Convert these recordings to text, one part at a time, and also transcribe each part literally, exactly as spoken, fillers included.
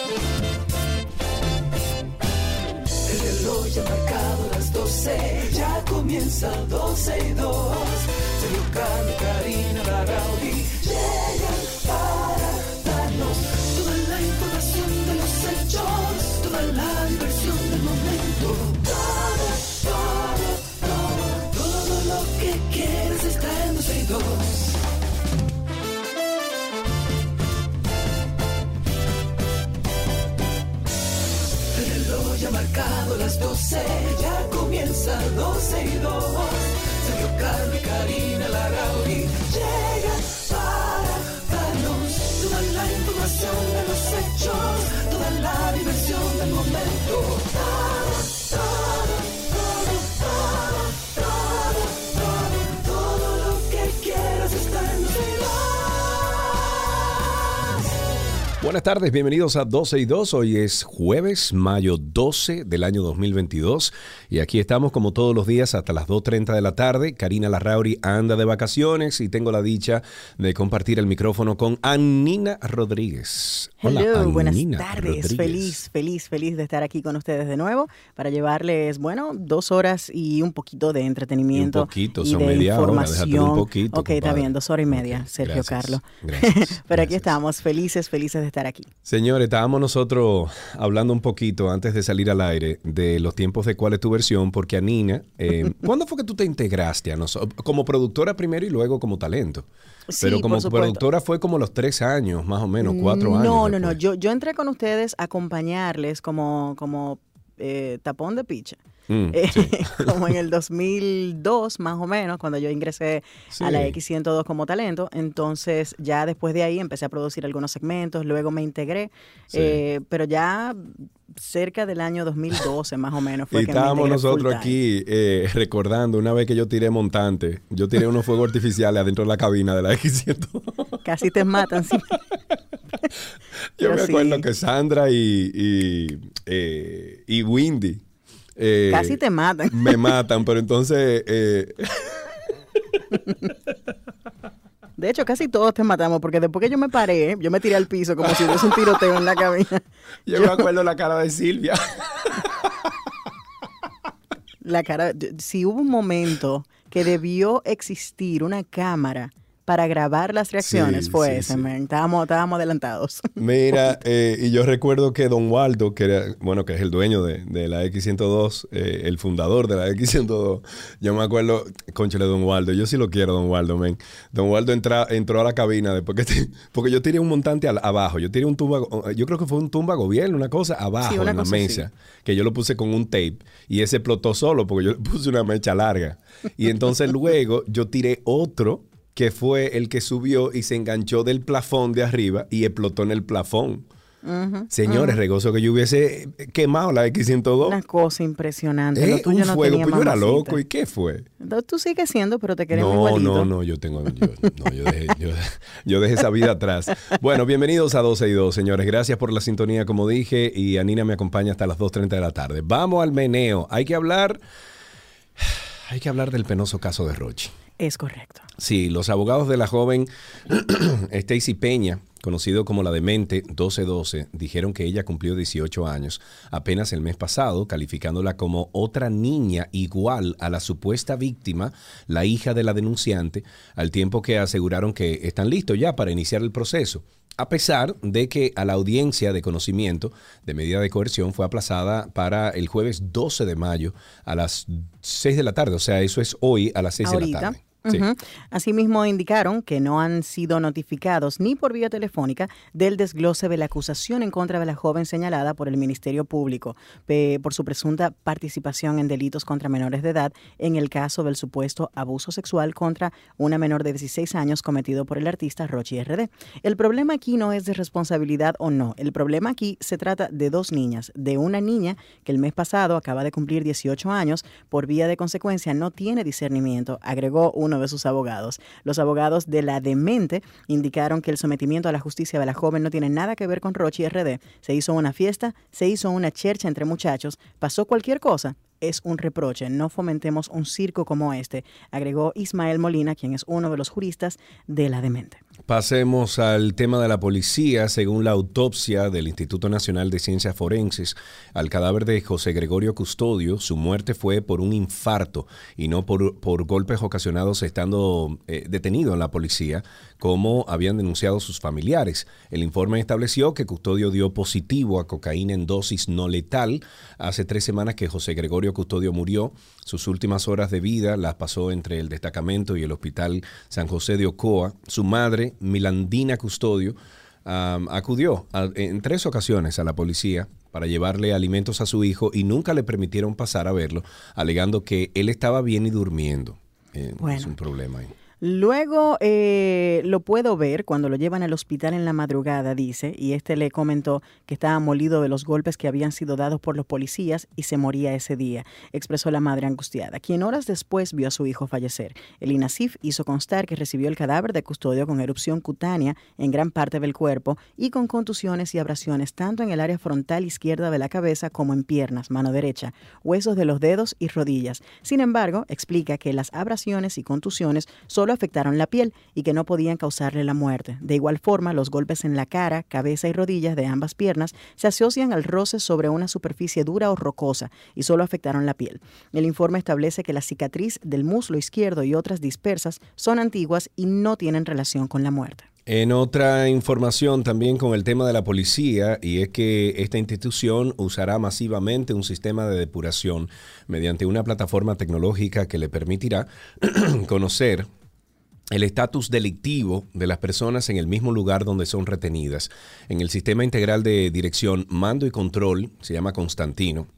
El reloj ya ha marcado las doce, ya comienza doce y dos. Sergio Carlos, Karina Larrauri llegan para darnos toda la información de los hechos, toda la diversión del momento. Todo, todo, todo, todo lo que quieres está en doce y dos. Ya marcado las doce, ya comienza doce y dos. Sergio Carlos y Karina Larrauri llegan para darnos toda la información de los hechos, toda la diversión del momento. Todo, todo, todo, todo, todo, todo, todo lo que quieras está en doce y dos. Buenas tardes, bienvenidos a doce y dos. Hoy es jueves, mayo doce del año dos mil veintidós y aquí estamos como todos los días hasta las dos treinta de la tarde. Karina Larrauri anda de vacaciones y tengo la dicha de compartir el micrófono con Anina Rodríguez. Hola, Hello, buenas Anina tardes. Rodríguez. Feliz, feliz, feliz de estar aquí con ustedes de nuevo para llevarles, bueno, dos horas y un poquito de entretenimiento. Y un poquito, y son de media hora, información. déjate un poquito. Ok, está compadre. bien, dos horas y media, Okay, Sergio gracias, Carlos. Gracias. Pero gracias. aquí estamos, felices, felices de estar aquí. Señores, estábamos nosotros hablando un poquito antes de salir al aire de los tiempos de cuál es tu versión, porque Anina, eh, ¿cuándo fue que tú te integraste a nosotros? Como productora primero y luego como talento. Sí, Pero como por supuesto. productora fue como los tres años, más o menos, cuatro no, años. No, no, no. después. Yo, yo entré con ustedes a acompañarles como, como eh, tapón de picha. Mm, Eh, sí. como en el dos mil dos más o menos, cuando yo ingresé Sí. a la X ciento dos como talento. Entonces ya después de ahí empecé a producir algunos segmentos, luego me integré, Sí. eh, pero ya cerca del año dos mil doce más o menos fue Y que me estábamos integré full nosotros time. aquí eh, recordando una vez que yo tiré montante. Yo tiré unos fuegos artificiales adentro de la cabina de la X ciento dos. Casi te matan, sí. Yo Pero me acuerdo sí. que Sandra y, y, eh, y Windy eh, Casi te matan. me matan, pero entonces eh, De hecho, casi todos te matamos, porque después que yo me paré, yo me tiré al piso como si hubiese un tiroteo en la cabina. yo me acuerdo la cara de Silvia. La cara, si hubo un momento que debió existir una cámara para grabar las reacciones, Sí, fue sí, ese, sí. man. Estábamos, estábamos adelantados. Mira, eh, y yo recuerdo que Don Waldo, que era, bueno, que es el dueño de, de la X ciento dos, eh, el fundador de la X ciento dos, yo me acuerdo, conchale, Don Waldo, yo sí lo quiero, Don Waldo, men. Don Waldo entra, entró a la cabina después que, te- porque yo tiré un montante al- abajo, yo tiré un tumba, yo creo que fue un tumba gobierno, una cosa abajo Sí, una en la cosa mesa, que yo lo puse con un tape y ese explotó solo porque yo le puse una mecha larga. Y entonces luego yo tiré otro que fue el que subió y se enganchó del plafón de arriba y explotó en el plafón. Uh-huh, Señores, uh-huh. regozo que yo hubiese quemado la X ciento dos. Una cosa impresionante. Eh, Lo tuyo un no fuego, tenía pues yo era mamacita. loco. ¿Y qué fue? Entonces, tú sigues siendo, pero te queremos No, igualito. no, no, yo tengo, yo, no, yo dejé, yo, yo dejé esa vida atrás. Bueno, bienvenidos a doce y dos, señores. Gracias por la sintonía, como dije, y Anina me acompaña hasta las dos treinta de la tarde. Vamos al meneo. Hay que hablar, hay que hablar del penoso caso de Rochi. Es correcto. Sí, los abogados de la joven Stacy Peña, conocido como la demente doce doce, dijeron que ella cumplió dieciocho años apenas el mes pasado, calificándola como otra niña igual a la supuesta víctima, la hija de la denunciante, al tiempo que aseguraron que están listos ya para iniciar el proceso. A pesar de que a la audiencia de conocimiento de medida de coerción fue aplazada para el jueves doce de mayo a las seis de la tarde, o sea, eso es hoy a las seis de la Ahorita. tarde. Sí. Uh-huh. Asimismo, indicaron que no han sido notificados ni por vía telefónica del desglose de la acusación en contra de la joven señalada por el Ministerio Público pe- por su presunta participación en delitos contra menores de edad en el caso del supuesto abuso sexual contra una menor de dieciséis años cometido por el artista Rochi R D. El problema aquí no es de responsabilidad o no. El problema aquí se trata de dos niñas. De una niña que el mes pasado acaba de cumplir dieciocho años, por vía de consecuencia no tiene discernimiento, agregó uno de sus abogados. Los abogados de la demente indicaron que el sometimiento a la justicia de la joven no tiene nada que ver con Rochi R D. Se hizo una fiesta, se hizo una chercha entre muchachos, pasó cualquier cosa, es un reproche. No fomentemos un circo como este, agregó Ismael Molina, quien es uno de los juristas de la demente. Pasemos al tema de la policía. Según la autopsia del Instituto Nacional de Ciencias Forenses al cadáver de José Gregorio Custodio, su muerte fue por un infarto y no por, por golpes ocasionados estando eh, detenido en la policía, como habían denunciado sus familiares. El informe estableció que Custodio dio positivo a cocaína en dosis no letal. Hace tres semanas que José Gregorio Custodio murió. Sus últimas horas de vida las pasó entre el destacamento y el Hospital San José de Ocoa. Su madre, Milandina Custodio, um, acudió a, en tres ocasiones a la policía para llevarle alimentos a su hijo y nunca le permitieron pasar a verlo, alegando que él estaba bien y durmiendo. Eh, bueno. Es un problema ahí. Luego eh, lo puedo ver cuando lo llevan al hospital en la madrugada, dice, y este le comentó que estaba molido de los golpes que habían sido dados por los policías y se moría ese día, expresó la madre angustiada, quien horas después vio a su hijo fallecer. El INASIF hizo constar que recibió el cadáver de Custodio con erupción cutánea en gran parte del cuerpo y con contusiones y abrasiones tanto en el área frontal izquierda de la cabeza como en piernas, mano derecha, huesos de los dedos y rodillas. Sin embargo, explica que las abrasiones y contusiones solo afectaron la piel y que no podían causarle la muerte. De igual forma, los golpes en la cara, cabeza y rodillas de ambas piernas se asocian al roce sobre una superficie dura o rocosa y solo afectaron la piel. El informe establece que la cicatriz del muslo izquierdo y otras dispersas son antiguas y no tienen relación con la muerte. En otra información también con el tema de la policía, y es que esta institución usará masivamente un sistema de depuración mediante una plataforma tecnológica que le permitirá conocer el estatus delictivo de las personas en el mismo lugar donde son retenidas. En el sistema integral de dirección, mando y control, se llama Constantino.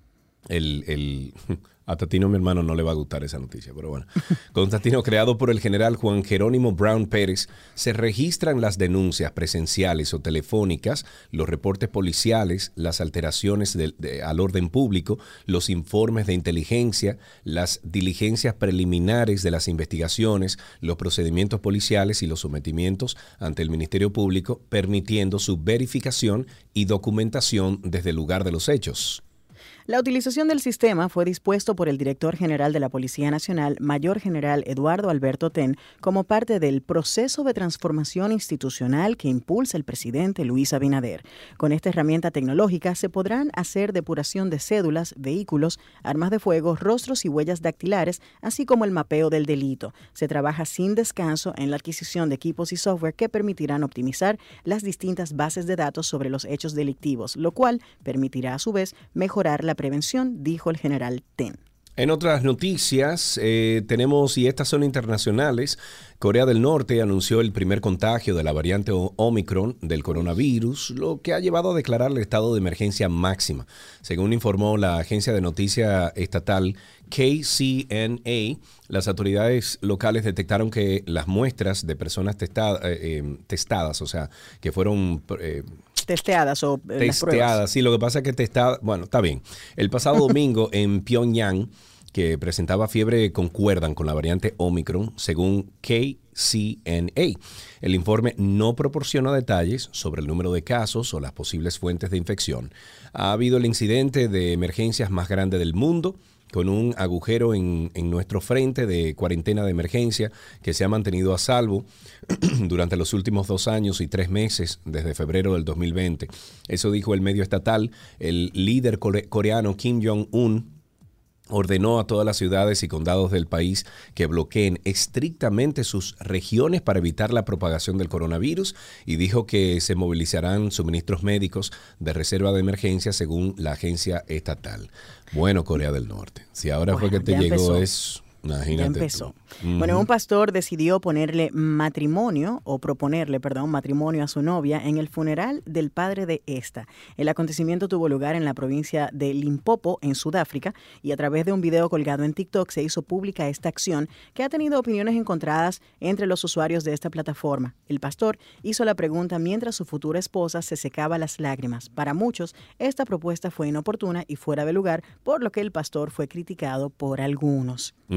El, el, a Tatino, mi hermano, no le va a gustar esa noticia, pero bueno. Constantino, creado por el general Juan Jerónimo Brown Pérez, se registran las denuncias presenciales o telefónicas, los reportes policiales, las alteraciones de, de, al orden público, los informes de inteligencia, las diligencias preliminares de las investigaciones, los procedimientos policiales y los sometimientos ante el Ministerio Público, permitiendo su verificación y documentación desde el lugar de los hechos. La utilización del sistema fue dispuesto por el director general de la Policía Nacional, Mayor General Eduardo Alberto Ten, como parte del proceso de transformación institucional que impulsa el presidente Luis Abinader. Con esta herramienta tecnológica se podrán hacer depuración de cédulas, vehículos, armas de fuego, rostros y huellas dactilares, así como el mapeo del delito. Se trabaja sin descanso en la adquisición de equipos y software que permitirán optimizar las distintas bases de datos sobre los hechos delictivos, lo cual permitirá a su vez mejorar la prevención, dijo el general Ten. En otras noticias, eh, tenemos, y estas son internacionales, Corea del Norte anunció el primer contagio de la variante Omicron del coronavirus, lo que ha llevado a declarar el estado de emergencia máxima. Según informó la agencia de noticia estatal K C N A, las autoridades locales detectaron que las muestras de personas testada, eh, eh, testadas, o sea, que fueron... Eh, Testeadas o eh, Testeadas, sí, lo que pasa es que testadas, bueno, está bien. El pasado domingo en Pyongyang, que presentaba fiebre, concuerdan con la variante Omicron, según K C N A. El informe no proporciona detalles sobre el número de casos o las posibles fuentes de infección. Ha habido el incidente de emergencias más grande del mundo, con un agujero en, en nuestro frente de cuarentena de emergencia que se ha mantenido a salvo durante los últimos dos años y tres meses desde febrero del dos mil veinte. Eso dijo el medio estatal. El líder core- coreano Kim Jong-un ordenó a todas las ciudades y condados del país que bloqueen estrictamente sus regiones para evitar la propagación del coronavirus y dijo que se movilizarán suministros médicos de reserva de emergencia según la agencia estatal. Bueno, Corea del Norte, si ahora bueno, fue que te llegó empezó. es... Imagínate ya empezó. Uh-huh. Bueno, un pastor decidió ponerle matrimonio, o proponerle, perdón, matrimonio a su novia en el funeral del padre de esta. El acontecimiento tuvo lugar en la provincia de Limpopo, en Sudáfrica, y a través de un video colgado en TikTok se hizo pública esta acción que ha tenido opiniones encontradas entre los usuarios de esta plataforma. El pastor hizo la pregunta mientras su futura esposa se secaba las lágrimas. Para muchos, esta propuesta fue inoportuna y fuera de lugar, por lo que el pastor fue criticado por algunos. Uh-huh.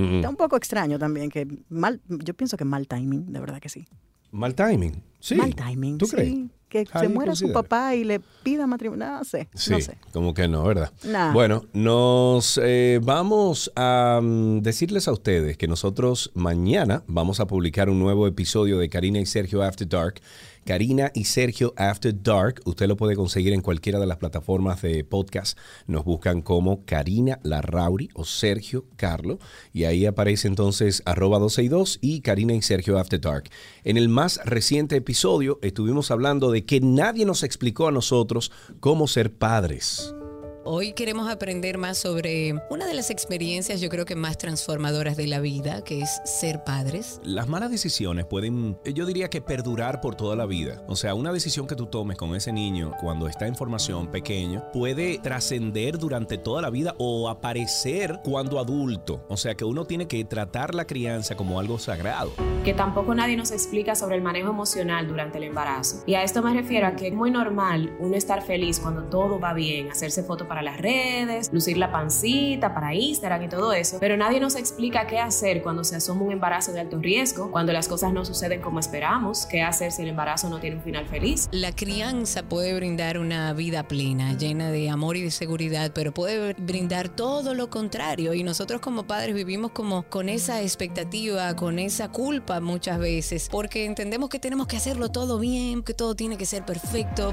Uh-huh. Está un poco extraño también, que mal, yo pienso que mal timing, de verdad que sí. Mal timing, sí. Mal timing, ¿Tú sí. crees? Que se muera su papá y le pida matrimonio. No sé, sí, no sé. Como que no, ¿verdad? Nah. Bueno, nos eh, vamos a um, decirles a ustedes que nosotros mañana vamos a publicar un nuevo episodio de Karina y Sergio After Dark. Karina y Sergio After Dark. Usted lo puede conseguir en cualquiera de las plataformas de podcast. Nos buscan como Karina Larrauri o Sergio Carlo. Y ahí aparece entonces arroba dos sesenta y dos y Karina y Sergio After Dark. En el más reciente episodio estuvimos hablando de que nadie nos explicó a nosotros cómo ser padres. Hoy queremos aprender más sobre una de las experiencias, yo creo que más transformadoras de la vida, que es ser padres. Las malas decisiones pueden, yo diría que perdurar por toda la vida. O sea, una decisión que tú tomes con ese niño cuando está en formación pequeño puede trascender durante toda la vida o aparecer cuando adulto. O sea, que uno tiene que tratar la crianza como algo sagrado. Que tampoco nadie nos explica sobre el manejo emocional durante el embarazo. Y a esto me refiero a que es muy normal uno estar feliz cuando todo va bien, hacerse fotos para las redes, lucir la pancita para Instagram y todo eso, pero nadie nos explica qué hacer cuando se asoma un embarazo de alto riesgo, cuando las cosas no suceden como esperamos, qué hacer si el embarazo no tiene un final feliz. La crianza puede brindar una vida plena, llena de amor y de seguridad, pero puede brindar todo lo contrario, y nosotros como padres vivimos como con esa expectativa, con esa culpa muchas veces, porque entendemos que tenemos que hacerlo todo bien, que todo tiene que ser perfecto.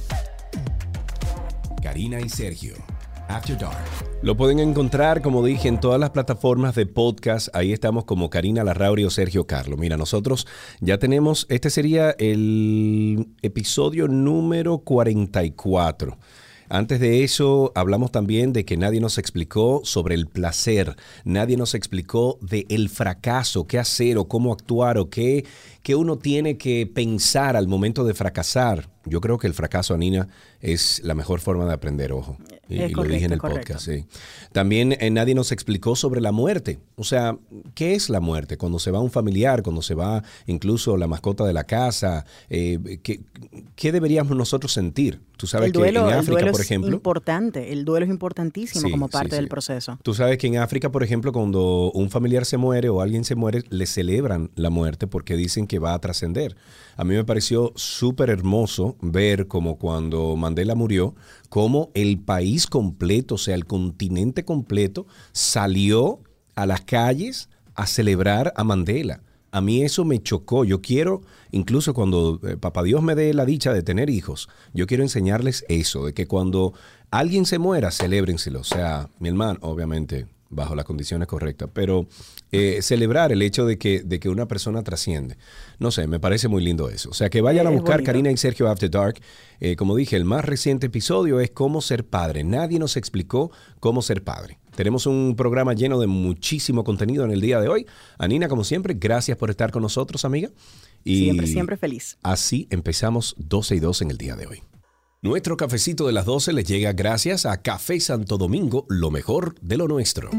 Karina y Sergio, After Dark. Lo pueden encontrar, como dije, en todas las plataformas de podcast. Ahí estamos como Karina Larrauri o Sergio Carlo. Mira, nosotros ya tenemos, este sería el episodio número cuarenta y cuatro. Antes de eso, hablamos también de que nadie nos explicó sobre el placer. Nadie nos explicó del fracaso, qué hacer o cómo actuar o qué, qué uno tiene que pensar al momento de fracasar. Yo creo que el fracaso, Anina, es la mejor forma de aprender, ojo. Y, y correcto, lo dije en el correcto. podcast, sí. También eh, nadie nos explicó sobre la muerte. O sea, ¿qué es la muerte? Cuando se va un familiar, cuando se va incluso la mascota de la casa, eh, ¿qué, ¿qué deberíamos nosotros sentir? Tú sabes el duelo, que en el África, duelo por es ejemplo... importante. El duelo es importantísimo Sí, como parte sí, del sí. proceso. Tú sabes que en África, por ejemplo, cuando un familiar se muere o alguien se muere, le celebran la muerte porque dicen que va a trascender. A mí me pareció súper hermoso ver como cuando Mandela murió, cómo el país completo, o sea, el continente completo, salió a las calles a celebrar a Mandela. A mí eso me chocó. Yo quiero, incluso cuando eh, Papá Dios me dé la dicha de tener hijos, yo quiero enseñarles eso, de que cuando alguien se muera, celébrenselo. O sea, mi hermano, obviamente, bajo las condiciones correctas, pero eh, celebrar el hecho de que, de que una persona trasciende. No sé, me parece muy lindo eso. O sea, que vayan a Es buscar bonito. Karina y Sergio After Dark. Eh, como dije, el más reciente episodio es cómo ser padre. Nadie nos explicó cómo ser padre. Tenemos un programa lleno de muchísimo contenido en el día de hoy. Anina, como siempre, gracias por estar con nosotros, amiga. Y Siempre, siempre feliz. así empezamos doce y dos en el día de hoy. Nuestro cafecito de las doce les llega gracias a Café Santo Domingo, lo mejor de lo nuestro.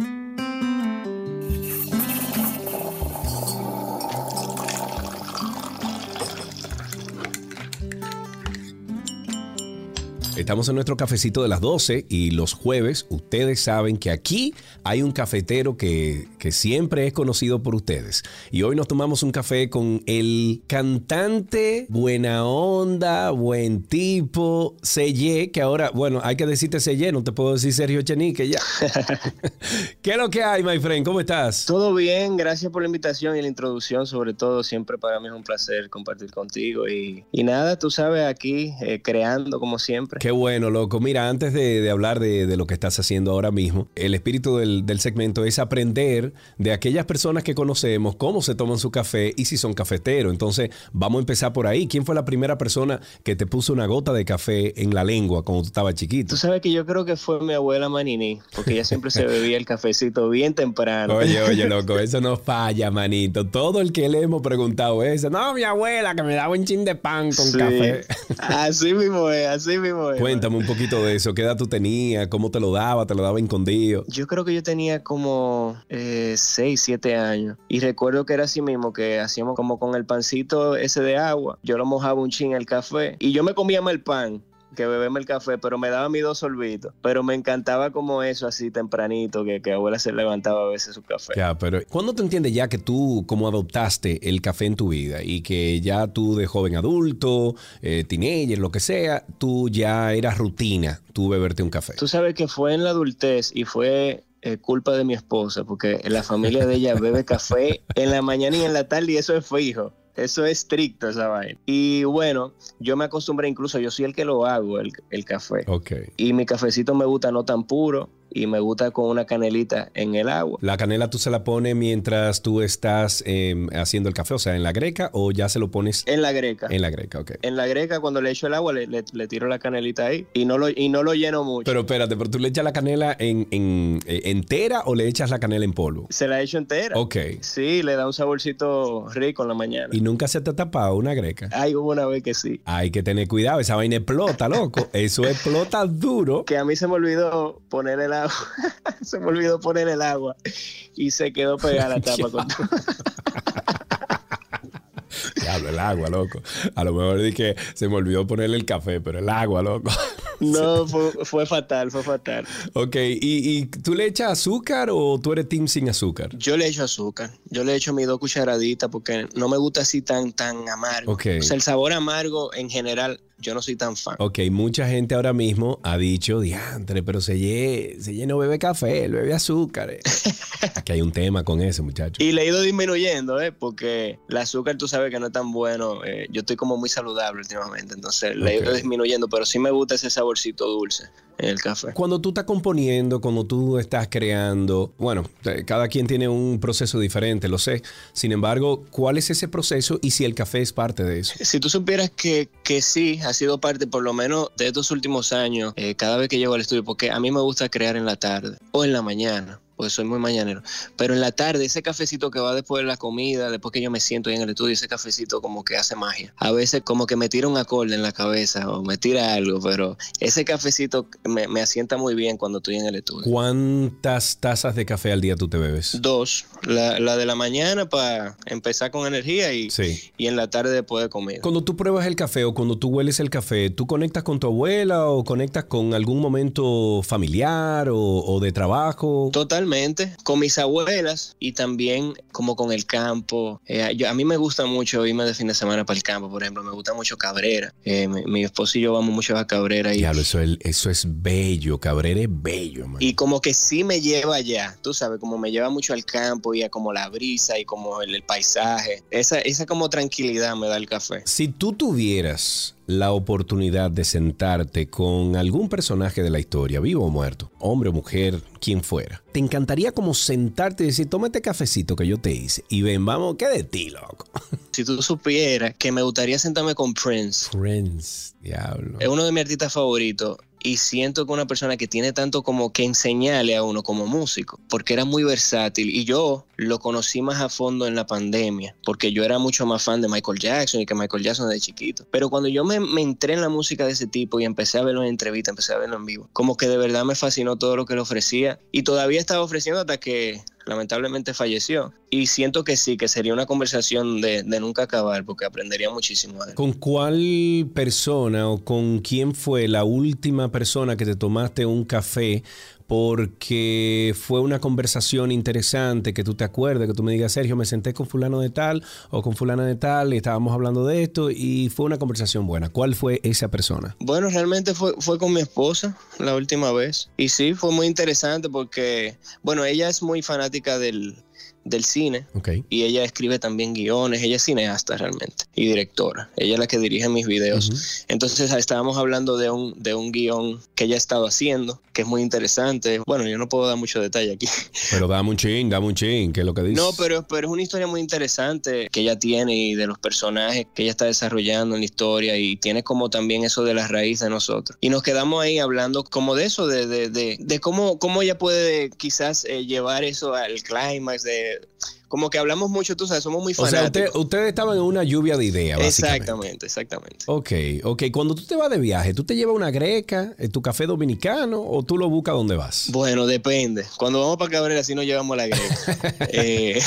Estamos en nuestro cafecito de las doce y los jueves ustedes saben que aquí hay un cafetero que, que siempre es conocido por ustedes. Y hoy nos tomamos un café con el cantante, buena onda, buen tipo, Seye, que ahora, bueno, hay que decirte Seye, no te puedo decir Sergio Chenique ya. ¿Qué es lo que hay, my friend? ¿Cómo estás? Todo bien, gracias por la invitación y la introducción, sobre todo, siempre para mí es un placer compartir contigo y, y nada, tú sabes, aquí eh, creando como siempre. Qué bueno, loco. Mira, antes de, de hablar de, de lo que estás haciendo ahora mismo, el espíritu del, del segmento es aprender de aquellas personas que conocemos cómo se toman su café y si son cafeteros. Entonces, vamos a empezar por ahí. ¿Quién fue la primera persona que te puso una gota de café en la lengua cuando tú estabas chiquito? Tú sabes que yo creo que fue mi abuela Manini, porque ella siempre se bebía el cafecito bien temprano. Oye, oye, loco, eso no falla, manito. Todo el que le hemos preguntado eso, no, mi abuela que me daba un chin de pan con Sí, café. Así mismo es, así mismo es. Cuéntame un poquito de eso. ¿Qué edad tú tenías? ¿Cómo te lo daba? ¿Te lo daba escondido? Yo creo que yo tenía como eh, seis, siete años. Y recuerdo que era así mismo, que hacíamos como con el pancito ese de agua. Yo lo mojaba un chin el café. Y yo me comía más el pan. que beberme el café, pero me daba mis dos sorbitos. Pero me encantaba como eso, así tempranito, que, que abuela se levantaba a veces su café. Ya, pero ¿cuándo te entiendes ya que tú como adoptaste el café en tu vida y que ya tú de joven adulto, eh, teenager, lo que sea, tú ya eras rutina, tú beberte un café? Tú sabes que fue en la adultez y fue... Eh, culpa de mi esposa, porque la familia de ella bebe café en la mañana y en la tarde y eso es fijo. Eso es estricto, esa vaina. Y bueno, yo me acostumbré, incluso yo soy el que lo hago, el, el café. Ok. Y mi cafecito me gusta no tan puro y me gusta con una canelita en el agua. ¿La canela tú se la pones mientras tú estás eh, haciendo el café? O sea, ¿en la greca o ya se lo pones? En la greca. En la greca, ok. En la greca, cuando le echo el agua, le, le, le tiro la canelita ahí y no lo, y no lo lleno mucho. Pero espérate, ¿pero tú le echas la canela en, en, eh, entera o le echas la canela en polvo? Se la echo entera. Ok. Sí, le da un saborcito rico en la mañana. ¿Y nunca se te ha tapado una greca? Ay, hubo una vez que sí. Hay que tener cuidado, esa vaina explota, loco. Eso explota duro. Que a mí se me olvidó poner el agua. Se me olvidó poner el agua y se quedó pegada la tapa con todo. Diablo, el agua, loco. A lo mejor dije que se me olvidó ponerle el café, pero el agua, loco. No, fue, fue fatal, fue fatal. Ok, ¿Y, ¿y tú le echas azúcar o tú eres team sin azúcar? Yo le echo azúcar. Yo le echo mis dos cucharaditas porque no me gusta así tan, tan amargo. Ok. O sea, el sabor amargo en general, yo no soy tan fan. Ok, mucha gente ahora mismo ha dicho, diantre, pero se no bebe café, él bebe azúcar. Eh. Aquí hay un tema con ese, muchacho. Y le he ido disminuyendo, ¿eh? Porque el azúcar tú sabes que no es tan bueno. Eh, yo estoy como muy saludable últimamente, entonces le he ido Ok. disminuyendo, pero sí me gusta ese saborcito dulce en el café. Cuando tú estás componiendo, cuando tú estás creando, bueno, eh, cada quien tiene un proceso diferente, lo sé. Sin embargo, ¿cuál es ese proceso y si el café es parte de eso? Si tú supieras que, que sí, ha sido parte por lo menos de estos últimos años, eh, cada vez que llego al estudio, porque a mí me gusta crear en la tarde o en la mañana, pues soy muy mañanero, pero en la tarde ese cafecito que va después de la comida, después que yo me siento ahí en el estudio, ese cafecito como que hace magia. A veces como que me tira un acorde en la cabeza o me tira algo, pero ese cafecito me, me asienta muy bien cuando estoy en el estudio. ¿Cuántas tazas de café al día tú te bebes? Dos, la, la de la mañana para empezar con energía y, Sí. y en la tarde después de comida. Cuando tú pruebas el café o cuando tú hueles el café, ¿tú conectas con tu abuela o conectas con algún momento familiar o, o de trabajo? Totalmente, con mis abuelas y también como con el campo. Eh, yo, a mí me gusta mucho irme de fin de semana para el campo, por ejemplo, me gusta mucho Cabrera. Eh, mi, mi esposo y yo vamos mucho a Cabrera. Y, Diablo, eso es, eso es bello, Cabrera es bello, man. y como que sí me lleva allá, tú sabes, como me lleva mucho al campo y a como la brisa y como el, el paisaje. Esa, esa como tranquilidad me da el café. Si tú tuvieras la oportunidad de sentarte con algún personaje de la historia, vivo o muerto, hombre o mujer, quien fuera, te encantaría como sentarte y decir, tómate cafecito que yo te hice y ven, vamos, ¿qué de ti, loco? Si tú supieras que me gustaría sentarme con Prince, Friends, diablo. es uno de mis artistas favoritos. Y siento que una persona que tiene tanto como que enseñarle a uno como músico, porque era muy versátil. Y yo lo conocí más a fondo en la pandemia, porque yo era mucho más fan de Michael Jackson y que Michael Jackson desde chiquito. Pero cuando yo me, me entré en la música de ese tipo y empecé a verlo en entrevistas, empecé a verlo en vivo, como que de verdad me fascinó todo lo que le ofrecía. Y todavía estaba ofreciendo hasta que lamentablemente falleció. Y siento que sí, que sería una conversación de, de nunca acabar, porque aprendería muchísimo de él. ¿Con cuál persona o con quién fue la última persona que te tomaste un café porque fue una conversación interesante, que tú te acuerdes, que tú me digas, Sergio, me senté con fulano de tal o con fulana de tal y estábamos hablando de esto y fue una conversación buena? ¿Cuál fue esa persona? Bueno, realmente fue, fue con mi esposa la última vez. Y sí, fue muy interesante porque, bueno, ella es muy fanática del, del cine. Okay. Y ella escribe también guiones. Ella es cineasta realmente y directora. Ella es la que dirige mis videos. Uh-huh. Entonces estábamos hablando de un, de un guión que ella ha estado haciendo, que es muy interesante. Bueno, yo no puedo dar mucho detalle aquí. Pero dame un chin, dame un chin, ¿qué es lo que dices? No, pero, pero es una historia muy interesante que ella tiene y de los personajes que ella está desarrollando en la historia, y tiene como también eso de las raíces de nosotros. Y nos quedamos ahí hablando como de eso, de, de, de, de cómo, cómo ella puede quizás eh, llevar eso al clímax, de como que hablamos mucho, tú sabes, somos muy fanáticos. O sea, usted, ustedes estaban en una lluvia de ideas, básicamente. Exactamente, exactamente. Ok, ok. Cuando tú te vas de viaje, ¿tú te llevas una greca, tu café dominicano o tú lo buscas donde vas? Bueno, depende. Cuando vamos para Cabrera sí nos llevamos la greca. eh,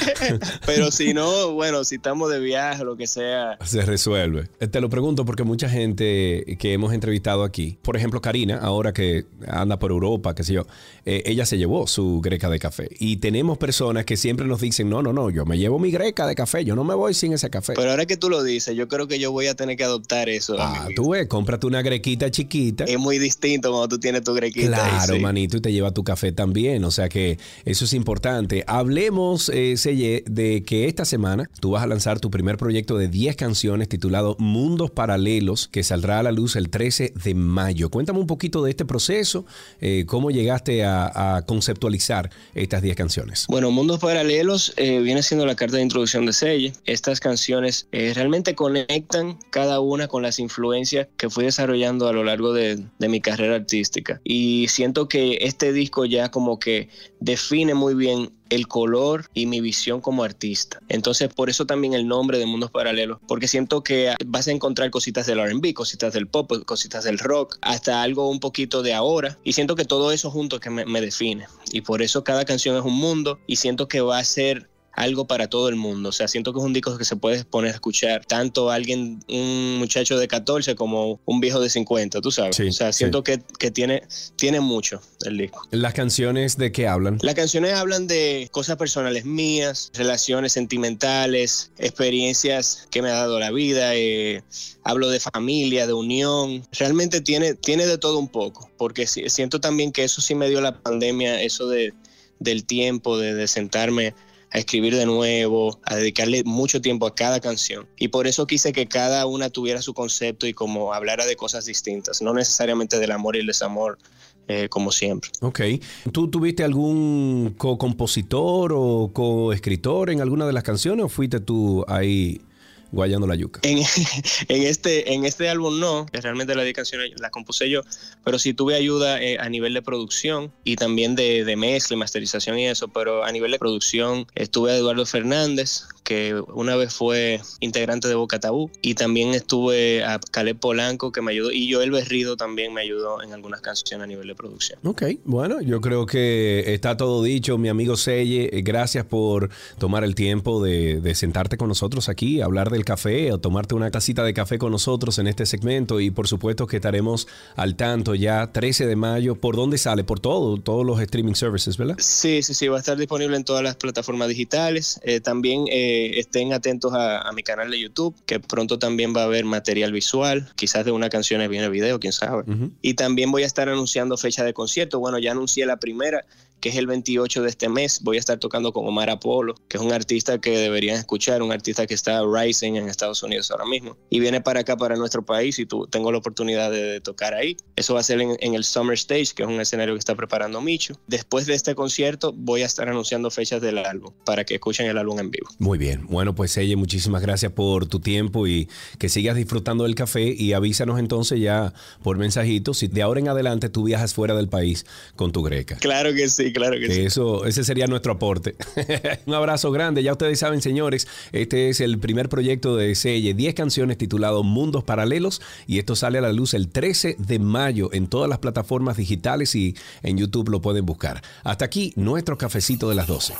pero si no, bueno, si estamos de viaje o lo que sea. Se resuelve. Te lo pregunto porque mucha gente que hemos entrevistado aquí, por ejemplo Karina, ahora que anda por Europa, qué sé yo, eh, ella se llevó su greca de café. Y tenemos personas que siempre nos dicen, no, no, no, yo me llevo mi greca de café, yo no me voy sin ese café. Pero ahora que tú lo dices, yo creo que yo voy a tener que adoptar eso. Ah, tú ves, cómprate una grequita chiquita. Es muy distinto cuando tú tienes tu grequita. Claro, ahí, sí. manito, y te lleva tu café también, o sea que eso es importante. Hablemos, eh, Selle, de que esta semana tú vas a lanzar tu primer proyecto de diez canciones titulado Mundos Paralelos, que saldrá a la luz el trece de mayo. Cuéntame un poquito de este proceso, eh, cómo llegaste a, a conceptualizar estas diez canciones. Bueno, Mundos Paralelos eh, viene siendo la carta de introducción de Selle. Estas canciones eh, realmente conectan cada una con las influencias que fui desarrollando a lo largo de, de mi carrera artística. Y siento que este disco ya como que define muy bien el color y mi visión como artista. Entonces, por eso también el nombre de Mundos Paralelos, porque siento que vas a encontrar cositas del R and B, cositas del pop, cositas del rock, hasta algo un poquito de ahora, y siento que todo eso junto que me, me define. Y por eso cada canción es un mundo, y siento que va a ser algo para todo el mundo. O sea, siento que es un disco que se puede poner a escuchar tanto alguien, un muchacho de catorce como un viejo de cincuenta, tú sabes. Sí, o sea, siento sí. que, que tiene, tiene mucho el disco. ¿Las canciones de qué hablan? Las canciones hablan de cosas personales mías, relaciones sentimentales, experiencias que me ha dado la vida. Eh, hablo de familia, de unión. Realmente tiene, tiene de todo un poco, porque siento también que eso sí me dio la pandemia, eso de, del tiempo, de, de sentarme a escribir de nuevo, a dedicarle mucho tiempo a cada canción. Y por eso quise que cada una tuviera su concepto y como hablara de cosas distintas, no necesariamente del amor y el desamor, eh, como siempre. Ok. ¿Tú tuviste algún co-compositor o co-escritor en alguna de las canciones o fuiste tú ahí guayando la yuca? En, en, este, en este álbum no, que realmente la canción la compuse yo, pero sí tuve ayuda eh, a nivel de producción y también de, de mezcla y masterización y eso, pero a nivel de producción estuve a Eduardo Fernández, que una vez fue integrante de Boca Tabú, y también estuve a Caleb Polanco, que me ayudó, y Joel Berrido también me ayudó en algunas canciones a nivel de producción. Ok, bueno, yo creo que está todo dicho, mi amigo Selle. Gracias por tomar el tiempo de, de sentarte con nosotros aquí, hablar del café o tomarte una tacita de café con nosotros en este segmento, y por supuesto que estaremos al tanto ya trece de mayo. ¿Por dónde sale? Por todo, todos los streaming services, ¿verdad? Sí, sí, sí, va a estar disponible en todas las plataformas digitales. Eh, también eh, estén atentos a, a mi canal de YouTube, que pronto también va a haber material visual, quizás de una canción viene video, quién sabe. Uh-huh. Y también voy a estar anunciando fecha de concierto. Bueno, ya anuncié la primera, que es el veintiocho de este mes. Voy a estar tocando con Omar Apollo, que es un artista que deberían escuchar, un artista que está rising en Estados Unidos ahora mismo, y viene para acá, para nuestro país, y tu, tengo la oportunidad de, de tocar ahí. Eso va a ser en, en el Summer Stage, que es un escenario que está preparando Micho. Después de este concierto voy a estar anunciando fechas del álbum, para que escuchen el álbum en vivo. Muy bien, bueno, pues Selle, muchísimas gracias por tu tiempo y que sigas disfrutando del café, y avísanos entonces ya por mensajito si de ahora en adelante tú viajas fuera del país con tu greca. Claro que sí. Claro que, que sí. Eso, ese sería nuestro aporte. Un abrazo grande. Ya ustedes saben, señores, este es el primer proyecto de Selle, diez canciones titulado Mundos Paralelos, y esto sale a la luz el trece de mayo en todas las plataformas digitales y en YouTube lo pueden buscar. Hasta aquí nuestro cafecito de las doce.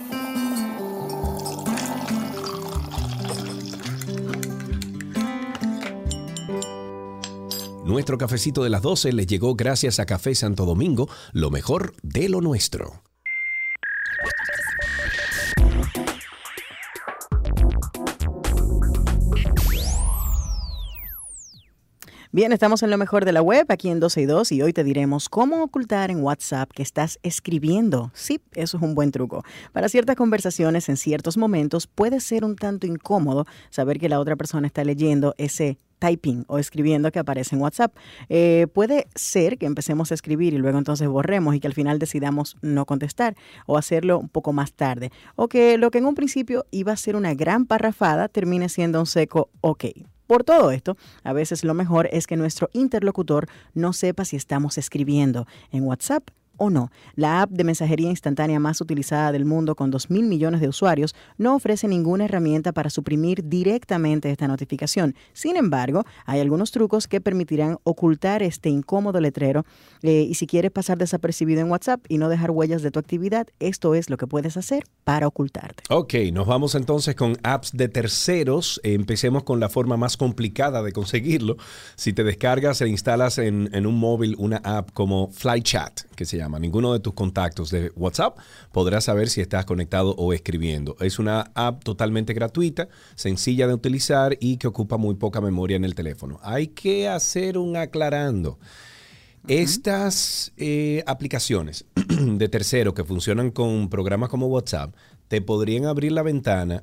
Nuestro cafecito de las doce les llegó gracias a Café Santo Domingo, lo mejor de lo nuestro. Bien, estamos en lo mejor de la web, aquí en doce y dos, y hoy te diremos cómo ocultar en WhatsApp que estás escribiendo. Sí, eso es un buen truco. Para ciertas conversaciones, en ciertos momentos, puede ser un tanto incómodo saber que la otra persona está leyendo ese typing o escribiendo que aparece en WhatsApp. Eh, puede ser que empecemos a escribir y luego entonces borremos y que al final decidamos no contestar o hacerlo un poco más tarde. O que lo que en un principio iba a ser una gran parrafada termine siendo un seco ok. Por todo esto, a veces lo mejor es que nuestro interlocutor no sepa si estamos escribiendo en WhatsApp o no. La app de mensajería instantánea más utilizada del mundo, con dos mil millones de usuarios, no ofrece ninguna herramienta para suprimir directamente esta notificación. Sin embargo, hay algunos trucos que permitirán ocultar este incómodo letrero. Eh, y si quieres pasar desapercibido en WhatsApp y no dejar huellas de tu actividad, esto es lo que puedes hacer para ocultarte. Ok, nos vamos entonces con apps de terceros. Eh, empecemos con la forma más complicada de conseguirlo. Si te descargas e instalas en, en un móvil una app como FlyChat, que se llama, ninguno de tus contactos de WhatsApp podrás saber si estás conectado o escribiendo. Es una app totalmente gratuita, sencilla de utilizar y que ocupa muy poca memoria en el teléfono. Hay que hacer un aclarando. Estas eh, aplicaciones de tercero que funcionan con programas como WhatsApp te podrían abrir la ventana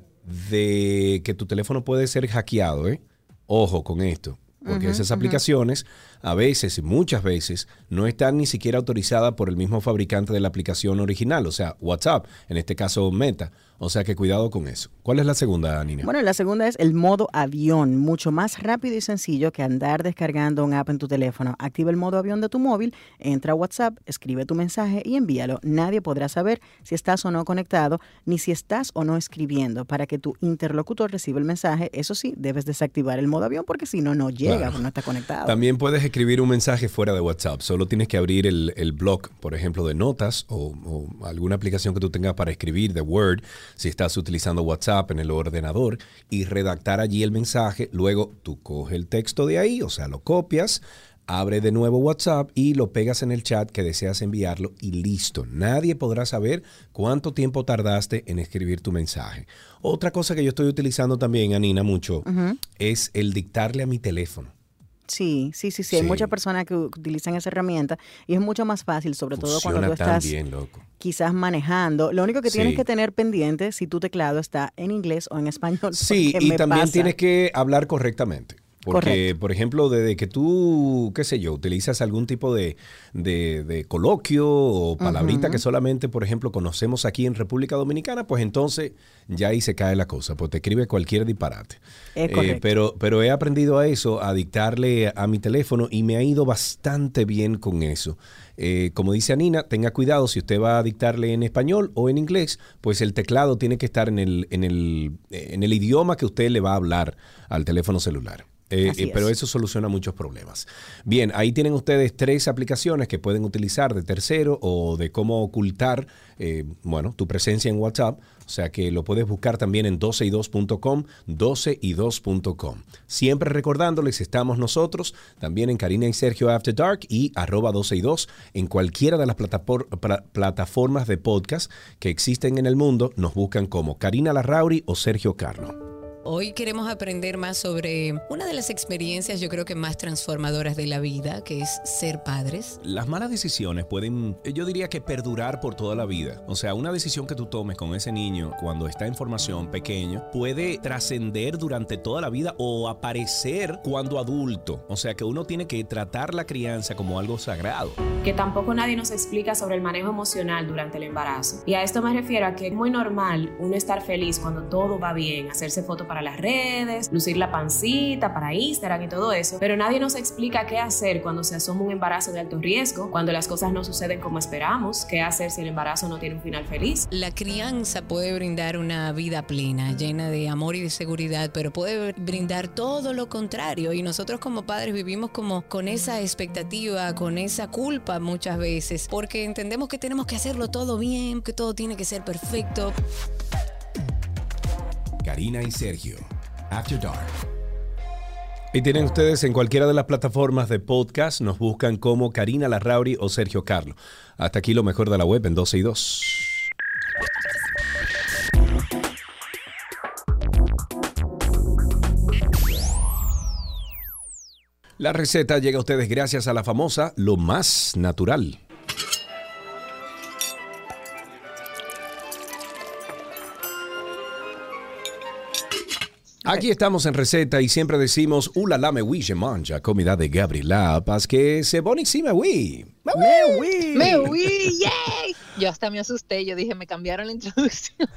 de que tu teléfono puede ser hackeado, ¿eh? Ojo con esto, porque uh-huh, esas aplicaciones uh-huh. a veces, muchas veces, no están ni siquiera autorizadas por el mismo fabricante de la aplicación original, o sea, WhatsApp, en este caso Meta. O sea que cuidado con eso. ¿Cuál es la segunda, Nina? Bueno, la segunda es el modo avión, mucho más rápido y sencillo que andar descargando una app en tu teléfono. Activa el modo avión de tu móvil, entra a WhatsApp, escribe tu mensaje y envíalo. Nadie podrá saber si estás o no conectado, ni si estás o no escribiendo. Para que tu interlocutor reciba el mensaje, eso sí, debes desactivar el modo avión porque si no, no llega, claro. no está conectado. También puedes escribir un mensaje fuera de WhatsApp. Solo tienes que abrir el, el blog, por ejemplo, de notas o, o alguna aplicación que tú tengas para escribir, de Word, si estás utilizando WhatsApp en el ordenador, y redactar allí el mensaje. Luego tú coges el texto de ahí, o sea, lo copias, abre de nuevo WhatsApp y lo pegas en el chat que deseas enviarlo y listo. Nadie podrá saber cuánto tiempo tardaste en escribir tu mensaje. Otra cosa que yo estoy utilizando también, Anina, mucho, uh-huh. es el dictarle a mi teléfono. Sí, sí, sí, sí. Hay sí. muchas personas que utilizan esa herramienta y es mucho más fácil, sobre Funciona todo cuando tú estás bien, loco. quizás manejando. Lo único que sí. tienes que tener pendiente si tu teclado está en inglés o en español. Sí, y también pasa. tienes que hablar correctamente. Porque, Correcto. por ejemplo, desde que tú, qué sé yo, utilizas algún tipo de, de, de coloquio o palabrita uh-huh. que solamente, por ejemplo, conocemos aquí en República Dominicana, pues entonces ya ahí se cae la cosa, pues te escribe cualquier disparate. Es correcto. Eh, pero, pero he aprendido a eso, a dictarle a mi teléfono y me ha ido bastante bien con eso. Eh, como dice Anina, tenga cuidado si usted va a dictarle en español o en inglés, pues el teclado tiene que estar en el, en el, en el idioma que usted le va a hablar al teléfono celular. Eh, eh, pero eso soluciona muchos problemas. Bien, ahí tienen ustedes tres aplicaciones que pueden utilizar de tercero o de cómo ocultar, eh, bueno, tu presencia en WhatsApp. O sea que lo puedes buscar también en doce y dos punto com, doce y dos punto com. Siempre recordándoles, estamos nosotros también en Karina y Sergio After Dark y arroba doce y dos en cualquiera de las platafor- pl- plataformas de podcast que existen en el mundo. Nos buscan como Karina Larrauri o Sergio Carno. Hoy queremos aprender más sobre una de las experiencias, yo creo que más transformadoras de la vida, que es ser padres. Las malas decisiones pueden, yo diría que perdurar por toda la vida. O sea, una decisión que tú tomes con ese niño cuando está en formación pequeño puede trascender durante toda la vida o aparecer cuando adulto. O sea, que uno tiene que tratar la crianza como algo sagrado. Que tampoco nadie nos explica sobre el manejo emocional durante el embarazo. Y a esto me refiero a que es muy normal uno estar feliz cuando todo va bien, hacerse fotos para las redes, lucir la pancita para Instagram y todo eso, pero nadie nos explica qué hacer cuando se asoma un embarazo de alto riesgo, cuando las cosas no suceden como esperamos, qué hacer si el embarazo no tiene un final feliz. La crianza puede brindar una vida plena, llena de amor y de seguridad, pero puede brindar todo lo contrario, y nosotros como padres vivimos como con esa expectativa, con esa culpa muchas veces, porque entendemos que tenemos que hacerlo todo bien, que todo tiene que ser perfecto. Karina y Sergio, After Dark. Y tienen ustedes en cualquiera de las plataformas de podcast, nos buscan como Karina Larrauri o Sergio Carlo. Hasta aquí lo mejor de la web en doce y dos. La receta llega a ustedes gracias a la famosa Lo Más Natural. Aquí estamos en receta y siempre decimos, ula la me oui, je mange, comida de Gabriela, parce que c'est bonissime, oui. Me oui. Me oui, yay. Yo hasta me asusté, yo dije, me cambiaron la introducción.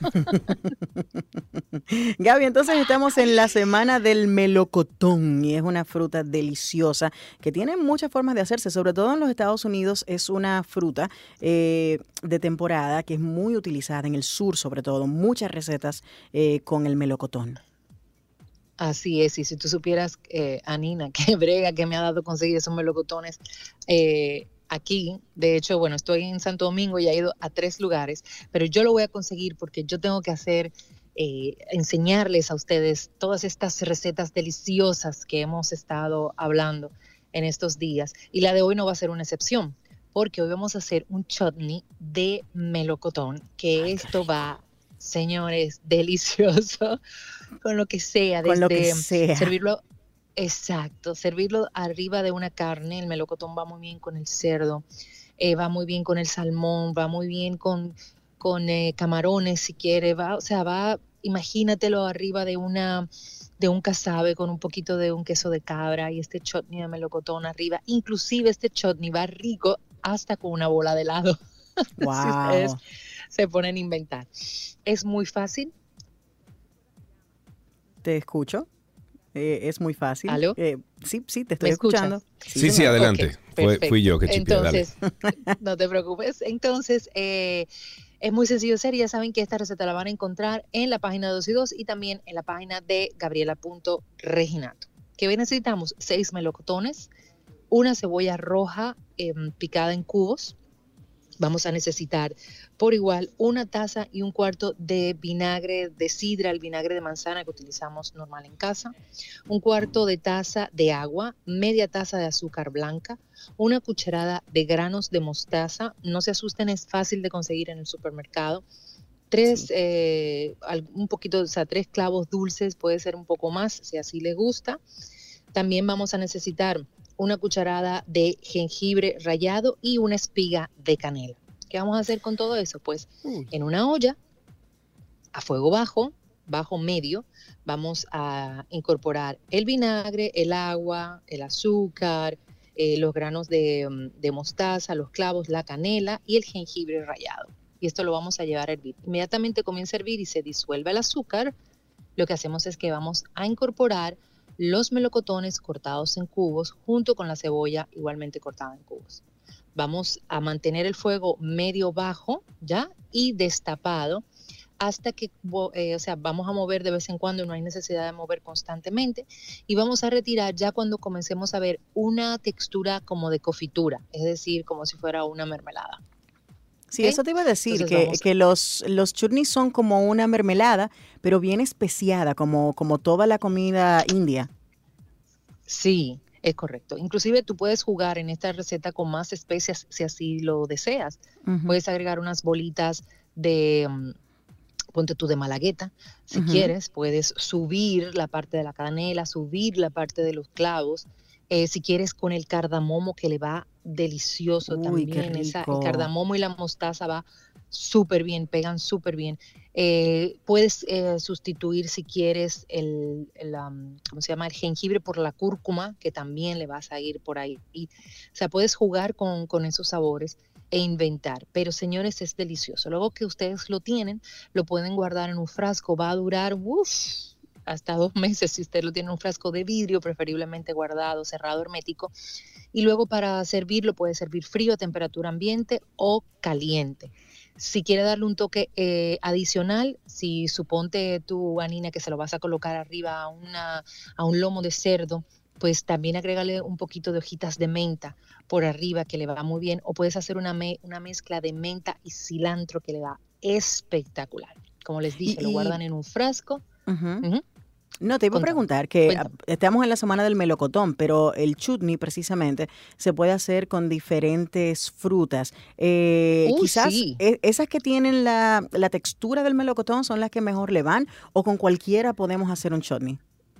Gaby, entonces estamos en la semana del melocotón y es una fruta deliciosa que tiene muchas formas de hacerse, sobre todo en los Estados Unidos es una fruta eh, de temporada que es muy utilizada en el sur, sobre todo, muchas recetas eh, con el melocotón. Así es, y si tú supieras, eh, Anina, que brega que me ha dado conseguir esos melocotones eh, aquí, de hecho, bueno, estoy en Santo Domingo y he ido a tres lugares, pero yo lo voy a conseguir porque yo tengo que hacer, eh, enseñarles a ustedes todas estas recetas deliciosas que hemos estado hablando en estos días, y la de hoy no va a ser una excepción, porque hoy vamos a hacer un chutney de melocotón, que Ay, esto va, señores, delicioso, con lo que sea, desde con lo que sea. servirlo, exacto, servirlo arriba de una carne, el melocotón va muy bien con el cerdo, eh, va muy bien con el salmón, va muy bien con, con eh, camarones si quiere, va, o sea, va, imagínatelo arriba de una de un casabe con un poquito de un queso de cabra y este chutney de melocotón arriba, inclusive este chutney va rico hasta con una bola de helado. Wow. Si ustedes se ponen a inventar. Es muy fácil. Te escucho. Eh, es muy fácil. ¿Aló? Eh, sí, sí, te estoy ¿Me escuchando. escuchas? Sí, sí, sí, adelante. Okay, Fue, fui yo que chipié, Entonces, dale. no te preocupes. Entonces, eh, es muy sencillo de hacer. Ya saben que esta receta la van a encontrar en la página dos y dos y también en la página de gabriela punto reginato. ¿Qué necesitamos? Seis melocotones, una cebolla roja eh, picada en cubos. Vamos a necesitar por igual una taza y un cuarto de vinagre de sidra, el vinagre de manzana que utilizamos normal en casa, un cuarto de taza de agua, media taza de azúcar blanca, una cucharada de granos de mostaza, no se asusten, es fácil de conseguir en el supermercado, tres, sí. eh, un poquito, o sea, tres clavos dulces, puede ser un poco más si así les gusta. También vamos a necesitar una cucharada de jengibre rallado y una espiga de canela. ¿Qué vamos a hacer con todo eso? Pues Uy. en una olla, a fuego bajo, bajo medio, vamos a incorporar el vinagre, el agua, el azúcar, eh, los granos de, de mostaza, los clavos, la canela y el jengibre rallado. Y esto lo vamos a llevar a hervir. Inmediatamente comienza a hervir y se disuelve el azúcar. Lo que hacemos es que vamos a incorporar los melocotones cortados en cubos junto con la cebolla igualmente cortada en cubos. Vamos a mantener el fuego medio bajo, ¿ya? Y destapado hasta que, eh, o sea, vamos a mover de vez en cuando, no hay necesidad de mover constantemente, y vamos a retirar ya cuando comencemos a ver una textura como de confitura, es decir, como si fuera una mermelada. Sí, ¿Okay? Eso te iba a decir, Entonces, que, vamos... que los, los chutneys son como una mermelada, pero bien especiada, como, como toda la comida india. Sí, es correcto. Inclusive tú puedes jugar en esta receta con más especias si así lo deseas. Uh-huh. Puedes agregar unas bolitas de, um, ponte tú de malagueta, si uh-huh. quieres. Puedes subir la parte de la canela, subir la parte de los clavos. Eh, si quieres con el cardamomo, que le va delicioso. Uy, también. Esa, el cardamomo y la mostaza va súper bien, pegan súper bien. Eh, puedes eh, sustituir si quieres el, el um, ¿cómo se llama? El jengibre por la cúrcuma, que también le vas a ir por ahí. Y, o sea, puedes jugar con, con esos sabores e inventar. Pero, señores, es delicioso. Luego que ustedes lo tienen, lo pueden guardar en un frasco. Va a durar, uff, hasta dos meses si usted lo tiene en un frasco de vidrio, preferiblemente guardado, cerrado, hermético. Y luego para servirlo puede servir frío a temperatura ambiente o caliente. Si quiere darle un toque eh, adicional, si suponte tú, Anina, que se lo vas a colocar arriba a, una, a un lomo de cerdo, pues también agrégale un poquito de hojitas de menta por arriba, que le va muy bien. O puedes hacer una, me, una mezcla de menta y cilantro que le va espectacular. Como les dije, y, lo guardan en un frasco. Uh-huh. Uh-huh. No, te iba a preguntar que Cuéntame. Estamos en la semana del melocotón, pero el chutney precisamente se puede hacer con diferentes frutas. Eh, uh, quizás sí. esas que tienen la, la textura del melocotón son las que mejor le van, o con cualquiera podemos hacer un chutney.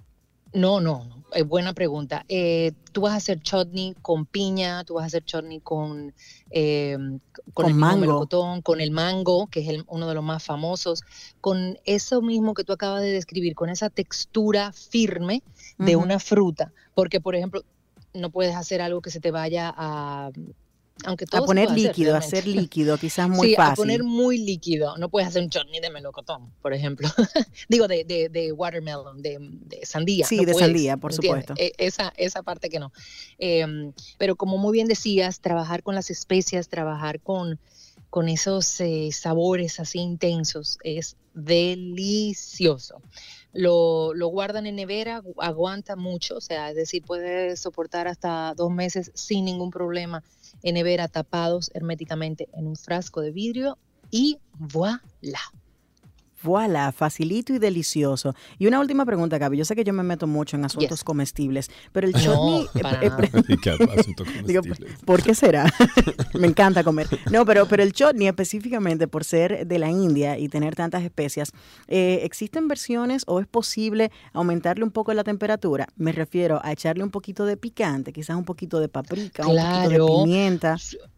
No, no, no. Es buena pregunta. Eh, tú vas a hacer chutney con piña, tú vas a hacer chutney con, eh, con, Con el mismo mango. melocotón, con el mango, que es el- uno de los más famosos, con eso mismo que tú acabas de describir, con esa textura firme de Ujú. una fruta. Porque, por ejemplo, no puedes hacer algo que se te vaya a... Aunque A todo se poner puede hacer líquido, a realmente. hacer líquido, quizás muy Sí, a poner fácil. muy líquido. No puedes hacer un chutney de melocotón, por ejemplo. Digo, de, de, de watermelon, de, de sandía. Sí, No de puedes, sandía, por ¿me entiendes? supuesto. E- Esa, esa parte que no. Em, pero como muy bien decías, trabajar con las especias, trabajar con, con esos eh, sabores así intensos es delicioso. Lo, lo guardan en nevera, agu- aguanta mucho, o sea, es decir, puede soportar hasta dos meses sin ningún problema en nevera, tapados herméticamente en un frasco de vidrio y voilà. Voilà, facilito y delicioso. Y una última pregunta, Gaby. Yo sé que yo me meto mucho en asuntos Yes. comestibles, pero el No, chutney... eh, para eh, nada. Y capaz, asunto Digo, comestible. ¿por qué será? Me encanta comer. No, pero, pero el chutney específicamente por ser de la India y tener tantas especias, eh, ¿existen versiones o es posible aumentarle un poco la temperatura? Me refiero a echarle un poquito de picante, quizás un poquito de paprika, un poquito de Claro. pimienta.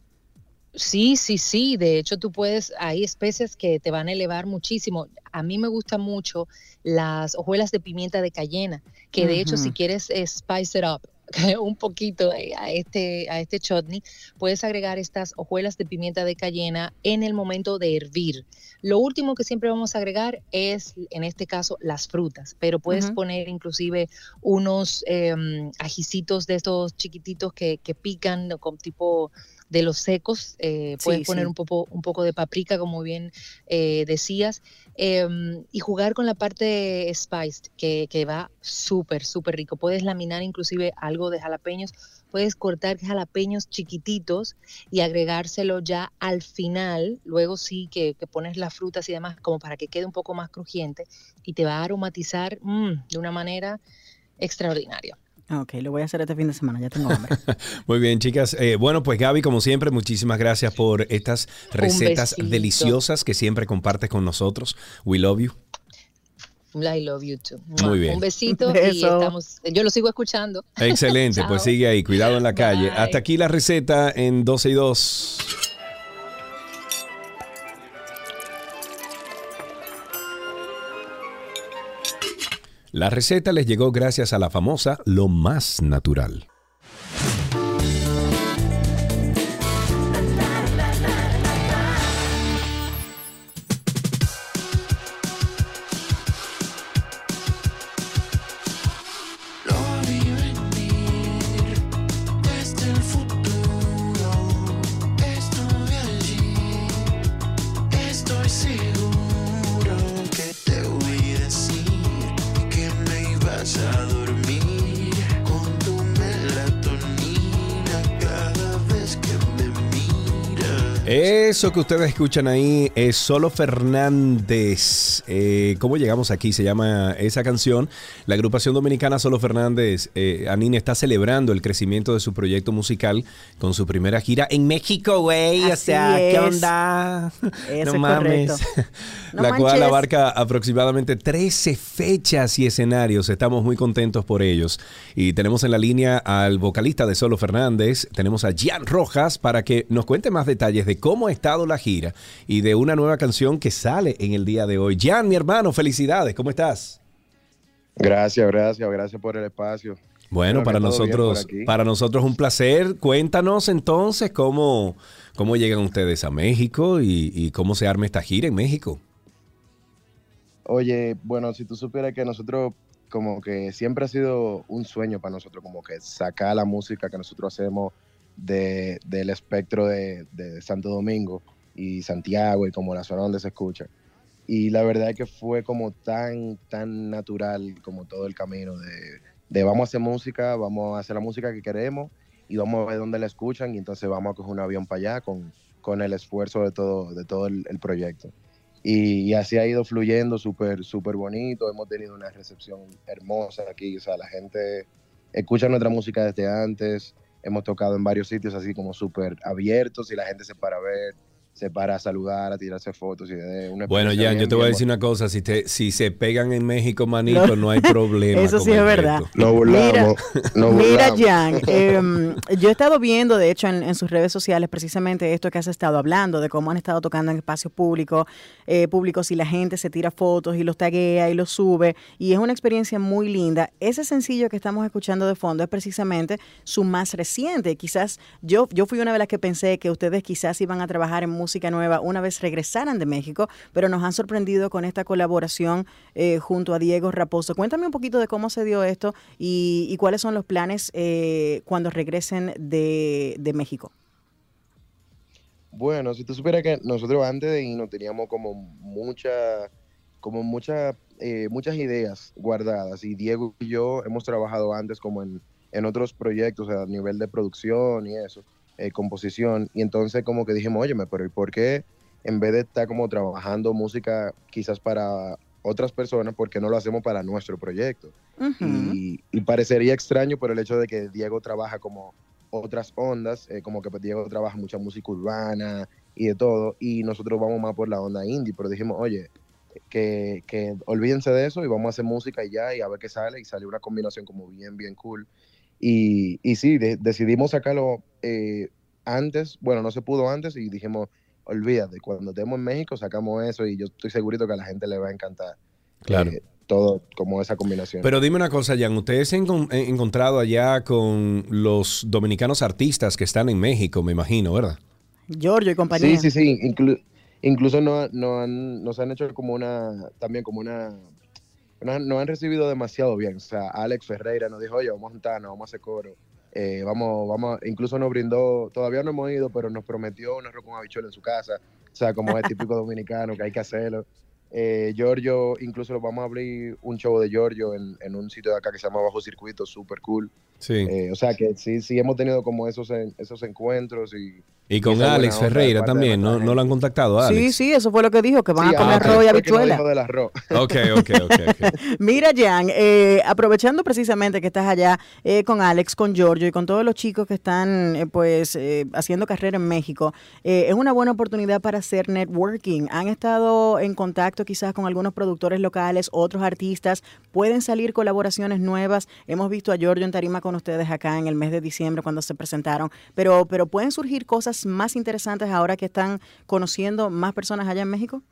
Sí, sí, sí. De hecho, tú puedes, hay especies que te van a elevar muchísimo. A mí me gustan mucho las hojuelas de pimienta de cayena, que de hecho, si Ujú. quieres eh, spice it up un poquito eh, a este, a este chutney, puedes agregar estas hojuelas de pimienta de cayena en el momento de hervir. Lo último que siempre vamos a agregar es, en este caso, las frutas, pero puedes Ujú. poner inclusive unos eh, ajicitos de estos chiquititos que, que pican, ¿no? Con tipo de los secos, eh, puedes Sí, poner sí. un poco, un poco de paprika, como bien eh, decías, eh, y jugar con la parte spiced, que, que va súper, súper rico. Puedes laminar inclusive algo de jalapeños, puedes cortar jalapeños chiquititos y agregárselo ya al final, luego sí que, que pones las frutas y demás, como para que quede un poco más crujiente, y te va a aromatizar mm, de una manera extraordinaria. Ok, lo voy a hacer este fin de semana, ya tengo hambre. Muy bien, chicas. Eh, bueno, pues Gaby, como siempre, muchísimas gracias por estas recetas besito. deliciosas que siempre compartes con nosotros. We love you. I love you too. Muy bien. Un besito y Beso. estamos, yo lo sigo escuchando. Excelente, pues Chao. sigue ahí, cuidado en la calle. Bye. Hasta aquí la receta en doce y dos. La receta les llegó gracias a la famosa Lo Más Natural. Lo vi venir desde el futuro. Estuve allí. Estoy seguro que te oí decir que me ibas a dormir con tu melatonina cada vez que me miras. Eso que ustedes escuchan ahí es Solo Fernández. Eh, ¿Cómo llegamos aquí? Se llama esa canción. La agrupación dominicana Solo Fernández, eh, Anine, está celebrando el crecimiento de su proyecto musical con su primera gira en México, güey. O Así sea, ¿qué es. onda? Eso no es mames. correcto. No La cual manches. abarca aproximadamente trece fechas y escenarios. Estamos muy contentos por ellos. Y tenemos en la línea al vocalista de Solo Fernández. Tenemos a Gian Rojas para que nos cuente más detalles de cómo ha estado la gira y de una nueva canción que sale en el día de hoy. Gian, mi hermano, felicidades. ¿Cómo estás? Gracias, gracias, gracias por el espacio. Bueno, Espero que para todo bien por nosotros, aquí. para nosotros un placer. Cuéntanos entonces cómo, cómo llegan ustedes a México y, y cómo se arma esta gira en México. Oye, bueno, si tú supieras que nosotros como que siempre ha sido un sueño para nosotros, como que sacar la música que nosotros hacemos de, del espectro de, de Santo Domingo y Santiago y como la zona donde se escucha. Y la verdad es que fue como tan, tan natural como todo el camino de, de vamos a hacer música, vamos a hacer la música que queremos y vamos a ver dónde la escuchan y entonces vamos a coger un avión para allá con, con el esfuerzo de todo, de todo el, el proyecto. Y, y así ha ido fluyendo súper, súper bonito. Hemos tenido una recepción hermosa aquí. O sea, la gente escucha nuestra música desde antes. Hemos tocado en varios sitios así como súper abiertos y la gente se para a ver. se para a saludar, a tirarse fotos. Y de una bueno, Jan, yo te voy a decir una cosa. Si, te, si se pegan en México, manito, no, no hay problema. Eso sí es verdad. Nos burlamos. Mira, nos mira burlamos. Jan, eh, yo he estado viendo, de hecho, en, en sus redes sociales, precisamente esto que has estado hablando, de cómo han estado tocando en espacios públicos, eh, públicos y la gente se tira fotos y los taguea y los sube. Y es una experiencia muy linda. Ese sencillo que estamos escuchando de fondo es precisamente su más reciente. Quizás yo, yo fui una de las que pensé que ustedes quizás iban a trabajar en música nueva una vez regresaran de México, pero nos han sorprendido con esta colaboración eh, junto a Diego Raposo. Cuéntame un poquito de cómo se dio esto y, y cuáles son los planes eh, cuando regresen de, de México. Bueno, si tú supieras que nosotros antes de irnos teníamos como mucha, como mucha, eh, muchas ideas guardadas, y Diego y yo hemos trabajado antes como en, en otros proyectos a nivel de producción y eso. Eh, composición, y entonces como que dijimos, óyeme, pero ¿y por qué en vez de estar como trabajando música quizás para otras personas, por qué no lo hacemos para nuestro proyecto? Uh-huh. y, y parecería extraño por el hecho de que Diego trabaja como otras ondas, eh, como que Diego trabaja mucha música urbana y de todo, y nosotros vamos más por la onda indie, pero dijimos, oye, que, que olvídense de eso y vamos a hacer música y ya, y a ver qué sale, y salió una combinación como bien, bien cool. Y, y sí, de, decidimos sacarlo eh, antes, bueno, no se pudo antes, y dijimos, olvídate, cuando estemos en México sacamos eso, y yo estoy segurito que a la gente le va a encantar. Claro. Eh, todo como esa combinación. Pero dime una cosa, Jan, ¿ustedes se han encon- encontrado allá con los dominicanos artistas que están en México, me imagino, verdad? Giorgio y compañía. Sí, sí, sí, Inclu- incluso no, no han, nos han hecho como una, también como una... Nos han, nos han recibido demasiado bien. O sea, Alex Ferreira nos dijo, oye, vamos a juntarnos, vamos a hacer coro. Eh, vamos, vamos, incluso nos brindó, todavía no hemos ido, pero nos prometió un arroz con habichuela en su casa. O sea, como es típico dominicano, que hay que hacerlo. Eh, Giorgio, incluso vamos a abrir un show de Giorgio en, en un sitio de acá que se llama Bajo Circuito, súper cool. Sí. Eh, o sea, que sí, sí hemos tenido como esos, en, esos encuentros y... Y con Alex Ferreira también, ¿no, ¿no lo han contactado a Alex? Sí, sí, eso fue lo que dijo, que van sí, a comer ah, arroz okay. y habichuela. Dijo del arroz. Ok, ok, ok. okay. Mira, Jan, eh, aprovechando precisamente que estás allá eh, con Alex, con Giorgio y con todos los chicos que están eh, pues eh, haciendo carrera en México, eh, es una buena oportunidad para hacer networking. ¿Han estado en contacto quizás con algunos productores locales, otros artistas? ¿Pueden salir colaboraciones nuevas? Hemos visto a Giorgio en tarima con ustedes acá en el mes de diciembre cuando se presentaron, pero, pero ¿pueden surgir cosas más interesantes ahora que están conociendo más personas allá en México?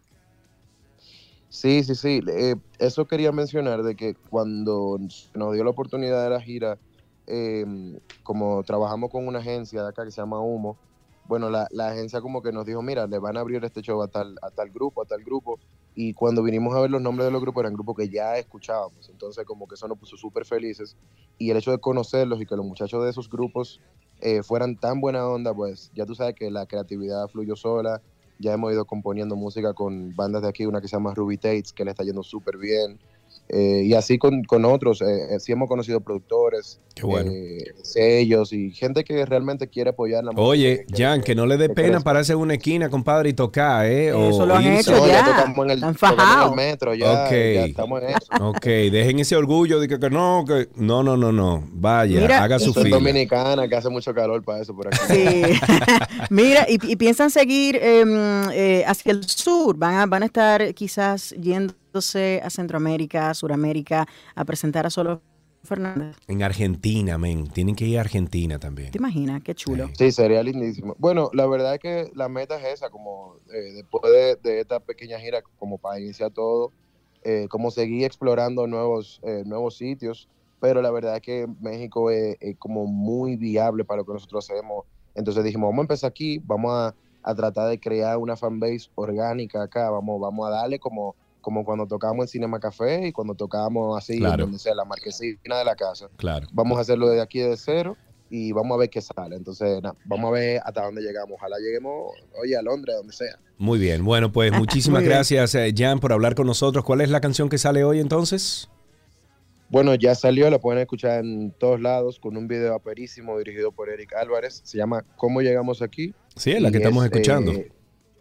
Sí, sí, sí. Eh, eso quería mencionar, de que cuando nos dio la oportunidad de la gira, eh, como trabajamos con una agencia de acá que se llama Humo, bueno, la, la agencia como que nos dijo, mira, le van a abrir este show a tal, a tal grupo, a tal grupo, y cuando vinimos a ver los nombres de los grupos, eran grupos que ya escuchábamos, entonces como que eso nos puso súper felices, y el hecho de conocerlos y que los muchachos de esos grupos eh, fueran tan buena onda, pues ya tú sabes que la creatividad fluyó sola. Ya hemos ido componiendo música con bandas de aquí, una que se llama Ruby Tates, que le está yendo súper bien. Eh, y así con, con otros, eh, sí hemos conocido productores, Qué bueno. eh, sellos y gente que realmente quiere apoyar la música. Oye, que, Jan, que, que no le dé pena pararse en una esquina, compadre, y tocar, ¿eh? Eso o lo han irse. hecho no, ya. ya tocamos en el, Están tocamos en fajados. el metro, ya, Okay. ya estamos en eso. Ok, dejen ese orgullo de que, que no, que no, no, no, no. Vaya, Mira, haga su Soy fila. dominicana, que hace mucho calor para eso por aquí. Sí. Mira, y, y piensan seguir eh, eh, hacia el sur. Van a, van a estar quizás yéndose a Centroamérica, Suramérica, a presentar a Solo Fernández. En Argentina, men. Tienen que ir a Argentina también. ¿Te imaginas? Qué chulo. Sí. Sí, sería lindísimo. Bueno, la verdad es que la meta es esa, como eh, después de, de esta pequeña gira, como para iniciar todo, eh, como seguir explorando nuevos, eh, nuevos sitios, pero la verdad es que México es, es como muy viable para lo que nosotros hacemos. Entonces dijimos, vamos a empezar aquí, vamos a, a tratar de crear una fanbase orgánica acá, vamos, vamos a darle como, como cuando tocábamos en Cinema Café y cuando tocábamos así, Claro. en donde sea, la marquesina de la casa. Claro. Vamos a hacerlo desde aquí de cero y vamos a ver qué sale. Entonces, nah, vamos a ver hasta dónde llegamos. Ojalá lleguemos, oye, a Londres, donde sea. Muy bien. Bueno, pues muchísimas Muy bien. gracias, eh, Jan, por hablar con nosotros. ¿Cuál es la canción que sale hoy entonces? Bueno, ya salió, la pueden escuchar en todos lados con un video aperísimo dirigido por Eric Álvarez. Se llama ¿Cómo llegamos aquí? Sí, es la Y que estamos es, escuchando. eh,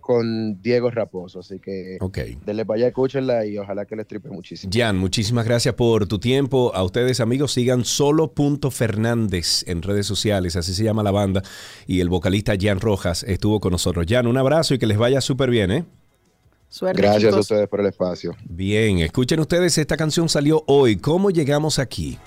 con Diego Raposo, así que okay. denle para allá, escúchenla y ojalá que les tripe muchísimo. Jan, muchísimas gracias por tu tiempo. A ustedes, amigos, sigan solo.fernández en redes sociales, así se llama la banda, y el vocalista Jan Rojas estuvo con nosotros. Jan, un abrazo y que les vaya súper bien, ¿eh? Suerte, gracias chicos. a ustedes por el espacio. Bien, escuchen ustedes, esta canción salió hoy. ¿Cómo llegamos aquí?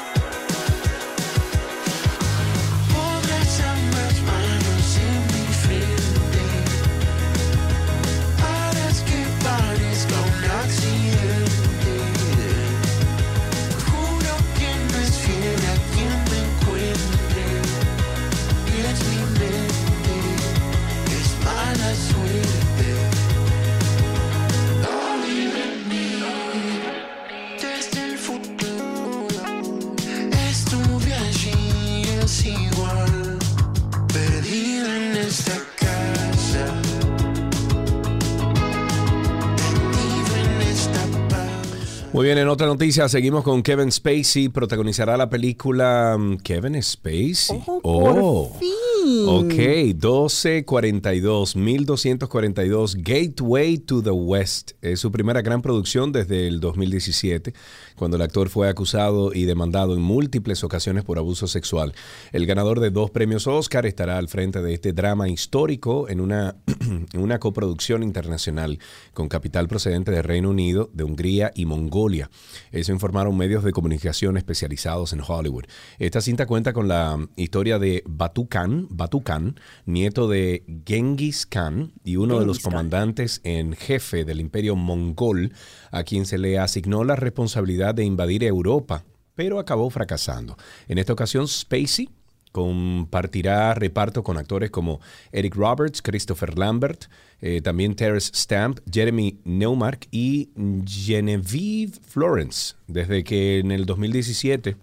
Muy bien, en otra noticia seguimos con Kevin Spacey. Protagonizará la película um, Kevin Spacey. Oh, oh. por fin. Ok, doce cuarenta y dos, mil doscientos cuarenta y dos, Gateway to the West. Es su primera gran producción desde el dos mil diecisiete, cuando el actor fue acusado y demandado en múltiples ocasiones por abuso sexual. El ganador de dos premios Oscar estará al frente de este drama histórico en una, en una coproducción internacional con capital procedente de Reino Unido, de Hungría y Mongolia. Eso informaron medios de comunicación especializados en Hollywood. Esta cinta cuenta con la historia de Batu Khan, Batu Khan, nieto de Genghis Khan y uno Genghis de los comandantes en jefe del imperio mongol, a quien se le asignó la responsabilidad de invadir Europa, pero acabó fracasando. En esta ocasión, Spacey compartirá reparto con actores como Eric Roberts, Christopher Lambert, eh, también Terence Stamp, Jeremy Neumark y Genevieve Florence. Desde que en el dos mil diecisiete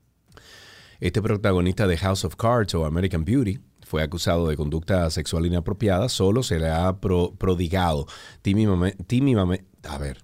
este protagonista de House of Cards o American Beauty fue acusado de conducta sexual inapropiada, solo se le ha pro, prodigado tímidamente, tímidamente, a ver,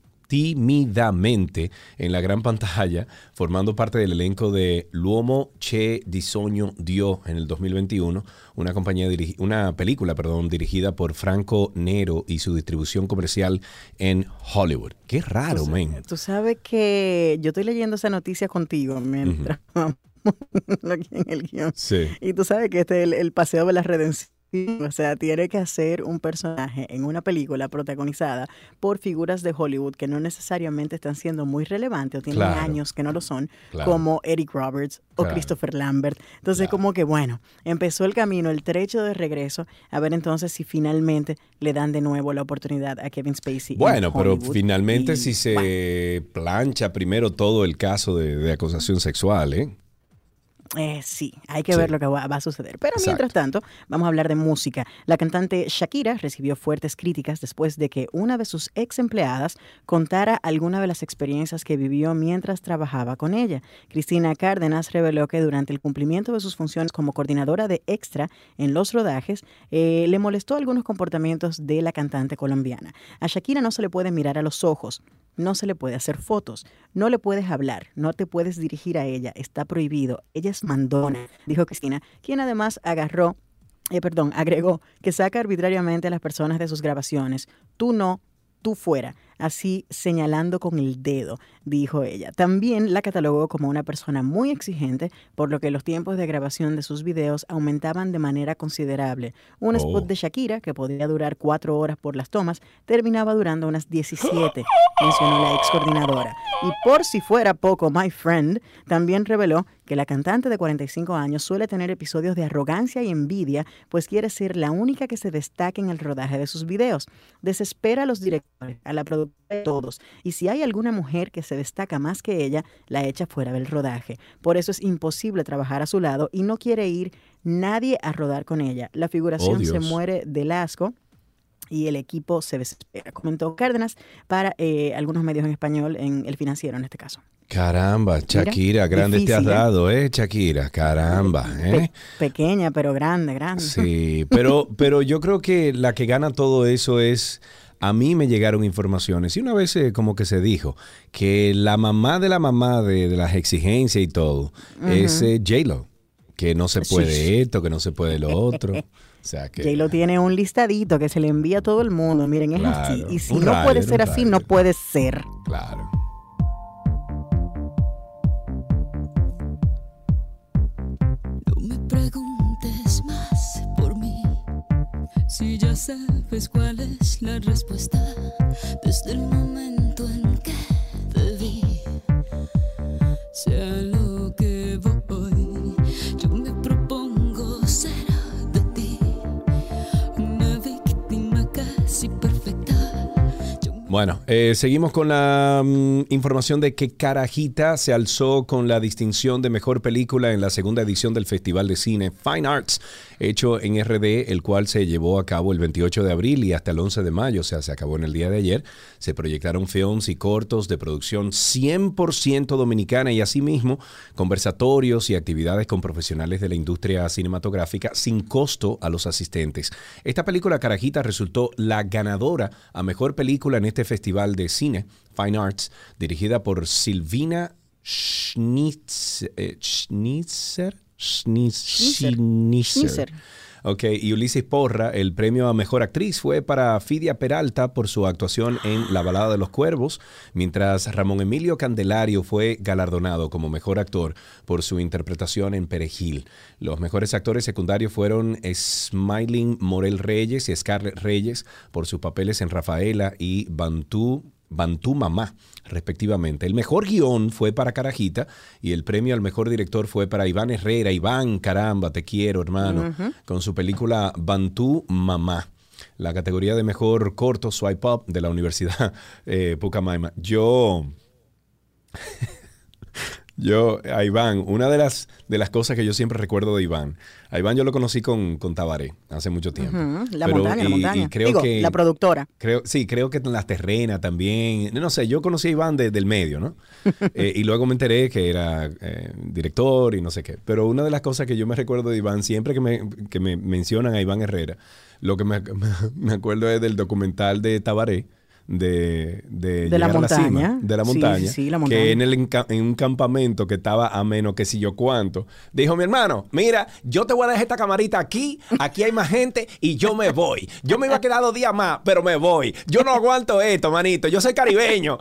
tímidamente en la gran pantalla, formando parte del elenco de L'uomo che di sogno dio en el dos mil veintiuno, una, compañía dirigi- una película perdón, dirigida por Franco Nero y su distribución comercial en Hollywood. Qué raro, men. Tú sabes que yo estoy leyendo esa noticia contigo mientras vamos aquí en el guión. Sí. Y tú sabes que este es el, el paseo de la redención. O sea, tiene que hacer un personaje en una película protagonizada por figuras de Hollywood que no necesariamente están siendo muy relevantes o tienen Claro. años que no lo son, Claro. como Eric Roberts o Claro. Christopher Lambert. Entonces, Claro. como que bueno, empezó el camino, el trecho de regreso, a ver entonces si finalmente le dan de nuevo la oportunidad a Kevin Spacey. Bueno, en pero Hollywood. finalmente Y, si se bueno, plancha primero todo el caso de, de acusación sexual, ¿eh? Eh, sí, hay que Sí. ver lo que va, va a suceder. Pero Exacto. mientras tanto, vamos a hablar de música. La cantante Shakira recibió fuertes críticas después de que una de sus ex empleadas contara alguna de las experiencias que vivió mientras trabajaba con ella. Cristina Cárdenas reveló que durante el cumplimiento de sus funciones como coordinadora de extra en los rodajes, eh, le molestó algunos comportamientos de la cantante colombiana. A Shakira no se le puede mirar a los ojos. No se le puede hacer fotos, no le puedes hablar, no te puedes dirigir a ella, está prohibido. Ella es mandona, dijo Cristina, quien además agarró, eh, perdón, agregó que saca arbitrariamente a las personas de sus grabaciones. Tú no, tú fuera. Así señalando con el dedo, dijo ella. También la catalogó como una persona muy exigente, por lo que los tiempos de grabación de sus videos aumentaban de manera considerable. Un Oh. spot de Shakira, que podía durar cuatro horas por las tomas, terminaba durando unas diecisiete, mencionó la ex coordinadora. Y por si fuera poco, my friend también reveló que la cantante de cuarenta y cinco años suele tener episodios de arrogancia y envidia, pues quiere ser la única que se destaque en el rodaje de sus videos. Desespera a los directores, a la producción de todos, y si hay alguna mujer que se destaca más que ella, la echa fuera del rodaje. Por eso es imposible trabajar a su lado y no quiere ir nadie a rodar con ella. La figuración Oh, se Dios. muere del asco y el equipo se desespera, comentó Cárdenas para eh, algunos medios en español, en El Financiero en este caso. Caramba, Shakira, grande te has difícil, ¿eh? dado, ¿eh, Shakira? Caramba, ¿eh? Pe- pequeña, pero grande, grande. Sí, pero, pero yo creo que la que gana todo eso es... A mí me llegaron informaciones y una vez eh, como que se dijo que la mamá de la mamá de, de las exigencias y todo Ujú. es eh, J-Lo, que no se Sí. puede esto, que no se puede lo otro. sea que... J-Lo tiene un listadito que se le envía a todo el mundo. Miren, es Claro, así. Y si un no rider, puede ser un así, rider. no puede ser. Claro. No me preguntes más por mí, si ya sabes cuál es la respuesta. Desde el momento en que te vi, sea lo que voy, yo me propongo ser de ti, una víctima casi perfecta. Yo me Bueno, eh, seguimos con la mm, información de que Carajita se alzó con la distinción de mejor película en la segunda edición del Festival de Cine Fine Arts, hecho en R D, el cual se llevó a cabo el veintiocho de abril y hasta el once de mayo, o sea, se acabó en el día de ayer. Se proyectaron films y cortos de producción cien por ciento dominicana y asimismo conversatorios y actividades con profesionales de la industria cinematográfica sin costo a los asistentes. Esta película Carajita resultó la ganadora a mejor película en este festival de cine Fine Arts, dirigida por Silvina Schnitz, eh, Schnitzer. Schnitz- Schnitzer. Schnitzer. Schnitzer. Ok, y Ulises Porra, el premio a Mejor Actriz fue para Fidia Peralta por su actuación en La Balada de los Cuervos, mientras Ramón Emilio Candelario fue galardonado como Mejor Actor por su interpretación en Perejil. Los mejores actores secundarios fueron Smiling Morel Reyes y Scarlett Reyes por sus papeles en Rafaela y Bantú. Bantú Mamá, respectivamente. El mejor guión fue para Carajita y el premio al mejor director fue para Iván Herrera. Iván, caramba, te quiero, hermano, uh-huh. con su película Bantú Mamá. La categoría de mejor corto Swipe Up de la Universidad eh, Pucamaima. Yo... Yo, a Iván, una de las, de las cosas que yo siempre recuerdo de Iván, a Iván yo lo conocí con, con Tabaré hace mucho tiempo. Uh-huh. La Pero, montaña, y, la montaña. Y creo Digo, que, la productora. Creo, sí, creo que en Las Terrenas también. No sé, yo conocí a Iván de, del medio, ¿no? eh, y luego me enteré que era eh, director y no sé qué. Pero una de las cosas que yo me recuerdo de Iván, siempre que me, que me mencionan a Iván Herrera, lo que me, me acuerdo es del documental de Tabaré, de, de, de la llegar montaña. a la cima, de la montaña, sí, sí, sí, la montaña. que en, el, en un campamento que estaba a menos que si yo cuánto, dijo mi hermano, mira, yo te voy a dejar esta camarita aquí, aquí hay más gente y yo me voy. Yo me iba a quedar dos días más, pero me voy. Yo no aguanto esto, manito, yo soy caribeño.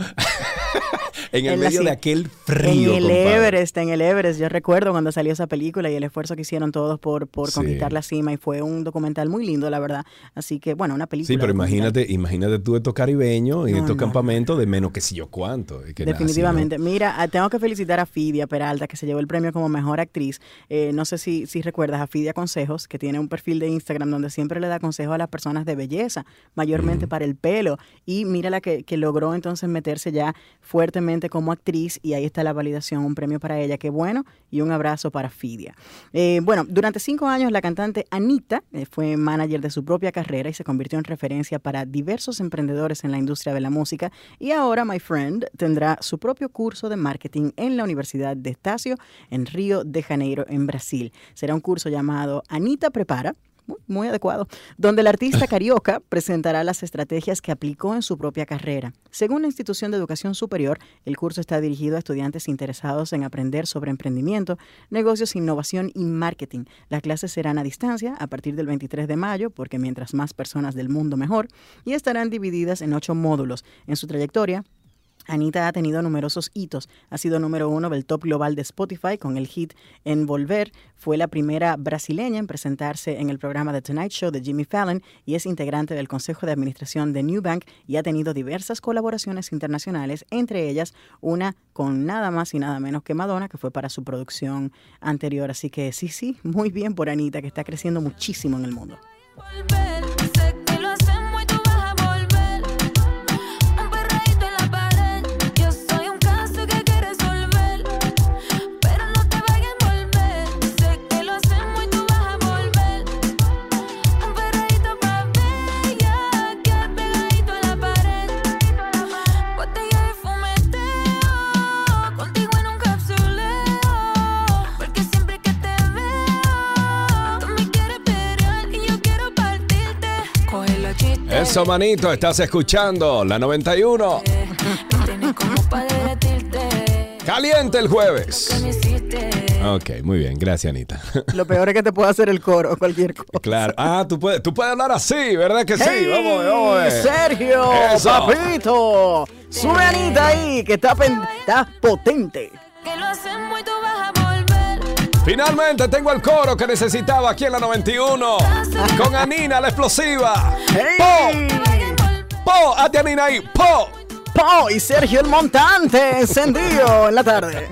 En el en medio la, de aquel frío, En el compadre. Everest, en el Everest. Yo recuerdo cuando salió esa película y el esfuerzo que hicieron todos por, por Sí. conquistar la cima, y fue un documental muy lindo, la verdad. Así que, bueno, una película. Sí, pero documental. imagínate, imagínate tú estos caribeños en No, estos no, campamentos de menos que si yo cuánto. Es que Definitivamente. nada, ¿sí, no? Mira, tengo que felicitar a Fidia Peralta, que se llevó el premio como mejor actriz. Eh, no sé si, si recuerdas a Fidia Consejos, que tiene un perfil de Instagram donde siempre le da consejos a las personas de belleza, mayormente Mm. para el pelo. Y mira la que, que logró entonces meterse ya fuertemente como actriz, y ahí está la validación, un premio para ella. Qué bueno, y un abrazo para Fidia. Eh, bueno, durante cinco años la cantante Anita eh, fue manager de su propia carrera y se convirtió en referencia para diversos emprendedores en la industria de la música. Y ahora, my friend, tendrá su propio curso de marketing en la Universidad de Estácio, en Río de Janeiro, en Brasil. Será un curso llamado Anita Prepara, muy, muy adecuado, donde el artista carioca presentará las estrategias que aplicó en su propia carrera. Según la institución de educación superior, el curso está dirigido a estudiantes interesados en aprender sobre emprendimiento, negocios, innovación y marketing. Las clases serán a distancia a partir del veintitrés de mayo, porque mientras más personas del mundo mejor, y estarán divididas en ocho módulos. En su trayectoria, Anita ha tenido numerosos hitos. Ha sido número uno del top global de Spotify con el hit Envolver. Fue la primera brasileña en presentarse en el programa The Tonight Show de Jimmy Fallon y es integrante del Consejo de Administración de Nubank y ha tenido diversas colaboraciones internacionales, entre ellas una con nada más y nada menos que Madonna, que fue para su producción anterior. Así que sí, sí, muy bien por Anita, que está creciendo muchísimo en el mundo. volver, sé que lo hacemos y tú vas a volver. Un perreíto en la pared, yo soy un caso que hay que resolver. Pero no te vayas a envolver, sé que lo hacemos y tú vas a volver. Un perreíto pa' bella, que pegadito a la pared. Botella de fumeteo, contigo en un capsuleo. Porque siempre que te veo, tú me quieres pelear y yo quiero partirte. Coge la chiste. Eso, manito, estás escuchando la noventa y uno. No tienes como para derretirte. Caliente el Que jueves. me hiciste. Ok, muy bien. Gracias, Anita. Lo peor es que te puede hacer el coro, cualquier cosa. Claro. Ah, tú puedes, tú puedes hablar así, ¿verdad que sí? Hey, vamos, vamos. Sergio, Eso. papito. Sube Anita ahí, que está, pen- está potente. Que lo hacemos y tú vas a volver. Finalmente tengo el coro que necesitaba aquí en la noventa y uno. Con Anina, la explosiva. Hey. Po, po, hazte Anina ahí. Po. Po y Sergio el montante encendido en la tarde.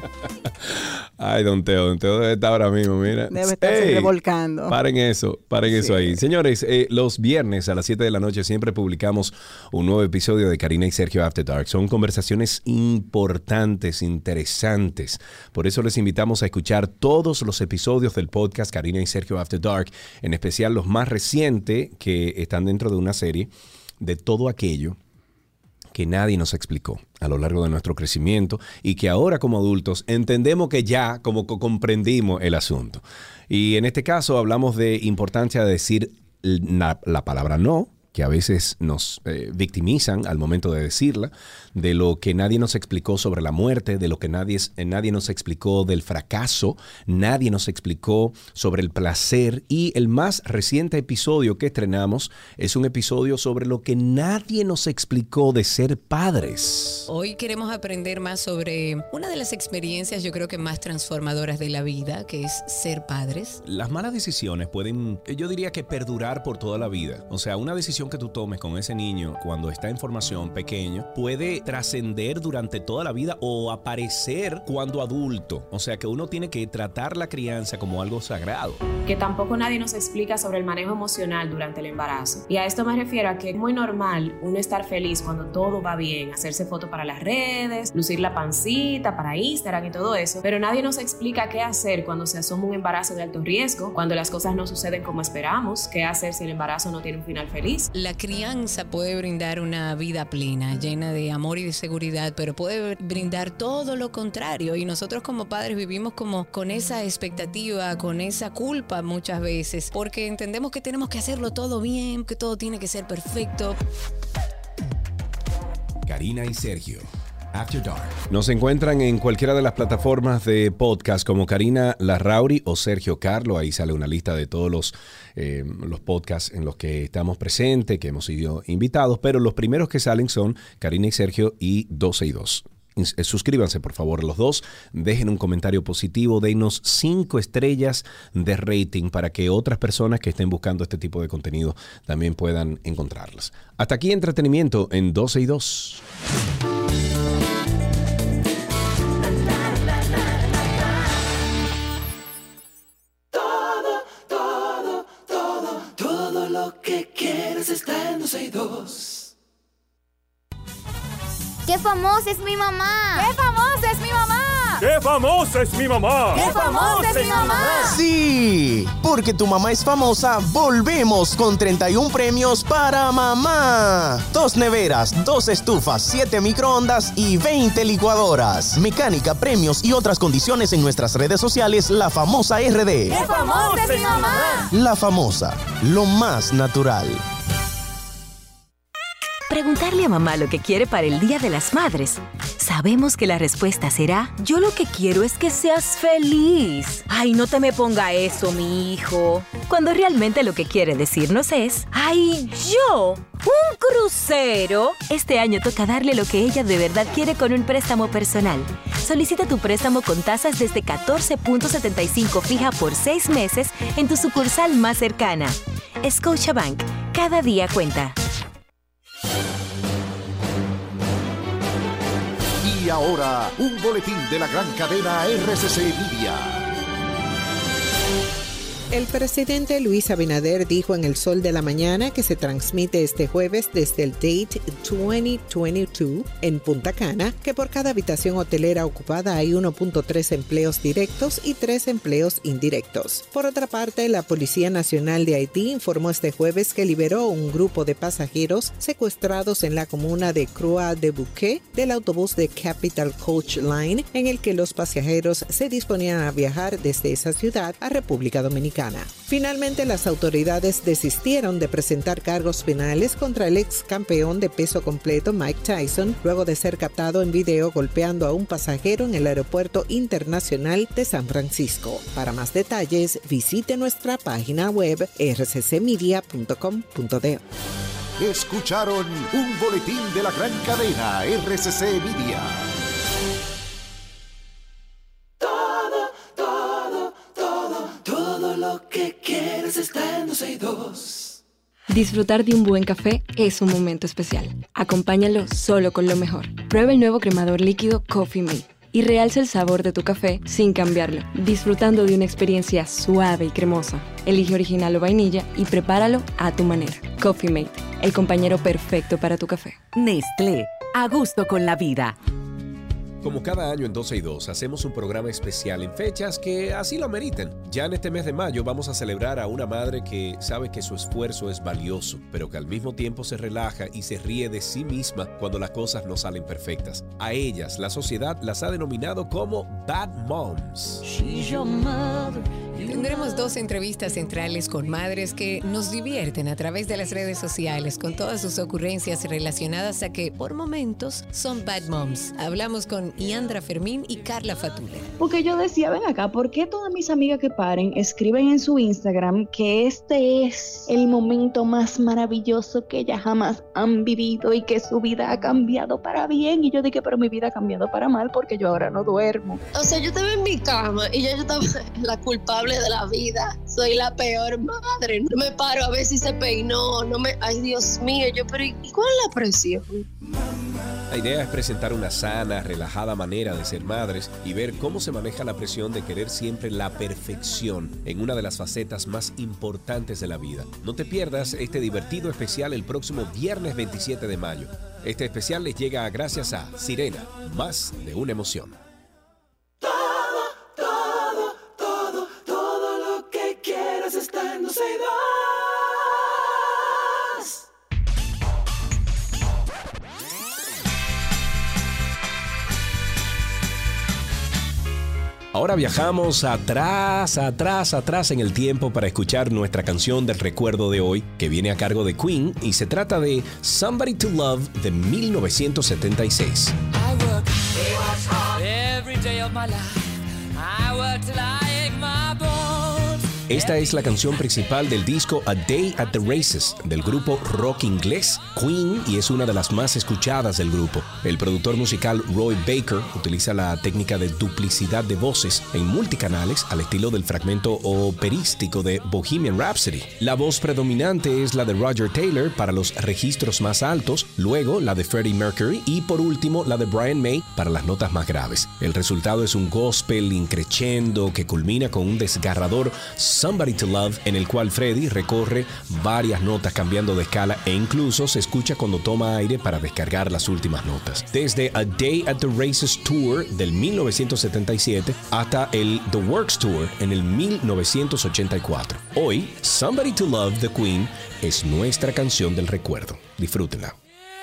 Ay, don Teo, don Teo debe estar ahora mismo, mira. Debe estarse Ey, revolcando. Paren eso, paren eso ahí. Señores, eh, los viernes a las siete de la noche siempre publicamos un nuevo episodio de Karina y Sergio After Dark. Son conversaciones importantes, interesantes. Por eso les invitamos a escuchar todos los episodios del podcast Karina y Sergio After Dark, en especial los más recientes que están dentro de una serie de todo aquello que nadie nos explicó a lo largo de nuestro crecimiento y que ahora como adultos entendemos que ya como que comprendimos el asunto. Y en este caso hablamos de importancia de decir la, la palabra no, que a veces nos eh, victimizan al momento de decirla, de lo que nadie nos explicó sobre la muerte, de lo que nadie, eh, nadie nos explicó del fracaso, nadie nos explicó sobre el placer, y el más reciente episodio que estrenamos es un episodio sobre lo que nadie nos explicó de ser padres. Hoy queremos aprender más sobre una de las experiencias yo creo que más transformadoras de la vida, que es ser padres. Las malas decisiones pueden, yo diría que perdurar por toda la vida. O sea, una decisión que tú tomes con ese niño cuando está en formación pequeño puede trascender durante toda la vida o aparecer cuando adulto. O sea que uno tiene que tratar la crianza como algo sagrado. Que tampoco nadie nos explica sobre el manejo emocional durante el embarazo. Y a esto me refiero a que es muy normal uno estar feliz cuando todo va bien, hacerse fotos para las redes, lucir la pancita para Instagram y todo eso, pero nadie nos explica qué hacer cuando se asoma un embarazo de alto riesgo, cuando las cosas no suceden como esperamos, qué hacer si el embarazo no tiene un final feliz. La crianza puede brindar una vida plena, llena de amor y de seguridad, pero puede brindar todo lo contrario. Y nosotros como padres vivimos como con esa expectativa, con esa culpa muchas veces, porque entendemos que tenemos que hacerlo todo bien, que todo tiene que ser perfecto. Karina y Sergio After Dark. Nos encuentran en cualquiera de las plataformas de podcast como Karina Larrauri o Sergio Carlo. Ahí sale una lista de todos los, eh, los podcasts en los que estamos presentes, que hemos sido invitados, pero los primeros que salen son Karina y Sergio y doce y dos. Suscríbanse por favor los dos, dejen un comentario positivo, denos cinco estrellas de rating para que otras personas que estén buscando este tipo de contenido también puedan encontrarlas. Hasta aquí entretenimiento en doce y dos. Todo, todo, todo, todo lo que quieres está en doce y dos. ¡Qué famosa es mi mamá! ¡Qué famosa es mi mamá! ¡Qué famosa es mi mamá! ¡Qué famosa es mi mamá! Sí, porque tu mamá es famosa, volvemos con treinta y un premios para mamá. Dos neveras, dos estufas, siete microondas y veinte licuadoras. Mecánica, premios y otras condiciones en nuestras redes sociales, La Famosa R D. ¡Qué famosa es mi mamá! La Famosa, lo más natural. Preguntarle a mamá lo que quiere para el Día de las Madres. Sabemos que la respuesta será: yo lo que quiero es que seas feliz. Ay, no te me ponga eso, mi hijo. Cuando realmente lo que quiere decirnos es: ay, yo, un crucero. Este año toca darle lo que ella de verdad quiere con un préstamo personal. Solicita tu préstamo con tasas desde catorce punto setenta y cinco fija por seis meses en tu sucursal más cercana. Scotiabank, cada día cuenta. Y ahora, un boletín de la gran cadena R C C Media. El presidente Luis Abinader dijo en El Sol de la Mañana, que se transmite este jueves desde el Date dos mil veintidós en Punta Cana, que por cada habitación hotelera ocupada hay uno punto tres empleos directos y tres empleos indirectos. Por otra parte, la Policía Nacional de Haití informó este jueves que liberó un grupo de pasajeros secuestrados en la comuna de Croix de Bouquet del autobús de Capital Coach Line, en el que los pasajeros se disponían a viajar desde esa ciudad a República Dominicana. Dominicana. Finalmente, las autoridades desistieron de presentar cargos penales contra el ex campeón de peso completo Mike Tyson luego de ser captado en video golpeando a un pasajero en el aeropuerto internacional de San Francisco. Para más detalles, visite nuestra página web r c c media punto com punto d o. Escucharon un boletín de la gran cadena R C C Media. Todo, todo, todo, todo lo que quieres está en doce y dos. Disfrutar de un buen café es un momento especial. Acompáñalo solo con lo mejor. Prueba el nuevo cremador líquido Coffee Mate y realza el sabor de tu café sin cambiarlo, disfrutando de una experiencia suave y cremosa. Elige original o vainilla y prepáralo a tu manera. Coffee Mate, el compañero perfecto para tu café. Nestlé, a gusto con la vida. Como cada año en doce y dos, hacemos un programa especial en fechas que así lo ameriten. Ya en este mes de mayo vamos a celebrar a una madre que sabe que su esfuerzo es valioso, pero que al mismo tiempo se relaja y se ríe de sí misma cuando las cosas no salen perfectas. A ellas, la sociedad las ha denominado como Bad Moms. Tendremos dos entrevistas centrales con madres que nos divierten a través de las redes sociales con todas sus ocurrencias relacionadas a que, por momentos, son Bad Moms. Hablamos con Yandra Fermín y Carla Fatule. Porque yo decía, ven acá, ¿por qué todas mis amigas que paren escriben en su Instagram que este es el momento más maravilloso que ellas jamás han vivido y que su vida ha cambiado para bien? Y yo dije, pero mi vida ha cambiado para mal porque yo ahora no duermo. O sea, yo estaba en mi cama y ya yo estaba la culpable de la vida. Soy la peor madre. No me paro a ver si se peinó, no me... Ay, Dios mío, yo, pero ¿y cuál es la presión? La idea es presentar una sana, relajada manera de ser madres y ver cómo se maneja la presión de querer siempre la perfección en una de las facetas más importantes de la vida. No te pierdas este divertido especial el próximo viernes veintisiete de mayo. Este especial les llega gracias a Sirena, más de una emoción. Todo, todo, todo, todo lo que quieras está en doce y dos. Ahora viajamos atrás, atrás, atrás en el tiempo para escuchar nuestra canción del recuerdo de hoy, que viene a cargo de Queen y se trata de Somebody to Love de mil novecientos setenta y seis. I work, every day of my life. I work till I ache my bones. Esta es la canción principal del disco A Day at the Races del grupo rock inglés Queen y es una de las más escuchadas del grupo. El productor musical Roy Baker utiliza la técnica de duplicidad de voces en multicanales al estilo del fragmento operístico de Bohemian Rhapsody. La voz predominante es la de Roger Taylor para los registros más altos, luego la de Freddie Mercury y por último la de Brian May para las notas más graves. El resultado es un gospel increchendo que culmina con un desgarrador Somebody to Love, en el cual Freddie recorre varias notas cambiando de escala e incluso se escucha cuando toma aire para descargar las últimas notas. Desde A Day at the Races Tour del mil novecientos setenta y siete hasta el The Works Tour en el mil novecientos ochenta y cuatro. Hoy, Somebody to Love de Queen es nuestra canción del recuerdo. Disfrútenla.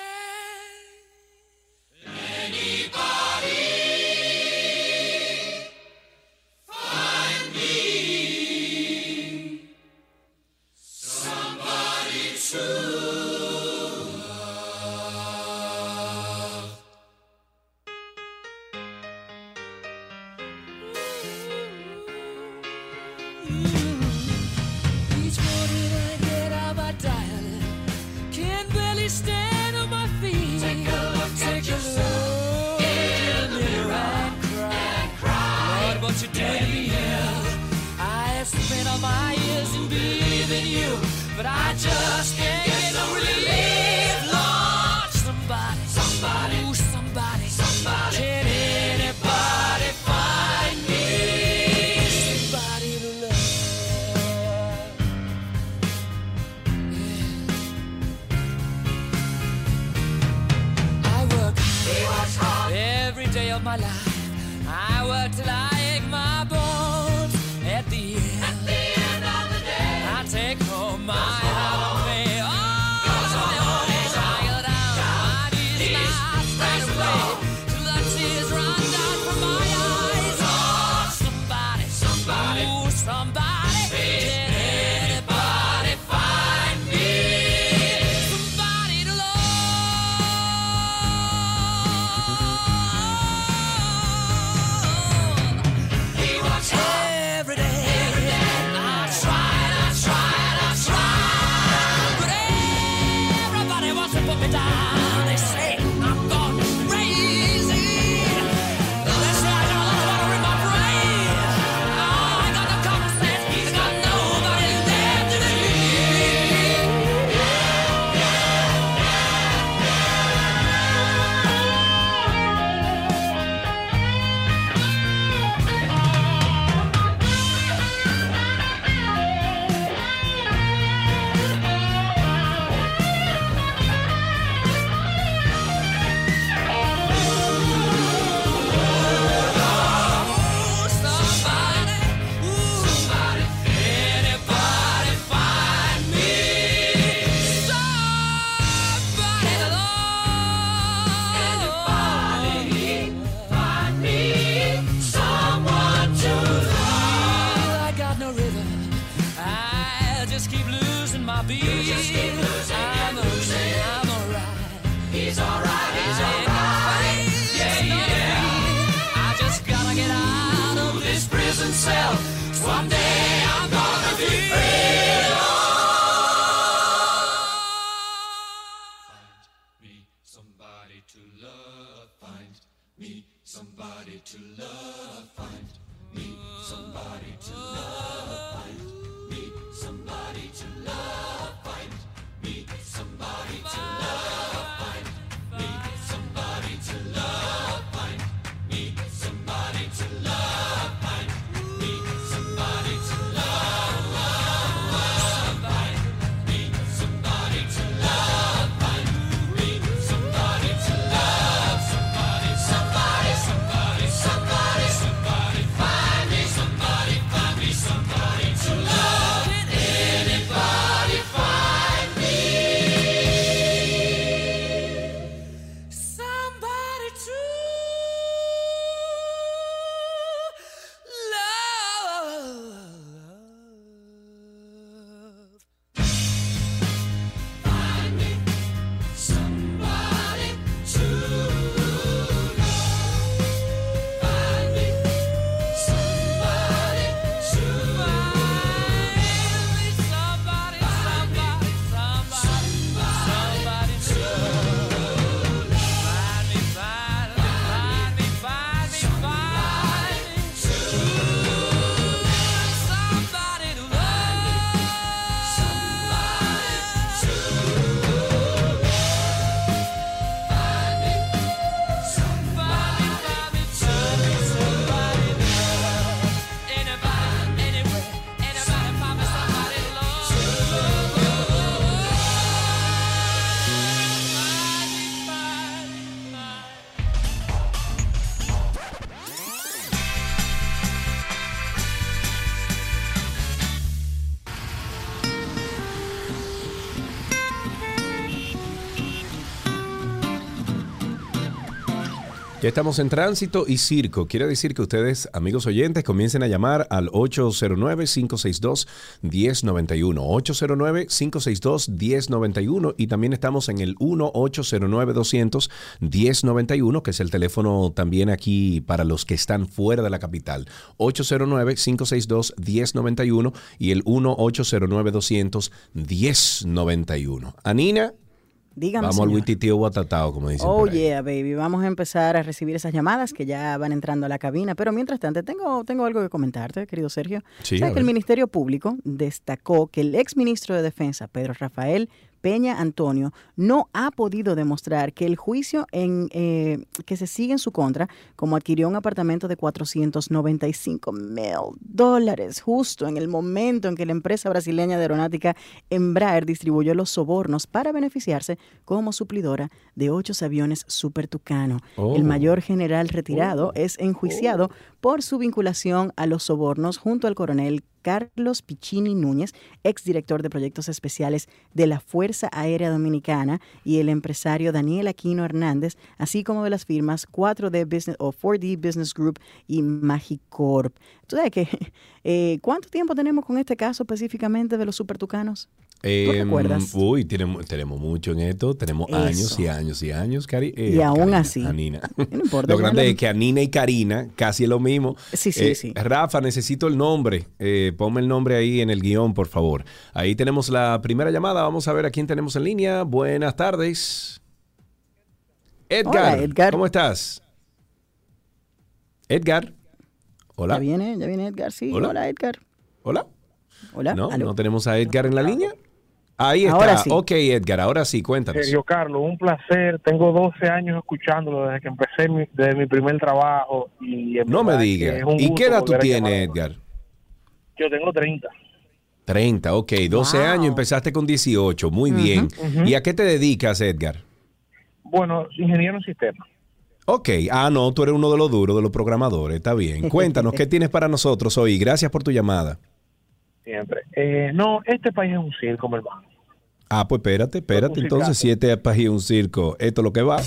But I just can't get no relief, Lord. Somebody, somebody, ooh, somebody, somebody. Can anybody find me somebody to love? Yeah. I work, he works hard every day of my life. I work till I ache my bones. At the end, at the end of the day, I take home my heart away. Oh, trial down, my knees not straight away. Till the tears run down from my eyes. Oh, somebody, somebody, ooh, somebody. He's alright, he's alright. Yeah, yeah. I just gotta get out of this prison cell. Someday I'm gonna be free. Somebody to love, find me somebody to love, find me somebody to love, find me somebody to love, find me somebody to love, find me somebody to love, find me somebody to love, find me somebody to love, find me somebody to love, find me somebody to love, somebody, somebody, somebody, somebody, somebody, find me somebody, find me somebody to love. Anybody find me somebody to love. Find me somebody to love. Find me somebody to love. Somebody, somebody, somebody, somebody to love. Find me, find me, find me, find me, find me to love. Somebody to love. Somebody to love. Find me somebody, find me somebody, somebody to love. Anybody, anywhere, anybody, find me somebody to love. Ya estamos en tránsito y circo. Quiere decir que ustedes, amigos oyentes, comiencen a llamar al ocho cero nueve, cinco seis dos, uno cero nueve uno. ocho cero nueve, cinco seis dos, uno cero nueve uno. Y también estamos en el uno ocho cero nueve, dos cero cero, uno cero nueve uno, que es el teléfono también aquí para los que están fuera de la capital. ocho cero nueve, cinco seis dos, uno cero nueve uno y el uno ocho cero nueve, dos cero cero, uno cero nueve uno. Anina. Dígame, Vamos señor. al Wititio Guatatao, como dicen. Oh, por ahí. yeah, baby. Vamos a empezar a recibir esas llamadas que ya van entrando a la cabina. Pero mientras tanto, tengo, tengo algo que comentarte, querido Sergio. Sí, ¿Sabes a que el ver. Ministerio Público destacó que el exministro de Defensa, Pedro Rafael Peña Antonio, no ha podido demostrar que el juicio en, eh, que se sigue en su contra, como adquirió un apartamento de cuatrocientos noventa y cinco mil dólares, justo en el momento en que la empresa brasileña de aeronáutica Embraer distribuyó los sobornos para beneficiarse como suplidora de ocho aviones Super Tucano. Oh. El mayor general retirado es enjuiciado por su vinculación a los sobornos junto al coronel Carlos Piccini Núñez, exdirector de proyectos especiales de la Fuerza Aérea Dominicana, y el empresario Daniel Aquino Hernández, así como de las firmas cuatro D Business o cuatro D Business Group y Magicorp. ¿Tú sabes que, eh, cuánto tiempo tenemos con este caso específicamente de los supertucanos? ¿Tú recuerdas? Uy, tenemos, tenemos mucho en esto. Tenemos Eso. años y años y años, Cari. eh, Y aún Karina, así. Anina. No importa. Lo grande ya es que Anina y Karina casi es lo mismo. Sí, sí, Eh, sí. Rafa, necesito el nombre. Eh, ponme el nombre ahí en el guión, por favor. Ahí tenemos la primera llamada. Vamos a ver a quién tenemos en línea. Buenas tardes. Edgar, Hola, Edgar. ¿cómo estás? Edgar. Hola. Ya viene, ya viene Edgar, sí. Hola. Hola, Edgar. Hola. Hola. No, ¿Aló? no tenemos a Edgar en la línea. Ahí está. Ahora sí. Ok, Edgar, ahora sí, cuéntanos. Sergio Carlos, un placer. Tengo doce años escuchándolo desde que empecé mi, desde mi primer trabajo. Y en No me verdad que digas. es un ¿Y gusto qué edad tú volver a tienes, llamar. Edgar? Yo tengo treinta. treinta, ok. doce Wow. años, empezaste con dieciocho. Muy Ujú, bien. ujú. ¿Y a qué te dedicas, Edgar? Bueno, ingeniero en sistemas. Ok. Ah, no, tú eres uno de los duros, de los programadores. Está bien. Cuéntanos, ¿qué tienes para nosotros hoy? Gracias por tu llamada. Siempre. Eh, no, este país es un circo, mi hermano. Ah, pues espérate, espérate. Un Entonces, circazo. siete país y un circo. Esto es lo que va.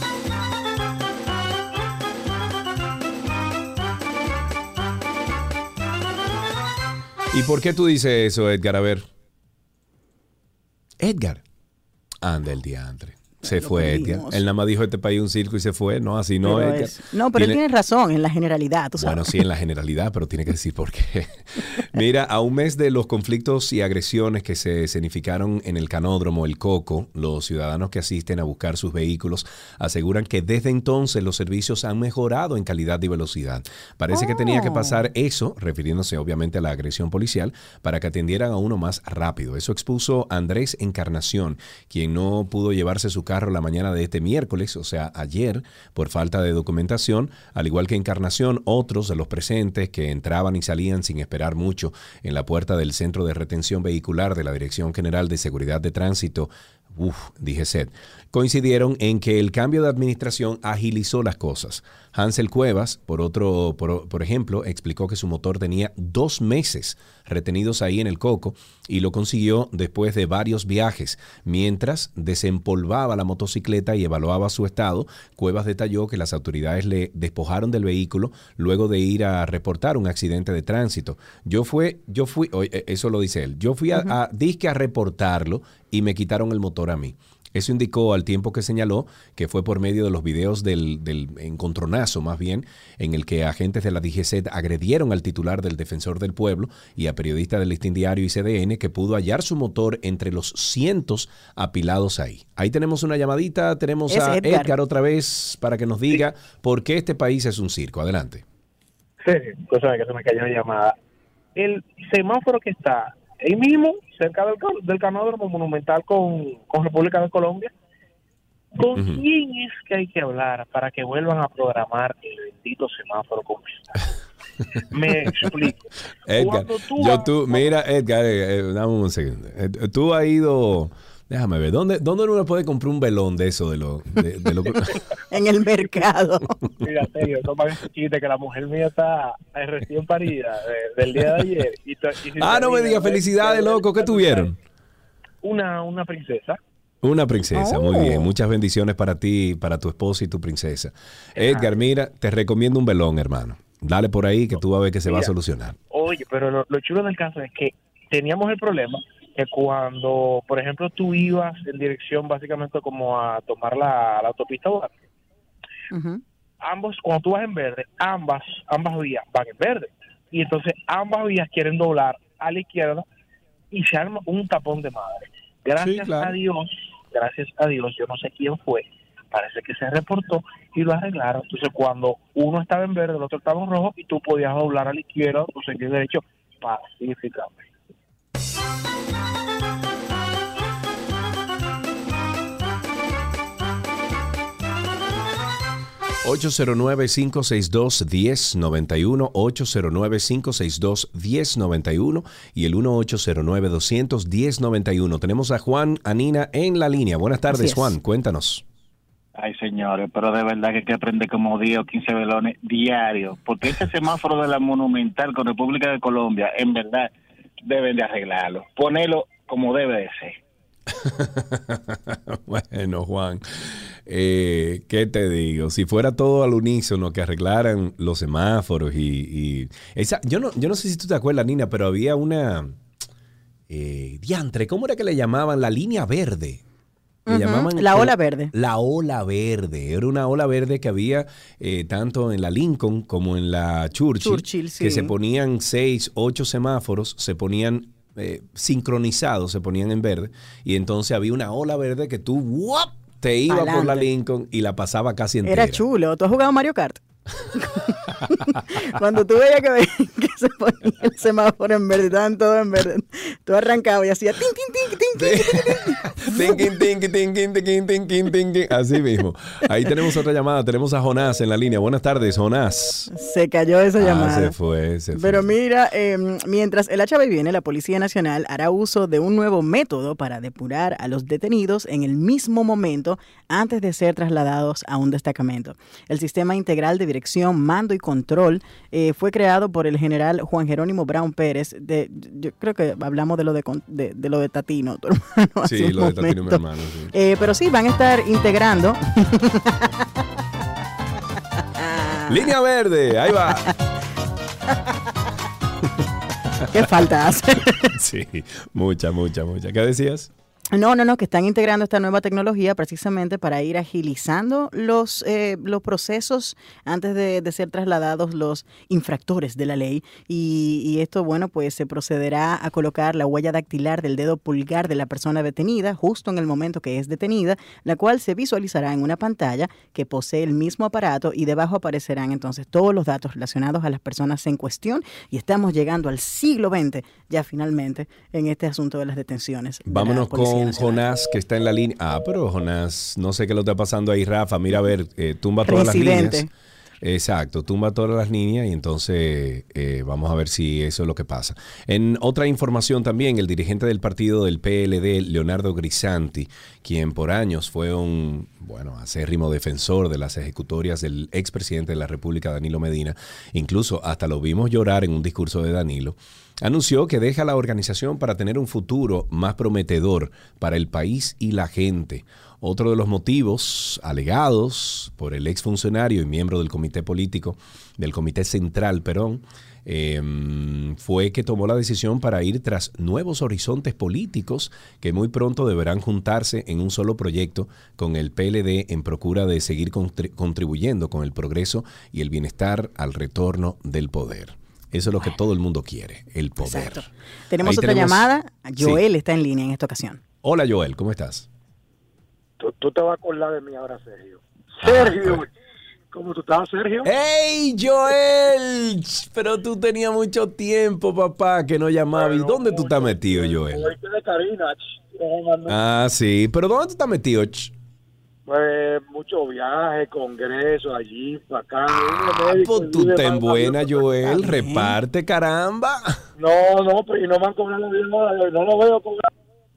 ¿Y por qué tú dices eso, Edgar? A ver. Edgar. Anda el diantre. Se fue Edgar. Él nada más dijo este país un circo y se fue. No, así no, pero Edgar. Es, no, pero tiene, él tiene razón en la generalidad. ¿tú sabes? Bueno, sí, en la generalidad, pero tiene que decir por qué. Mira, a un mes de los conflictos y agresiones que se escenificaron en el canódromo El Coco, los ciudadanos que asisten a buscar sus vehículos aseguran que desde entonces los servicios han mejorado en calidad y velocidad. Parece oh. que tenía que pasar eso, refiriéndose obviamente a la agresión policial, para que atendieran a uno más rápido. Eso expuso Andrés Encarnación, quien no pudo llevarse su carro la mañana de este miércoles, o sea, ayer, por falta de documentación, al igual que Encarnación, otros de los presentes que entraban y salían sin esperar mucho en la puerta del Centro de Retención Vehicular de la Dirección General de Seguridad de Tránsito, Uf, dije sed. Coincidieron en que el cambio de administración agilizó las cosas. Hansel Cuevas, por otro, por, por ejemplo, explicó que su motor tenía dos meses retenidos ahí en el Coco y lo consiguió después de varios viajes. Mientras desempolvaba la motocicleta y evaluaba su estado, Cuevas detalló que las autoridades le despojaron del vehículo luego de ir a reportar un accidente de tránsito. Yo fui, yo fui, eso lo dice él, yo fui a, uh-huh. a disque a reportarlo y me quitaron el motor a mí. Eso indicó al tiempo que señaló que fue por medio de los videos del, del encontronazo, más bien, en el que agentes de la D G C agredieron al titular del Defensor del Pueblo y a periodistas del Listín Diario y C D N, que pudo hallar su motor entre los cientos apilados ahí. Ahí tenemos una llamadita, tenemos es a Edgar. Edgar otra vez para que nos diga sí. por qué este país es un circo. Adelante. Sí, cosa que se me cayó la llamada. El semáforo que está ahí mismo, cerca del, del canódromo monumental con, con República de Colombia, ¿con uh-huh. quién es que hay que hablar para que vuelvan a programar el bendito semáforo como está? Me explico. Edgar, tú yo tú, mira, Edgar, eh, eh, dame un segundo. Eh, tú has ido... Déjame ver, ¿dónde, dónde uno puede comprar un velón de eso? de lo, de, de lo... En el mercado. Mira, serio, no pagues ese chiste que la mujer mía está recién parida de, del día de ayer. Y to, y si ah, no me digas, felicidades, loco, ¿qué tuvieron? Una, una princesa. Una princesa, oh. muy bien. Muchas bendiciones para ti, para tu esposa y tu princesa. Edgar, mira, te recomiendo un velón, hermano. Dale por ahí que tú vas a ver que se mira, va a solucionar. Oye, pero lo, lo chulo del caso es que teníamos el problema que cuando, por ejemplo, tú ibas en dirección básicamente como a tomar la, la autopista Duarte, uh-huh. ambos, cuando tú vas en verde, ambas ambas vías van en verde. Y entonces ambas vías quieren doblar a la izquierda y se arma un tapón de madre. Gracias sí, claro. a Dios, gracias a Dios, yo no sé quién fue, parece que se reportó y lo arreglaron. Entonces cuando uno estaba en verde, el otro estaba en rojo y tú podías doblar a la izquierda o seguir derecho pacíficamente. ocho cero nueve, cinco seis dos, uno cero nueve uno, ocho cero nueve, cinco seis dos, uno cero nueve uno y el uno ocho cero nueve, dos cero cero, uno cero nueve uno. Tenemos a Juan Anina en la línea. Buenas tardes, Juan, cuéntanos. Ay, señores, pero de verdad que hay que aprender como diez o quince velones diarios, porque ese semáforo de la Monumental con República de Colombia, en verdad, deben de arreglarlo, ponerlo como debe de ser. Bueno, Juan, eh, ¿qué te digo? Si fuera todo al unísono, que arreglaran los semáforos y... y esa, yo, no, yo no sé si tú te acuerdas, Nina, pero había una... Eh, diantre, ¿cómo era que le llamaban? La línea verde. Le uh-huh. llamaban la ola verde. La ola verde. Era una ola verde que había eh, tanto en la Lincoln como en la Churchill, Churchill sí. que se ponían seis, ocho semáforos, se ponían eh, sincronizados, se ponían en verde, y entonces había una ola verde que tú ¡guap! Te iba Adelante. Por la Lincoln y la pasaba casi entera. Era chulo. ¿Tú has jugado Mario Kart? Cuando tú veías que, que se ponía el semáforo en verde, estaban todos en verde, tú arrancabas y hacías tin, tin, tin, tin, tin, tin, tin, tin, así mismo. Ahí tenemos otra llamada, tenemos a Jonás en la línea. Buenas tardes, Jonás. Se cayó esa ah, llamada. Se fue, se fue. Pero mira, eh, mientras el H B viene, la Policía Nacional hará uso de un nuevo método para depurar a los detenidos en el mismo momento antes de ser trasladados a un destacamento. El sistema integral de dirección, mando y control eh, fue creado por el general Juan Jerónimo Brown Pérez. De, yo creo que hablamos de lo de, de, de lo de Tatino, tu hermano. Sí, lo momento. de Tatino, mi hermano. Sí. Eh, pero sí, van a estar integrando. Línea verde, ahí va. ¿Qué falta hace? Sí, mucha, mucha, mucha. ¿Qué decías? No, no, no, que están integrando esta nueva tecnología precisamente para ir agilizando los, eh, los procesos antes de, de ser trasladados los infractores de la ley. Y, y esto, bueno, pues se procederá a colocar la huella dactilar del dedo pulgar de la persona detenida justo en el momento que es detenida, la cual se visualizará en una pantalla que posee el mismo aparato y debajo aparecerán entonces todos los datos relacionados a las personas en cuestión. Y estamos llegando al siglo veinte ya finalmente en este asunto de las detenciones. Vámonos con Jonás, que está en la línea. Ah, pero Jonás, no sé qué lo está pasando ahí, Rafa. Mira, a ver, eh, tumba todas Presidente. las líneas. Exacto, tumba todas las líneas y entonces eh, vamos a ver si eso es lo que pasa. En otra información también, el dirigente del partido del P L D, Leonardo Grisanti, quien por años fue un, bueno, acérrimo defensor de las ejecutorias del expresidente de la República, Danilo Medina, incluso hasta lo vimos llorar en un discurso de Danilo, anunció que deja la organización para tener un futuro más prometedor para el país y la gente. Otro de los motivos alegados por el exfuncionario y miembro del comité político, del comité central, perdón, eh, fue que tomó la decisión para ir tras nuevos horizontes políticos que muy pronto deberán juntarse en un solo proyecto con el P L D en procura de seguir contri- contribuyendo con el progreso y el bienestar al retorno del poder. Eso es lo que todo el mundo quiere, el poder. Exacto. Tenemos Ahí otra tenemos, llamada. Joel sí. está en línea en esta ocasión. Hola Joel, ¿cómo estás? Tú, tú te vas a acordar de mí ahora, Sergio. Sergio, ¿cómo tú estás, Sergio? ¡Hey, Joel! Pero tú tenías mucho tiempo, papá, que no llamabas. ¿Y dónde tú estás metido, Joel? Oíste de Karina. Ah, sí. ¿Pero dónde tú estás metido? Pues mucho viaje, congreso, allí, para acá. Ah, pues tú estás en buena, Joel. Reparte, caramba. No, no, pero y no me han cobrado bien nada. No lo veo cobrar.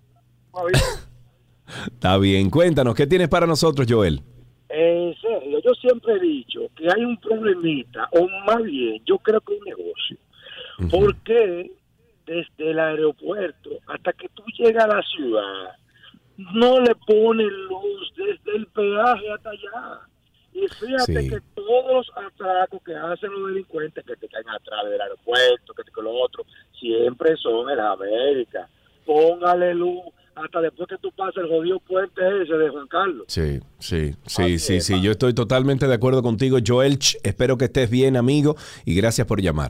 Está bien. Cuéntanos, ¿qué tienes para nosotros, Joel? Eh, Sergio, yo siempre he dicho que hay un problemita, o más bien, yo creo que es un negocio. Uh-huh. Porque desde el aeropuerto hasta que tú llegas a la ciudad, no le ponen luz desde el peaje hasta allá. Y fíjate sí. que todos los atracos que hacen los delincuentes que te caen atrás del aeropuerto, que te con lo otro, siempre son en América. Póngale luz hasta después que tú pases el jodido puente ese de Juan Carlos. Sí, sí, sí, sí, sí. Yo estoy totalmente de acuerdo contigo, Joel. Espero que estés bien, amigo, y gracias por llamar.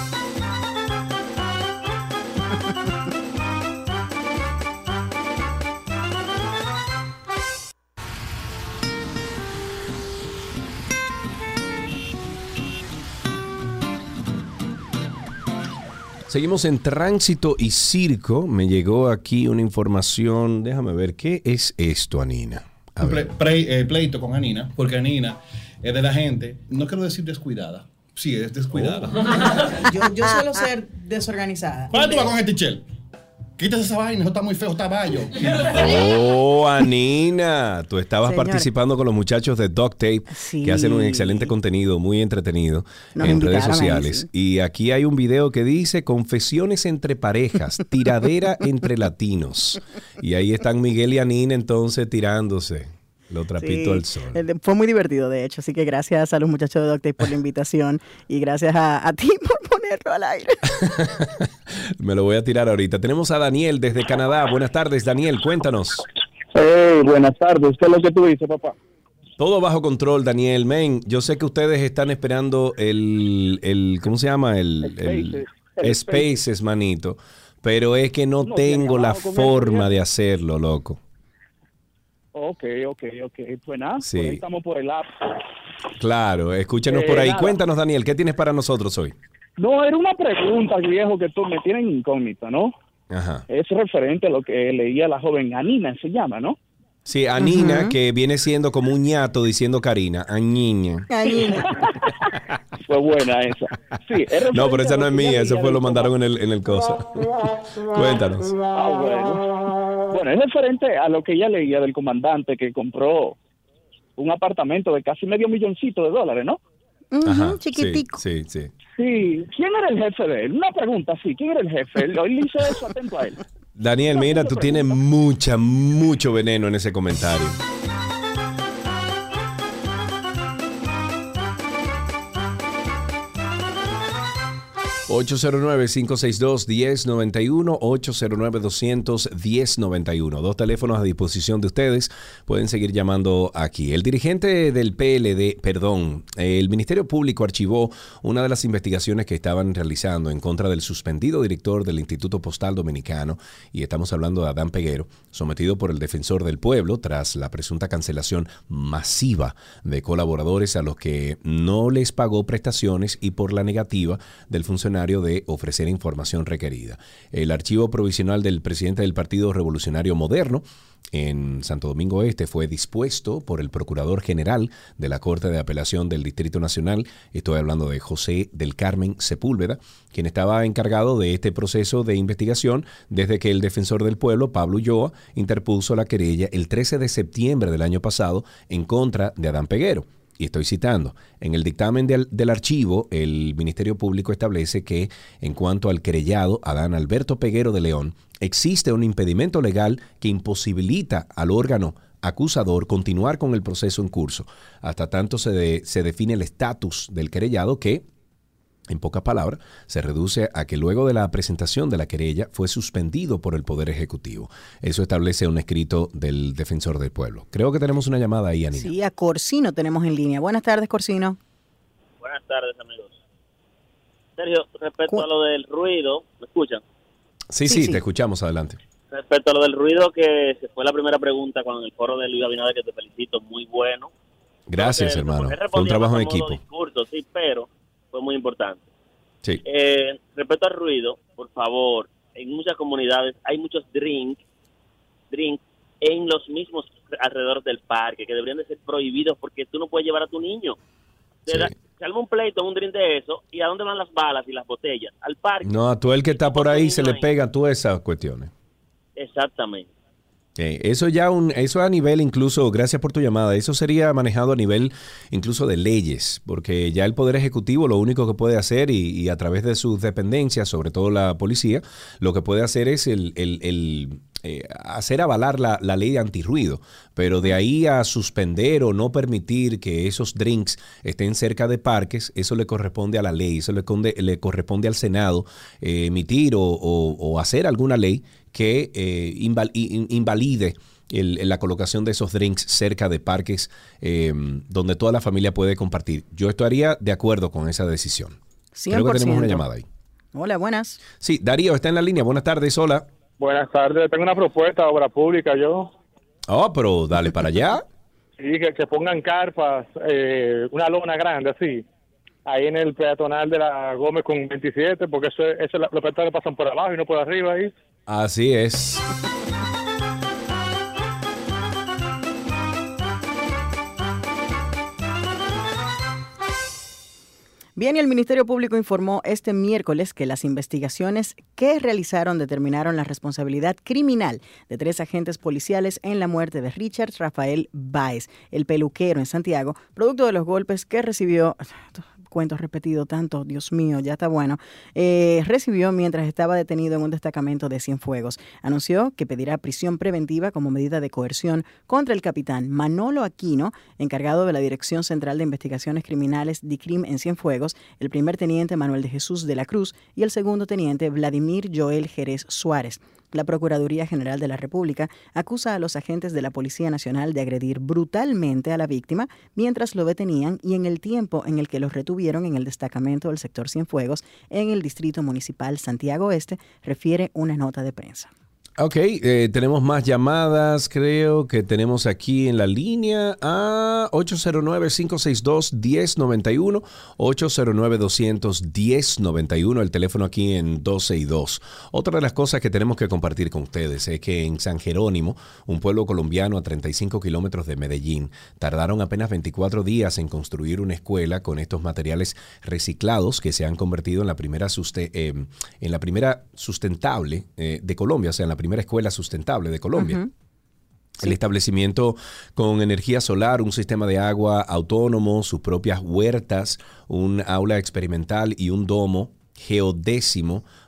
Seguimos en Tránsito y Circo. Me llegó aquí una información. Déjame ver, ¿qué es esto, Anina? Un ple, pre, eh, pleito con Anina, porque Anina es de la gente, no quiero decir descuidada. Sí, es descuidada. Oh. yo, yo suelo ser desorganizada. ¿Cuál tú vas con este Tichel? Quítese esa vaina, eso está muy feo, está bayo. Oh, Anina, tú estabas Señor. participando con los muchachos de Duct Tape, sí. que hacen un excelente contenido, muy entretenido Nos en redes sociales. Ahí, sí. Y aquí hay un video que dice confesiones entre parejas, tiradera entre latinos. Y ahí están Miguel y Anina entonces tirándose. Lo trapito al sí, sol. Fue muy divertido, de hecho. Así que gracias a los muchachos de Duct Tape por la invitación y gracias a, a ti por ponerlo al aire. Me lo voy a tirar ahorita. Tenemos a Daniel desde Canadá. Buenas tardes, Daniel. Cuéntanos. Hey, buenas tardes. ¿Qué es lo que tú dices, papá? Todo bajo control, Daniel. Men, yo sé que ustedes están esperando el, el ¿cómo se llama? El, el, el, el Spaces, Spaces, manito. Pero es que no, no tengo la forma de hacerlo, loco. Ok, ok, ok. Pues nada, sí. Por ahí estamos por el app. Claro, escúchanos eh, por ahí. Nada. Cuéntanos, Daniel, ¿qué tienes para nosotros hoy? No, era una pregunta, viejo, que tú me tienen incógnita, ¿no? Ajá. Es referente a lo que leía la joven Anina, se llama, ¿no? Sí, Anina, uh-huh. que viene siendo como un ñato diciendo Karina. Añiña. Añiña. Fue buena esa. Sí, no, pero esa no es mía, eso fue lo mandaron en el, en el coso. Cuéntanos. Ah, bueno. Bueno, es referente a lo que ella leía del comandante que compró un apartamento de casi medio milloncito de dólares, ¿no? Uh-huh, Ajá, chiquitico. Sí, sí, sí. Sí, ¿quién era el jefe de él? Una pregunta, sí, ¿quién era el jefe? Hoy le hice eso, atento a él. Daniel, mira, tú tienes mucha, mucho veneno en ese comentario. ocho cero nueve, cinco seis dos, uno cero nueve uno, ocho cero nueve, dos cero cero, uno cero nueve uno. Dos teléfonos a disposición de ustedes. Pueden seguir llamando aquí. El dirigente del P L D, perdón, el Ministerio Público archivó una de las investigaciones que estaban realizando en contra del suspendido director del Instituto Postal Dominicano, y estamos hablando de Adán Peguero, sometido por el Defensor del Pueblo tras la presunta cancelación masiva de colaboradores a los que no les pagó prestaciones y por la negativa del funcionario de ofrecer información requerida. El archivo provisional del presidente del Partido Revolucionario Moderno en Santo Domingo Este fue dispuesto por el Procurador General de la Corte de Apelación del Distrito Nacional. Estoy hablando de José del Carmen Sepúlveda, quien estaba encargado de este proceso de investigación desde que el Defensor del Pueblo, Pablo Ulloa, interpuso la querella el trece de septiembre del año pasado en contra de Adán Peguero. Y estoy citando, en el dictamen del, del archivo, el Ministerio Público establece que en cuanto al querellado Adán Alberto Peguero de León, existe un impedimento legal que imposibilita al órgano acusador continuar con el proceso en curso, hasta tanto se, de, se define el estatus del querellado que, en pocas palabras, se reduce a que luego de la presentación de la querella fue suspendido por el Poder Ejecutivo. Eso establece un escrito del Defensor del Pueblo. Creo que tenemos una llamada ahí, Anina. Sí, a Corsino tenemos en línea. Buenas tardes, Corsino. Buenas tardes, amigos. Sergio, respecto a lo del ruido, ¿me escuchan? Sí, sí, sí, te escuchamos, adelante. Respecto a lo del ruido, que fue la primera pregunta con el foro de Luis Abinader, que te felicito, muy bueno. Gracias, Porque, hermano. porque Fue un trabajo en modo equipo. Discurso, sí, pero fue muy importante. Sí. Eh, respecto al ruido, por favor, en muchas comunidades hay muchos drinks, drinks en los mismos alrededor del parque que deberían de ser prohibidos porque tú no puedes llevar a tu niño. Se, da, se arma un pleito, un drink de eso, ¿y a dónde van las balas y las botellas? Al parque. No, a todo el que está por ahí se le pegan todas esas cuestiones. Exactamente. Eh, eso ya un, eso a nivel incluso, gracias por tu llamada, eso sería manejado a nivel incluso de leyes, porque ya el Poder Ejecutivo lo único que puede hacer y, y a través de sus dependencias, sobre todo la policía, lo que puede hacer es el, el, el eh, hacer avalar la, la ley de antirruido, pero de ahí a suspender o no permitir que esos drinks estén cerca de parques, eso le corresponde a la ley, eso le, conde, le corresponde al Senado eh, emitir o, o, o hacer alguna ley que eh, inval, in, invalide el, la colocación de esos drinks cerca de parques eh, donde toda la familia puede compartir. Yo estaría de acuerdo con esa decisión. cien por ciento. Creo que tenemos una llamada ahí. Hola, buenas. Sí, Darío está en la línea. Buenas tardes, hola. Buenas tardes, tengo una propuesta de obra pública yo. Oh, pero dale para allá. Sí, que, que pongan carpas, eh, una lona grande así, ahí en el peatonal de la Gómez con veintisiete, porque eso, eso los peatones pasan por abajo y no por arriba ahí. Así es. Bien, y el Ministerio Público informó este miércoles que las investigaciones que realizaron determinaron la responsabilidad criminal de tres agentes policiales en la muerte de Richard Rafael Báez, el peluquero en Santiago, producto de los golpes que recibió... cuento repetido tanto, Dios mío, ya está bueno, eh, recibió mientras estaba detenido en un destacamento de Cienfuegos. Anunció que pedirá prisión preventiva como medida de coerción contra el capitán Manolo Aquino, encargado de la Dirección Central de Investigaciones Criminales DICRIM en Cienfuegos, el primer teniente Manuel de Jesús de la Cruz y el segundo teniente Vladimir Joel Jerez Suárez. La Procuraduría General de la República acusa a los agentes de la Policía Nacional de agredir brutalmente a la víctima mientras lo detenían y en el tiempo en el que los retuvieron en el destacamento del sector Cienfuegos en el Distrito Municipal Santiago Este, refiere una nota de prensa. Ok, eh, tenemos más llamadas, creo que tenemos aquí en la línea a ocho cero nueve, cinco seis dos, uno cero nueve uno, ocho cero nueve, dos cero cero, uno cero nueve uno, el teléfono aquí en doce y dos. Otra de las cosas que tenemos que compartir con ustedes es que en San Jerónimo, un pueblo colombiano a treinta y cinco kilómetros de Medellín, tardaron apenas veinticuatro días en construir una escuela con estos materiales reciclados que se han convertido en la primera, suste- eh, en la primera sustentable eh, de Colombia, o sea, en la primera escuela sustentable de Colombia. Uh-huh. Sí. El establecimiento con energía solar, un sistema de agua autónomo, sus propias huertas, un aula experimental y un domo geodécimo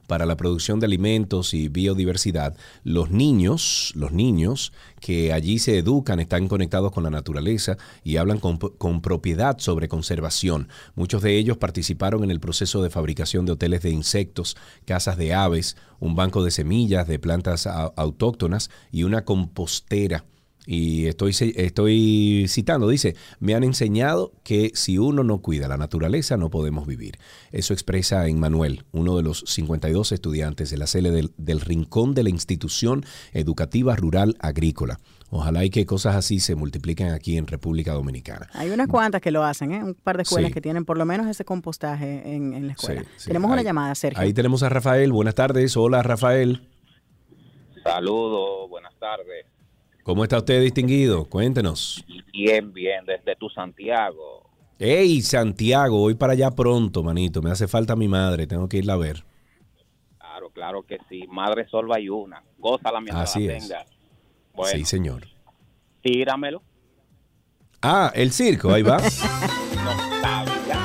para la producción de alimentos y biodiversidad, los niños, los niños que allí se educan, están conectados con la naturaleza y hablan con, con propiedad sobre conservación. Muchos de ellos participaron en el proceso de fabricación de hoteles de insectos, casas de aves, un banco de semillas de plantas a, autóctonas y una compostera. Y estoy, estoy citando, dice, me han enseñado que si uno no cuida la naturaleza no podemos vivir. Eso expresa Emmanuel, uno de los cincuenta y dos estudiantes de la sede del, del Rincón de la Institución Educativa Rural Agrícola. Ojalá y que cosas así se multipliquen aquí en República Dominicana. Hay unas cuantas que lo hacen, ¿eh? Un par de escuelas Sí. que tienen por lo menos ese compostaje en, en la escuela. Sí, sí. Tenemos una Ahí- llamada, Sergio. Ahí tenemos a Rafael. Buenas tardes. Hola, Rafael. Saludos, buenas tardes. ¿Cómo está usted, distinguido? Cuéntenos. Bien, bien, desde tu Santiago. Hey, Santiago, voy para allá pronto, manito. Me hace falta mi madre, tengo que irla a ver. Claro, claro que sí. Madre solo hay una. Gózala mientras Así la es. tengas. Bueno, Sí, señor. tíramelo. Ah, el circo, ahí va. No sabía.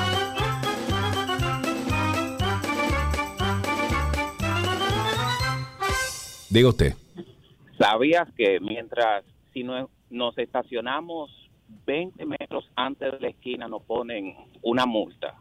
Diga usted. ¿Sabías que mientras si no, nos estacionamos veinte metros antes de la esquina nos ponen una multa?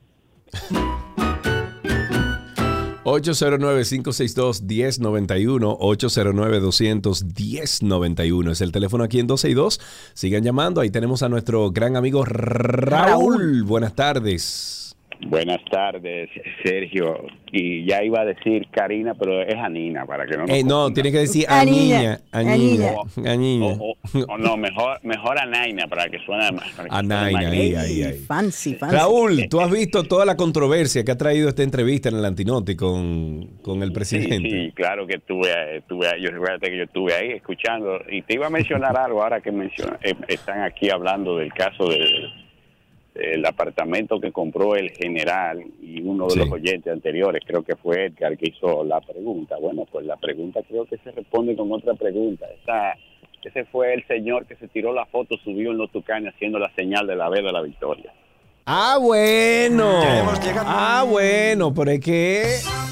ocho cero nueve, cinco seis dos, uno cero nueve uno, ocho cero nueve, dos uno cero, uno cero nueve uno. Es el teléfono aquí en doce y dos. Sigan llamando. Ahí tenemos a nuestro gran amigo Raúl. Raúl. Buenas tardes. Buenas tardes, Sergio. Y ya iba a decir Karina, pero es Anina, para que no nos Eh, no, confundan. tiene que decir a niña, a niña, a niña. O, o no, mejor, mejor a Naina, para que suene más. para que A suene Naina, más ahí, gay. ahí, ahí. Fancy, fancy. Raúl, tú has visto toda la controversia que ha traído esta entrevista en el Antinoti con, con el Sí, presidente. sí, claro que estuve, estuve ahí. Yo recuerdo que yo estuve ahí escuchando y te iba a mencionar algo ahora que menciona, eh, están aquí hablando del caso del el apartamento que compró el general y uno de Sí. los oyentes anteriores, creo que fue Edgar que hizo la pregunta. Bueno, pues la pregunta creo que se responde con otra pregunta. Esa, ese fue el señor que se tiró la foto, subió en los Tucanes haciendo la señal de la B de la victoria. Ah, bueno. Ya hemos llegado. Ah, bueno, pero es que...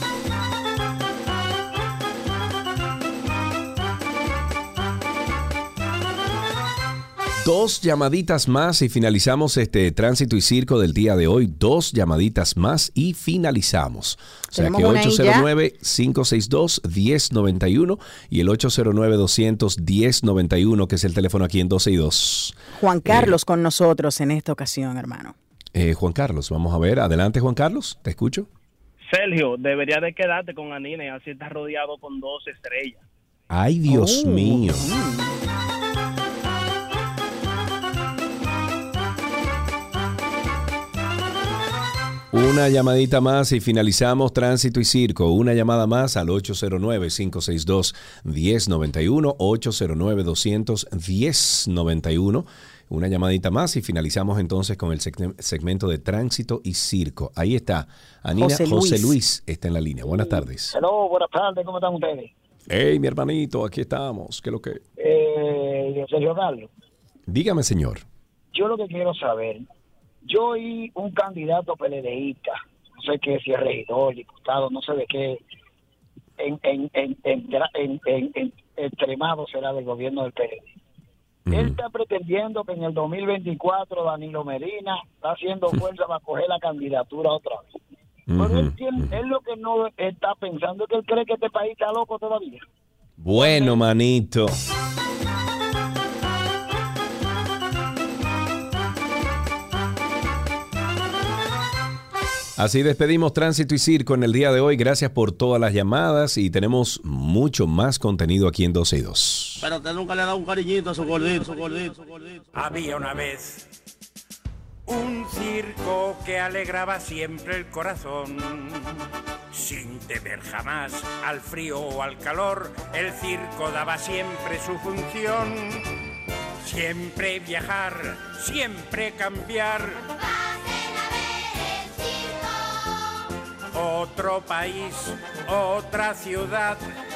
Dos llamaditas más y finalizamos este tránsito y circo del día de hoy. Dos llamaditas más y finalizamos. O sea Tenemos que una ahí ocho cero nueve, cinco seis dos, uno cero nueve uno y el ocho cero nueve, dos cero cero, uno cero nueve uno, que es el teléfono aquí en doce y dos. Juan Carlos con nosotros en esta ocasión, hermano. Eh, Juan Carlos, vamos a ver. Adelante, Juan Carlos, te escucho. Sergio, deberías de quedarte con Anina y así estás rodeado con dos estrellas. Ay, Dios Oh. mío. Una llamadita más y finalizamos tránsito y circo. Una llamada más al ocho cero nueve, cinco seis dos, uno cero nueve uno, ocho cero nueve, dos cero cero, uno cero nueve uno. Una llamadita más y finalizamos entonces con el seg- segmento de tránsito y circo. Ahí está. Anina, José José Luis. Luis está en la línea. Buenas tardes. Hello, buenas tardes, ¿cómo están ustedes? Hey, mi hermanito, aquí estamos. ¿Qué es lo que? Eh, Sergio Carlos, Dígame, señor. yo lo que quiero saber, yo oí un candidato PLDista, no sé qué, si es regidor, diputado, no sé de qué, en, en, en, en, en, en- en- extremado será del gobierno del P L D. Él está pretendiendo que en el dos mil veinticuatro Danilo Medina está haciendo fuerza para coger la candidatura otra vez. Pero él, tiene- él lo que no está pensando es que él cree que este país está loco todavía. Bueno, manito. Así despedimos Tránsito y Circo en el día de hoy. Gracias por todas las llamadas y tenemos mucho más contenido aquí en doce y dos. Pero usted nunca le ha dado un cariñito a su gordito, su gordito, su gordito. Había una vez un circo que alegraba siempre el corazón. Sin temer jamás al frío o al calor, el circo daba siempre su función. Siempre viajar, siempre cambiar. Otro país, otra ciudad.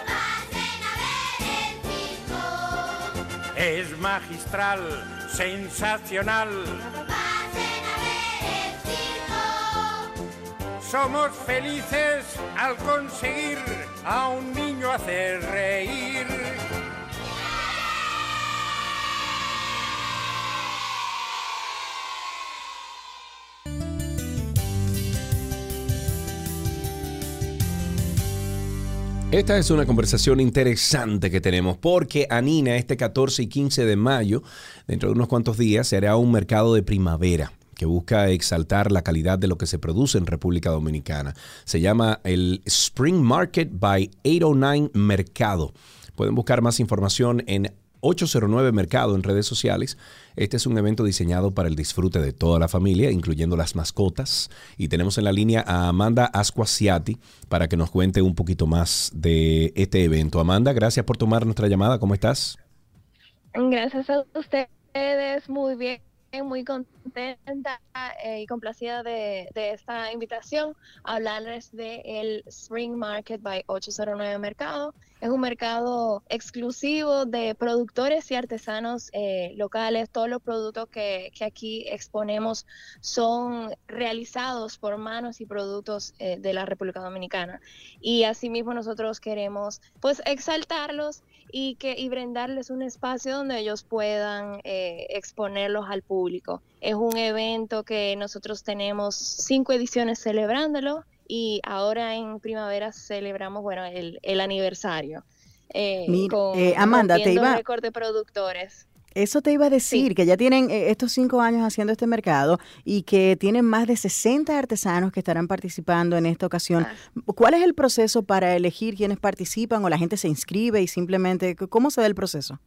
Es magistral, sensacional. somos felices al conseguir a un niño hacer reír. Esta es una conversación interesante que tenemos porque Anina este catorce y quince de mayo, dentro de unos cuantos días, se hará un mercado de primavera que busca exaltar la calidad de lo que se produce en República Dominicana. Se llama el Spring Market by ocho cero nueve Mercado. Pueden buscar más información en ocho cero nueve Mercado en redes sociales. Este es un evento diseñado para el disfrute de toda la familia, incluyendo las mascotas. Y tenemos en la línea a Amanda Asquasiati para que nos cuente un poquito más de este evento. Amanda, gracias por tomar nuestra llamada. ¿Cómo estás? Gracias a ustedes. Muy bien, muy contenta eh, y complacida de, de esta invitación a hablarles del Spring Market by ocho cero nueve Mercado. Es un mercado exclusivo de productores y artesanos eh, locales. Todos los productos que, que aquí exponemos son realizados por manos y productos eh, de la República Dominicana. Y asimismo nosotros queremos pues exaltarlos y, que, y brindarles un espacio donde ellos puedan eh, exponerlos al público. Es un evento que nosotros tenemos cinco ediciones celebrándolo. Y ahora en primavera celebramos, bueno, el, el aniversario. Eh, Mira, con, eh, Amanda, te iba... récord de productores. Eso te iba a decir, Sí. que ya tienen eh, estos cinco años haciendo este mercado y que tienen más de sesenta artesanos que estarán participando en esta ocasión. ¿Cuál es el proceso para elegir quiénes participan o la gente se inscribe y simplemente, cómo se da el proceso?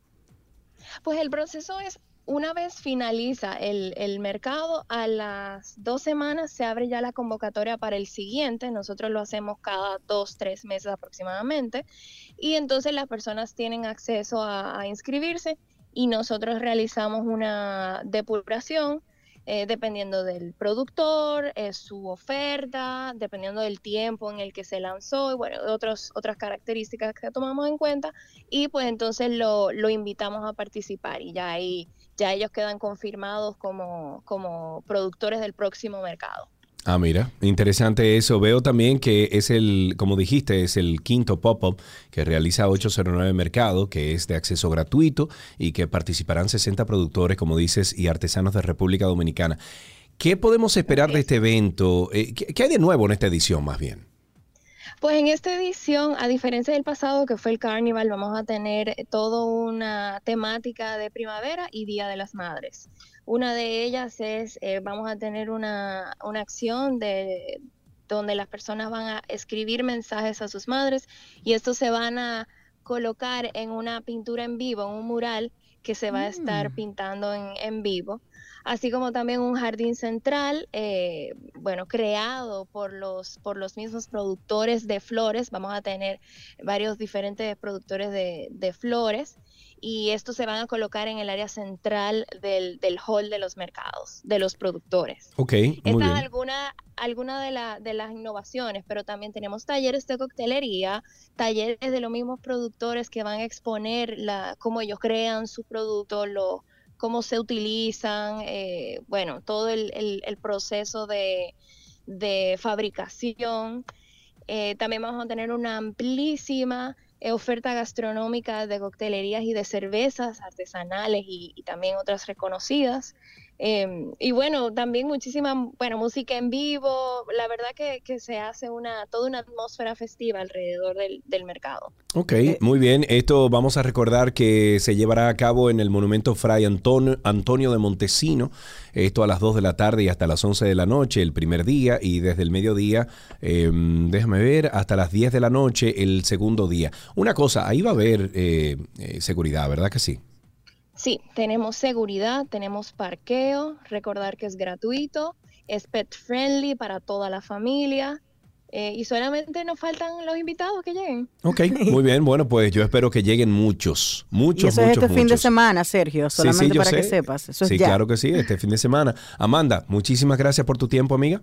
Pues el proceso es, una vez finaliza el, el mercado, a las dos semanas se abre ya la convocatoria para el siguiente. Nosotros lo hacemos cada dos, tres meses aproximadamente. Y entonces las personas tienen acceso a, a inscribirse y nosotros realizamos una depuración eh, dependiendo del productor, eh, su oferta, dependiendo del tiempo en el que se lanzó y bueno, otros, otras características que tomamos en cuenta. Y pues entonces lo, lo invitamos a participar y ya ahí ya ellos quedan confirmados como, como productores del próximo mercado. Ah, mira, interesante eso. Veo también que es el, como dijiste, es el quinto pop-up que realiza ocho cero nueve Mercado, que es de acceso gratuito y que participarán sesenta productores, como dices, y artesanos de República Dominicana. ¿Qué podemos esperar de este evento? Eh, ¿qué, ¿Qué hay de nuevo en esta edición, más bien? Pues en esta edición, a diferencia del pasado que fue el Carnival, vamos a tener toda una temática de primavera y Día de las Madres. Una de ellas es, eh, vamos a tener una, una acción de donde las personas van a escribir mensajes a sus madres y estos se van a colocar en una pintura en vivo, en un mural que se va a estar pintando en, en vivo. Así como también un jardín central, eh, bueno, creado por los, por los mismos productores de flores. Vamos a tener varios diferentes productores de, de flores y estos se van a colocar en el área central del, del hall de los mercados, de los productores. Ok, muy Esta bien. es alguna, alguna de, la, de las innovaciones, pero también tenemos talleres de coctelería, talleres de los mismos productores que van a exponer la, cómo ellos crean su producto, lo cómo se utilizan, eh, bueno, todo el, el, el proceso de, de fabricación. Eh, también vamos a tener una amplísima eh, oferta gastronómica de coctelerías y de cervezas artesanales y, y también otras reconocidas. Eh, y bueno, también muchísima bueno, música en vivo. La verdad que, que se hace una toda una atmósfera festiva alrededor del, del mercado. Ok, muy bien. Esto vamos a recordar que se llevará a cabo en el Monumento Fray Antonio, Antonio de Montesino. Esto a las dos de la tarde y hasta las once de la noche el primer día y desde el mediodía, eh, déjame ver, hasta las diez de la noche el segundo día. Una cosa, ahí va a haber eh, eh, seguridad, ¿verdad que sí? Sí, tenemos seguridad, tenemos parqueo, recordar que es gratuito, es pet friendly para toda la familia eh, y solamente nos faltan los invitados que lleguen. Ok, muy bien. Bueno, pues yo espero que lleguen muchos, muchos, y eso muchos, es este muchos. fin de semana, Sergio, solamente sí, sí, yo para sé. que sepas. Eso sí, es ya. claro que sí, este fin de semana. Amanda, muchísimas gracias por tu tiempo, amiga.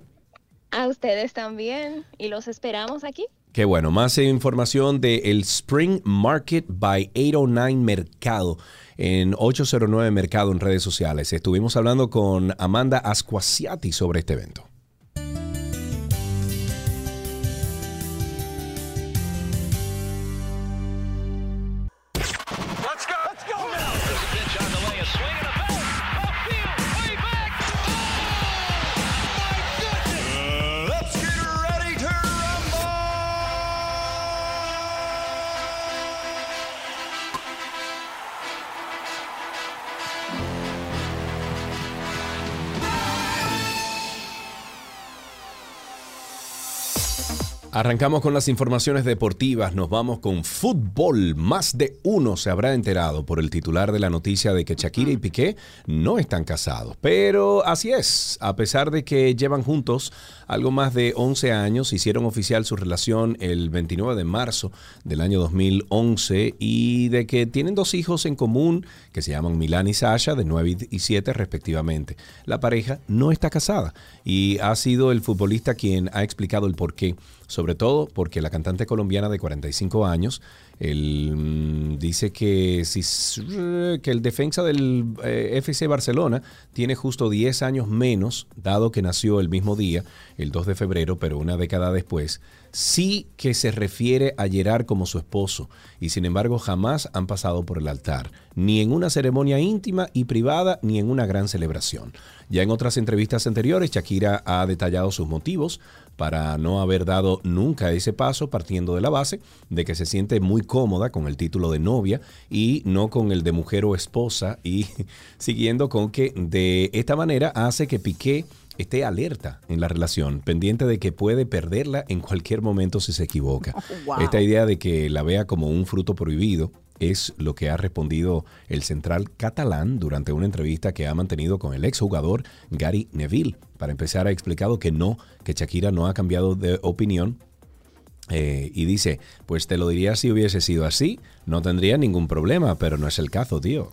A ustedes también y los esperamos aquí. Qué bueno, más información de el Spring Market by ocho cero nueve Mercado en ocho cero nueve Mercado en redes sociales. Estuvimos hablando con Amanda Asquasiati sobre este evento. Arrancamos con las informaciones deportivas, nos vamos con fútbol. Más de uno se habrá enterado por el titular de la noticia de que Shakira y Piqué no están casados. Pero así es, a pesar de que llevan juntos algo más de once años, hicieron oficial su relación el veintinueve de marzo del año dos mil once y de que tienen dos hijos en común que se llaman Milán y Sasha, de nueve y siete respectivamente. La pareja no está casada y ha sido el futbolista quien ha explicado el porqué. Sobre todo porque la cantante colombiana de cuarenta y cinco años, él dice que, si, que el defensa del eh, F C Barcelona tiene justo diez años menos, dado que nació el mismo día, el dos de febrero, pero una década después. Sí que se refiere a Gerard como su esposo y sin embargo jamás han pasado por el altar, ni en una ceremonia íntima y privada, ni en una gran celebración. Ya en otras entrevistas anteriores, Shakira ha detallado sus motivos para no haber dado nunca ese paso, partiendo de la base de que se siente muy cómoda con el título de novia y no con el de mujer o esposa, y siguiendo con que de esta manera hace que Piqué esté alerta en la relación, pendiente de que puede perderla en cualquier momento si se equivoca. Oh, wow. Esta idea de que la vea como un fruto prohibido es lo que ha respondido el central catalán durante una entrevista que ha mantenido con el exjugador Gary Neville. Para empezar, ha explicado que no, que Shakira no ha cambiado de opinión. Eh, y dice, pues te lo diría si hubiese sido así, no tendría ningún problema, pero no es el caso, tío.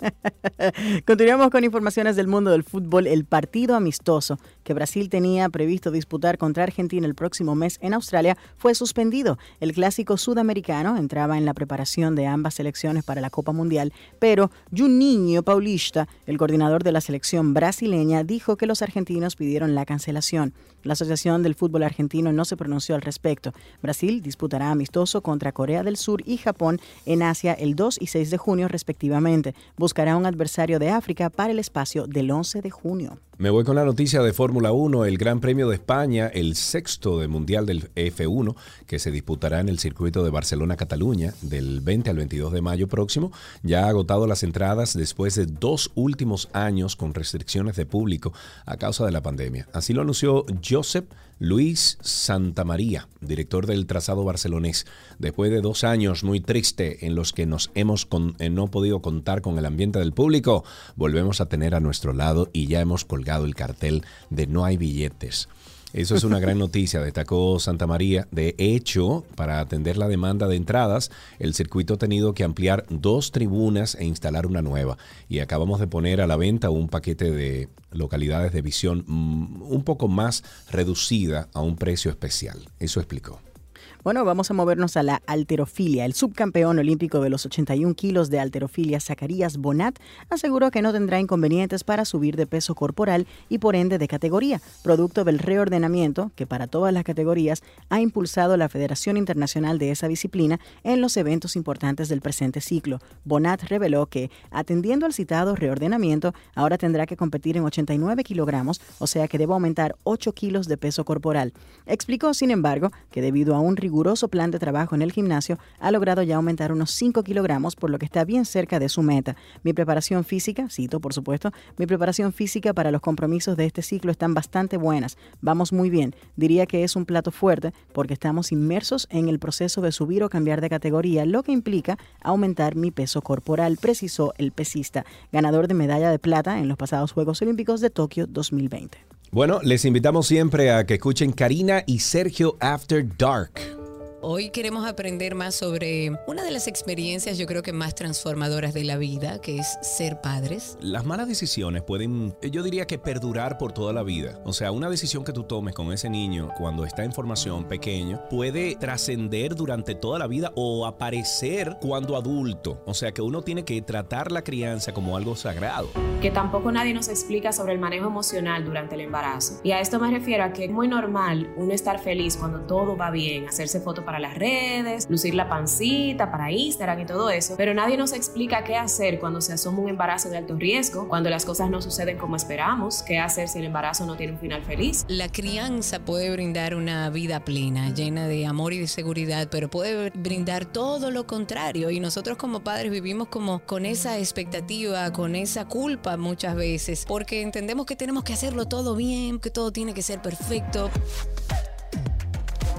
Continuamos con informaciones del mundo del fútbol. El partido amistoso que Brasil tenía previsto disputar contra Argentina el próximo mes en Australia fue suspendido. El clásico sudamericano entraba en la preparación de ambas selecciones para la Copa Mundial, pero Juninho Paulista, el coordinador de la selección brasileña, dijo que los argentinos pidieron la cancelación. La Asociación del Fútbol Argentino no se pronunció al respecto. Brasil disputará amistoso contra Corea del Sur y Japón en Asia el dos y seis de junio respectivamente. Buscará un adversario de África para el espacio del once de junio. Me voy con la noticia de Fórmula uno, el Gran Premio de España, el sexto de Mundial del F uno, que se disputará en el circuito de Barcelona-Cataluña del veinte al veintidós de mayo próximo. Ya ha agotado las entradas después de dos últimos años con restricciones de público a causa de la pandemia. Así lo anunció Josep Luis Santamaría, director del trazado barcelonés. Después de dos años muy tristes en los que nos hemos con, eh, no podido contar con el ambiente del público, volvemos a tener a nuestro lado y ya hemos colgado el cartel de no hay billetes. Eso es una gran noticia, destacó Santamaría. De hecho, para atender la demanda de entradas, el circuito ha tenido que ampliar dos tribunas e instalar una nueva. Y acabamos de poner a la venta un paquete de localidades de visión mmm, un poco más reducida a un precio especial. Eso explicó. Bueno, vamos a movernos a la halterofilia. El subcampeón olímpico de los ochenta y un kilos de halterofilia, Zacarías Bonat, aseguró que no tendrá inconvenientes para subir de peso corporal y por ende de categoría, producto del reordenamiento que para todas las categorías ha impulsado la Federación Internacional de esa disciplina en los eventos importantes del presente ciclo. Bonat reveló que, atendiendo al citado reordenamiento, ahora tendrá que competir en ochenta y nueve kilogramos, o sea que debe aumentar ocho kilos de peso corporal. Explicó, sin embargo, que debido a un riguroso plan de trabajo en el gimnasio, ha logrado ya aumentar unos cinco kilogramos, por lo que está bien cerca de su meta. Mi preparación física, cito por supuesto, mi preparación física para los compromisos de este ciclo están bastante buenas. Vamos muy bien. Diría que es un plato fuerte porque estamos inmersos en el proceso de subir o cambiar de categoría, lo que implica aumentar mi peso corporal, precisó el pesista, ganador de medalla de plata en los pasados Juegos Olímpicos de Tokio dos mil veinte. Bueno, les invitamos siempre a que escuchen Karina y Sergio After Dark. Hoy queremos aprender más sobre una de las experiencias, yo creo que más transformadoras de la vida, que es ser padres. Las malas decisiones pueden, yo diría que perdurar por toda la vida. O sea, una decisión que tú tomes con ese niño cuando está en formación pequeño puede trascender durante toda la vida o aparecer cuando adulto. O sea, que uno tiene que tratar la crianza como algo sagrado. Que tampoco nadie nos explica sobre el manejo emocional durante el embarazo. Y a esto me refiero a que es muy normal uno estar feliz cuando todo va bien, hacerse fotos para las redes, lucir la pancita para Instagram y todo eso, pero nadie nos explica qué hacer cuando se asoma un embarazo de alto riesgo, cuando las cosas no suceden como esperamos, qué hacer si el embarazo no tiene un final feliz. La crianza puede brindar una vida plena, llena de amor y de seguridad, pero puede brindar todo lo contrario, y nosotros como padres vivimos como con esa expectativa, con esa culpa muchas veces, porque entendemos que tenemos que hacerlo todo bien, que todo tiene que ser perfecto.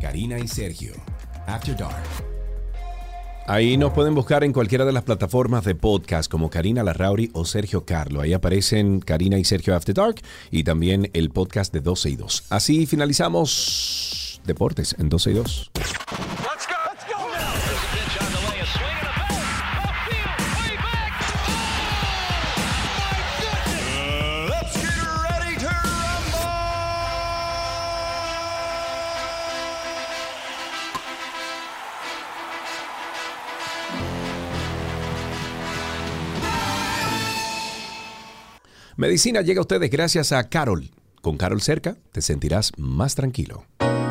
Karina y Sergio, After Dark. Ahí nos pueden buscar en cualquiera de las plataformas de podcast como Karina Larrauri o Sergio Carlo. Ahí aparecen Karina y Sergio After Dark y también el podcast de doce y dos. Así finalizamos Deportes en doce y dos. Medicina llega a ustedes gracias a Carol. Con Carol cerca, te sentirás más tranquilo.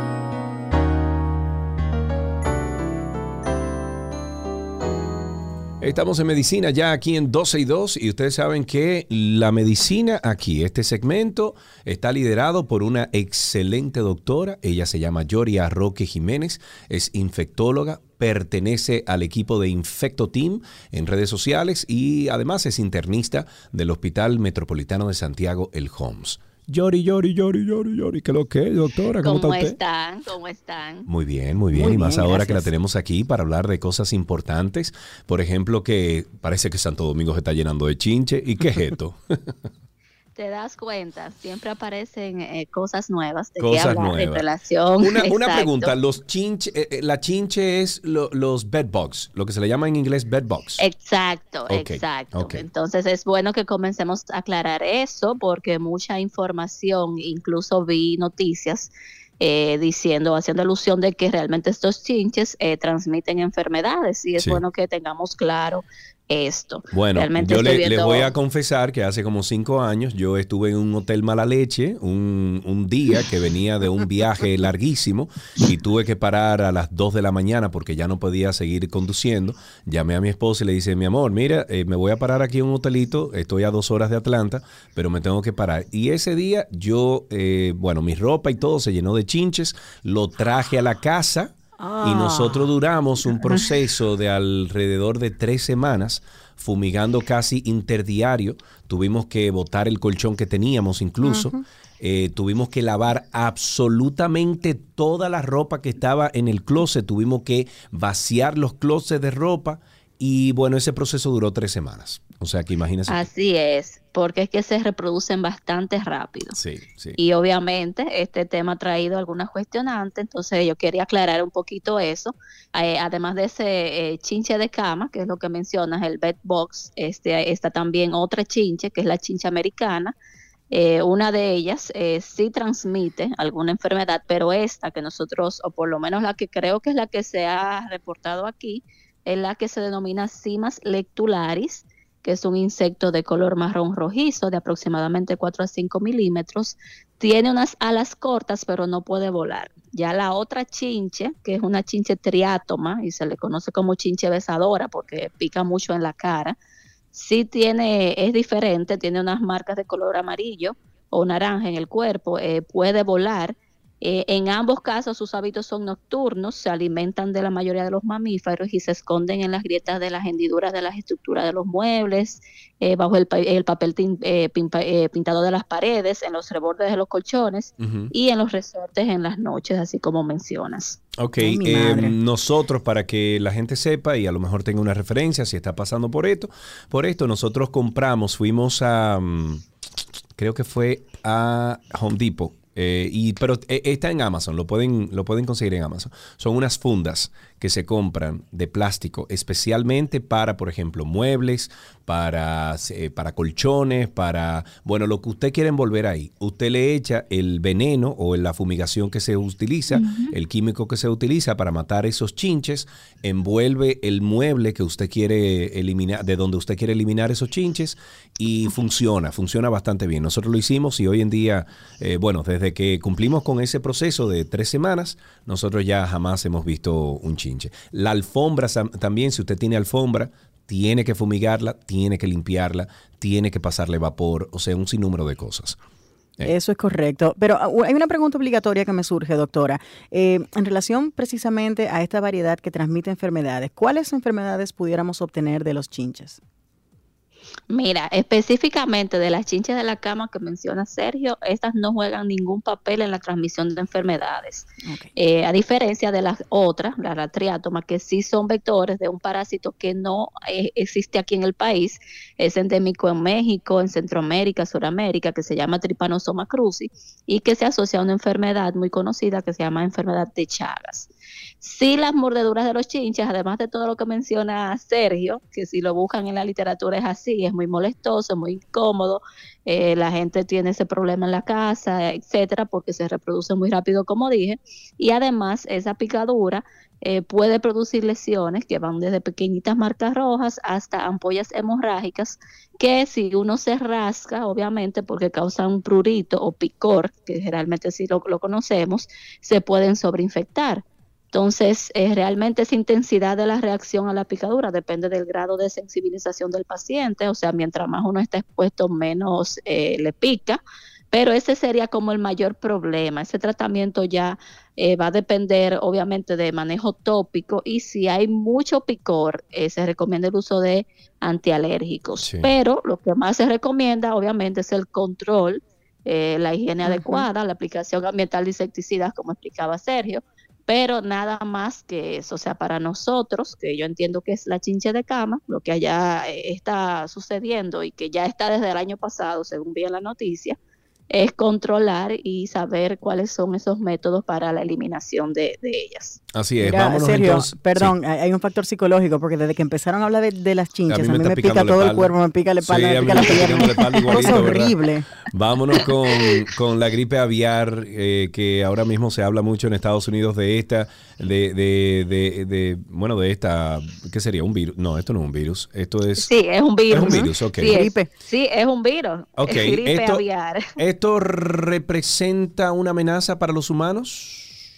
Estamos en Medicina ya aquí en doce y dos y ustedes saben que la medicina aquí, este segmento, está liderado por una excelente doctora. Ella se llama Yoria Roque Jiménez, es infectóloga, pertenece al equipo de Infecto Team en redes sociales y además es internista del Hospital Metropolitano de Santiago, el Homs. Yori, Yori, Yori, Yori, Yori, ¿qué lo que, doctora? ¿Cómo, ¿Cómo está usted? están? ¿Cómo están? Muy bien, muy bien. Muy y más bien, ahora gracias. que la tenemos aquí para hablar de cosas importantes. Por ejemplo, que parece que Santo Domingo se está llenando de chinche. ¿Y qué es esto? Te das cuenta, siempre aparecen eh, cosas nuevas de Cosas qué hablar nuevas. en relación. Una, una Exacto. pregunta, los chinche, eh, eh, la chinche es lo- los bed bugs, lo que se le llama en inglés bed bugs. Exacto, Ok, exacto. ok. Entonces es bueno que comencemos a aclarar eso porque mucha información, incluso vi noticias eh, diciendo, haciendo alusión de que realmente estos chinches eh, transmiten enfermedades y es Sí. bueno que tengamos claro esto. Bueno, Realmente yo estoy le, les viendo- voy a confesar que hace como cinco años yo estuve en un hotel mala leche, un, un día que venía de un viaje larguísimo y tuve que parar a las dos de la mañana porque ya no podía seguir conduciendo. Llamé a mi esposa y le dije, mi amor, mira, eh, me voy a parar aquí en un hotelito, estoy a dos horas de Atlanta, pero me tengo que parar. Y ese día yo, eh, bueno, mi ropa y todo se llenó de chinches, lo traje a la casa. Y nosotros duramos un proceso de alrededor de tres semanas fumigando casi interdiario. Tuvimos que botar el colchón que teníamos incluso. Ujú. Eh, tuvimos que lavar absolutamente toda la ropa que estaba en el closet. Tuvimos que vaciar los closets de ropa. Y bueno, ese proceso duró tres semanas. O sea que imagínense. Así es, porque es que se reproducen bastante rápido. Sí, sí. Y obviamente este tema ha traído algunas cuestionantes, entonces yo quería aclarar un poquito eso. Eh, además de ese eh, chinche de cama, que es lo que mencionas, el bed box, este, está también otra chinche, que es la chinche americana. Eh, una de ellas eh, sí transmite alguna enfermedad, pero esta que nosotros, o por lo menos la que creo que es la que se ha reportado aquí, es la que se denomina Cimas lectularis, que es un insecto de color marrón rojizo de aproximadamente cuatro a cinco milímetros. Tiene unas alas cortas, pero no puede volar. Ya la otra chinche, que es una chinche triátoma, y se le conoce como chinche besadora porque pica mucho en la cara, sí tiene, es diferente, tiene unas marcas de color amarillo o naranja en el cuerpo, eh, puede volar. Eh, en ambos casos sus hábitos son nocturnos, se alimentan de la mayoría de los mamíferos y se esconden en las grietas de las hendiduras de las estructuras de los muebles, eh, bajo el, pa- el papel tin- eh, pimpa- eh, pintado de las paredes, en los rebordes de los colchones Ujú. y en los resortes en las noches, así como mencionas. Ok, Ay, mi eh, madre. nosotros para que la gente sepa y a lo mejor tenga una referencia si está pasando por esto, por esto nosotros compramos, fuimos a, mm, creo que fue a Home Depot. Eh, y, pero eh, está en Amazon, lo pueden, lo pueden conseguir en Amazon. Son unas fundas que se compran de plástico especialmente para, por ejemplo, muebles, para, eh, para colchones, para, bueno, lo que usted quiere envolver ahí. Usted le echa el veneno o la fumigación que se utiliza, Ujú. el químico que se utiliza para matar esos chinches, envuelve el mueble que usted quiere eliminar, de donde usted quiere eliminar esos chinches y funciona, funciona bastante bien. Nosotros lo hicimos y hoy en día, eh, bueno, desde que cumplimos con ese proceso de tres semanas, nosotros ya jamás hemos visto un chinche. La alfombra sam- también, si usted tiene alfombra, tiene que fumigarla, tiene que limpiarla, tiene que pasarle vapor, o sea, un sinnúmero de cosas. Eh. Eso es correcto. Pero uh, hay una pregunta obligatoria que me surge, doctora. Eh, en relación precisamente a esta variedad que transmite enfermedades, ¿cuáles enfermedades pudiéramos obtener de los chinches? Mira, específicamente de las chinches de la cama que menciona Sergio, estas no juegan ningún papel en la transmisión de enfermedades. Okay. Eh, a diferencia de las otras, la ratriátoma, que sí son vectores de un parásito que no eh, existe aquí en el país, es endémico en México, en Centroamérica, Suramérica, que se llama Trypanosoma cruzi y que se asocia a una enfermedad muy conocida que se llama enfermedad de Chagas. Sí, las mordeduras de los chinches, además de todo lo que menciona Sergio, que si lo buscan en la literatura es así, es muy molestoso, muy incómodo, eh, la gente tiene ese problema en la casa, etcétera, porque se reproduce muy rápido, como dije, y además esa picadura eh, puede producir lesiones que van desde pequeñitas marcas rojas hasta ampollas hemorrágicas, que si uno se rasca, obviamente, porque causan un prurito o picor, que generalmente sí lo, lo conocemos, se pueden sobreinfectar. Entonces, eh, realmente esa intensidad de la reacción a la picadura depende del grado de sensibilización del paciente, o sea, mientras más uno está expuesto, menos eh, le pica, pero ese sería como el mayor problema. Ese tratamiento ya eh, va a depender, obviamente, de manejo tópico y si hay mucho picor, eh, se recomienda el uso de antialérgicos, sí. Pero lo que más se recomienda, obviamente, es el control, eh, la higiene uh-huh. adecuada, la aplicación ambiental de insecticidas, como explicaba Sergio, pero nada más que eso. O sea, para nosotros, que yo entiendo que es la chinche de cama, lo que allá está sucediendo y que ya está desde el año pasado, según vi en la noticia, es controlar y saber cuáles son esos métodos para la eliminación de, de ellas. Así es. Mira, Vámonos Sergio, entonces. Perdón, Sí. hay un factor psicológico, porque desde que empezaron a hablar de, de las chinches, a mí, a mí me, me, me pica todo el cuerpo, me pica la espalda, sí, me pica la pierna. Es horrible. Vámonos con, con la gripe aviar, eh, que ahora mismo se habla mucho en Estados Unidos de esta, de, de, de, de, bueno, de esta, ¿qué sería? ¿Un virus? No, esto no es un virus, esto es... Sí, es un virus. Es un virus, ok. Sí, es, gripe. Sí, es un virus. Ok, es gripe esto, aviar. ¿Esto representa una amenaza para los humanos?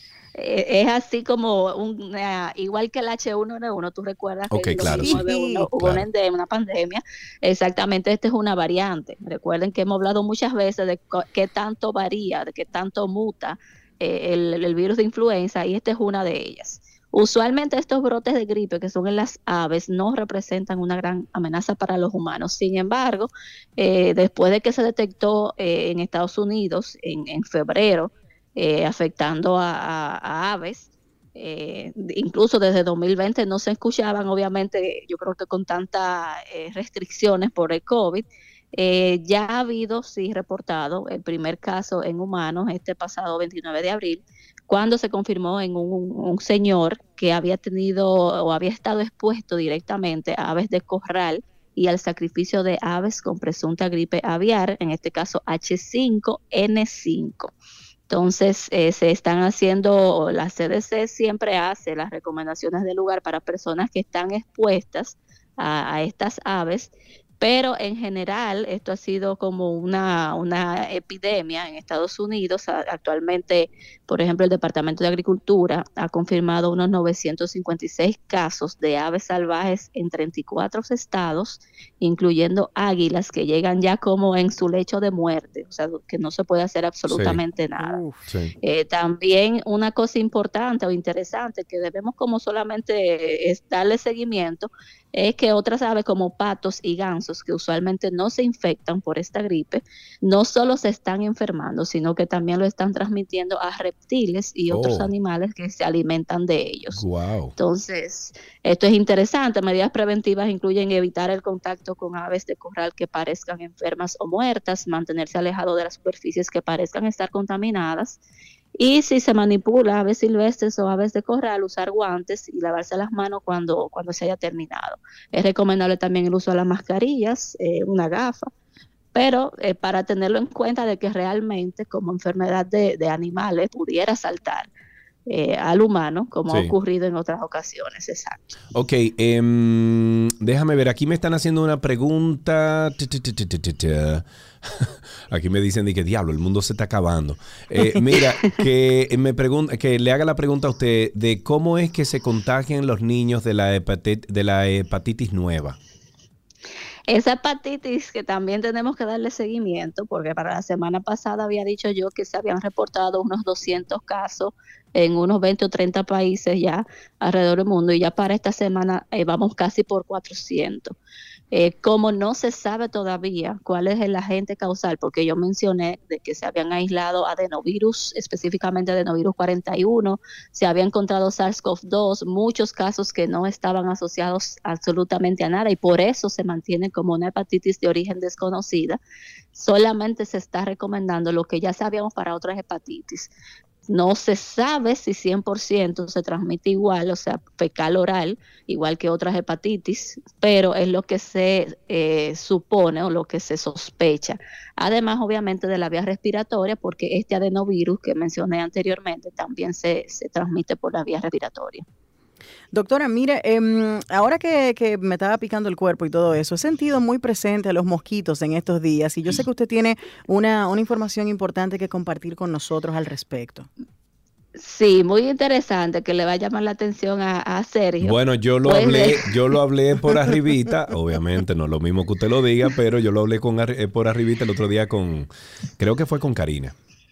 Es así como un, uh, igual que el H uno N uno, tú recuerdas que okay, claro, sí. uno, hubo claro. una, endemia, una pandemia, exactamente, esta es una variante. Recuerden que hemos hablado muchas veces de qué tanto varía, de qué tanto muta eh, el, el virus de influenza, y esta es una de ellas. Usualmente estos brotes de gripe que son en las aves no representan una gran amenaza para los humanos. Sin embargo, eh, después de que se detectó eh, en Estados Unidos en, en febrero, Eh, afectando a, a, a aves, eh, incluso desde dos mil veinte no se escuchaban, obviamente, yo creo que con tantas eh, restricciones por el COVID, eh, ya ha habido, sí, reportado el primer caso en humanos este pasado veintinueve de abril, cuando se confirmó en un, un señor que había tenido o había estado expuesto directamente a aves de corral y al sacrificio de aves con presunta gripe aviar, en este caso H cinco N cinco. Entonces, eh, se están haciendo, la C D C siempre hace las recomendaciones del lugar para personas que están expuestas a, a estas aves, pero en general esto ha sido como una, una epidemia en Estados Unidos. Actualmente, por ejemplo, el Departamento de Agricultura ha confirmado unos novecientos cincuenta y seis casos de aves salvajes en treinta y cuatro estados, incluyendo águilas que llegan ya como en su lecho de muerte, o sea, que no se puede hacer absolutamente sí. nada. Uf, sí. eh, también una cosa importante o interesante que debemos como solamente es darle seguimiento, es que otras aves como patos y gansos, que usualmente no se infectan por esta gripe, no solo se están enfermando, sino que también lo están transmitiendo a reptiles y oh. otros animales que se alimentan de ellos. Wow. Entonces, esto es interesante. Medidas preventivas incluyen evitar el contacto con aves de corral que parezcan enfermas o muertas, mantenerse alejado de las superficies que parezcan estar contaminadas, y si se manipula aves silvestres o aves de corral, usar guantes y lavarse las manos cuando, cuando se haya terminado. Es recomendable también el uso de las mascarillas, eh, una gafa, pero eh, para tenerlo en cuenta de que realmente como enfermedad de, de animales pudiera saltar eh, al humano, como sí. ha ocurrido en otras ocasiones. Exacto. Ok, um, déjame ver, aquí me están haciendo una pregunta. Aquí me dicen de que diablo, el mundo se está acabando. Eh, mira, que me pregunta, que le haga la pregunta a usted de cómo es que se contagian los niños de la hepatit- de la hepatitis nueva. Esa hepatitis que también tenemos que darle seguimiento, porque para la semana pasada había dicho yo que se habían reportado unos doscientos casos en unos veinte o treinta países ya alrededor del mundo, y ya para esta semana eh, vamos casi por cuatrocientos. Eh, como no se sabe todavía cuál es el agente causal, porque yo mencioné de que se habían aislado adenovirus, específicamente adenovirus cuarenta y uno, se había encontrado SARS-CoV dos, muchos casos que no estaban asociados absolutamente a nada y por eso se mantiene como una hepatitis de origen desconocida. Solamente se está recomendando lo que ya sabíamos para otras hepatitis. No se sabe si cien por ciento se transmite igual, o sea, fecal oral, igual que otras hepatitis, pero es lo que se eh, supone o lo que se sospecha. Además, obviamente, de la vía respiratoria, porque este adenovirus que mencioné anteriormente también se, se transmite por la vía respiratoria. Doctora, mire, eh, ahora que, que me estaba picando el cuerpo y todo eso, he sentido muy presente a los mosquitos en estos días y yo sé que usted tiene una, una información importante que compartir con nosotros al respecto. Sí, muy interesante, que le va a llamar la atención a, a Sergio. Bueno, yo lo Pues, hablé, eh, yo lo hablé por arribita, obviamente no es lo mismo que usted lo diga, pero yo lo hablé con arri- eh, por arribita el otro día con, creo que fue con Karina.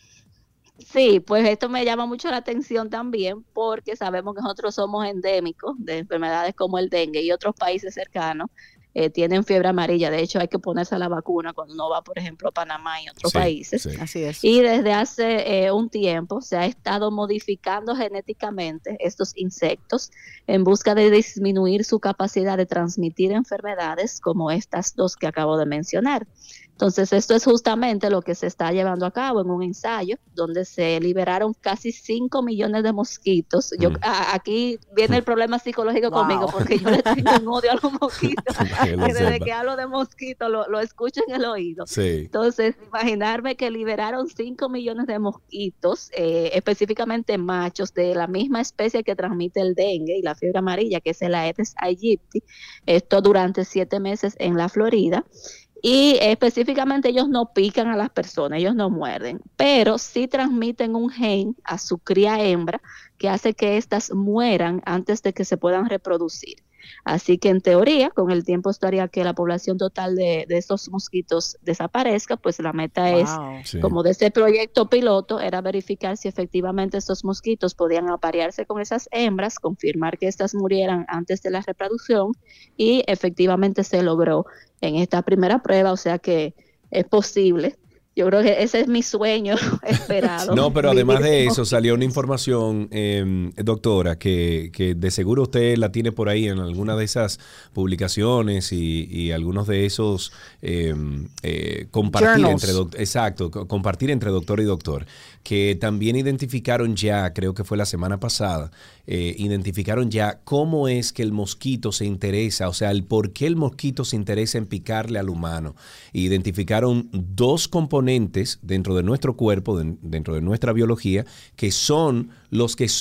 Sí, pues esto me llama mucho la atención también porque sabemos que nosotros somos endémicos de enfermedades como el dengue y otros países cercanos eh, tienen fiebre amarilla. De hecho, hay que ponerse la vacuna cuando uno va, por ejemplo, a Panamá y otros Sí, países. sí. Así es. Y desde hace eh, un tiempo se ha estado modificando genéticamente estos insectos en busca de disminuir su capacidad de transmitir enfermedades como estas dos que acabo de mencionar. Entonces, esto es justamente lo que se está llevando a cabo en un ensayo donde se liberaron casi cinco millones de mosquitos. Yo, Mm. a- aquí viene el problema psicológico Wow. conmigo porque yo le tengo un odio a los mosquitos. Que lo Que desde sepa. que hablo de mosquitos lo, lo escucho en el oído. Sí. Entonces, imaginarme que liberaron cinco millones de mosquitos, eh, específicamente machos de la misma especie que transmite el dengue y la fiebre amarilla, que es el Aedes aegypti, esto durante siete meses en la Florida. Y específicamente ellos no pican a las personas, ellos no muerden, pero sí transmiten un gen a su cría hembra que hace que éstas mueran antes de que se puedan reproducir. Así que en teoría, con el tiempo esto haría que la población total de, de estos mosquitos desaparezca, pues la meta Wow. es, Sí. como de ese proyecto piloto, era verificar si efectivamente estos mosquitos podían aparearse con esas hembras, confirmar que éstas murieran antes de la reproducción y efectivamente se logró en esta primera prueba, o sea que es posible. Yo creo que ese es mi sueño esperado. No, pero además Vivir de con- eso salió una información, eh, doctora, que, que de seguro usted la tiene por ahí en alguna de esas publicaciones y, y algunos de esos eh, eh, compartir Journals. entre doc- exacto, co- compartir entre doctor y doctor, que también identificaron ya, creo que fue la semana pasada, eh, identificaron ya cómo es que el mosquito se interesa, o sea, el por qué el mosquito se interesa en picarle al humano. Identificaron dos componentes dentro de nuestro cuerpo, de- dentro de nuestra biología, que son los que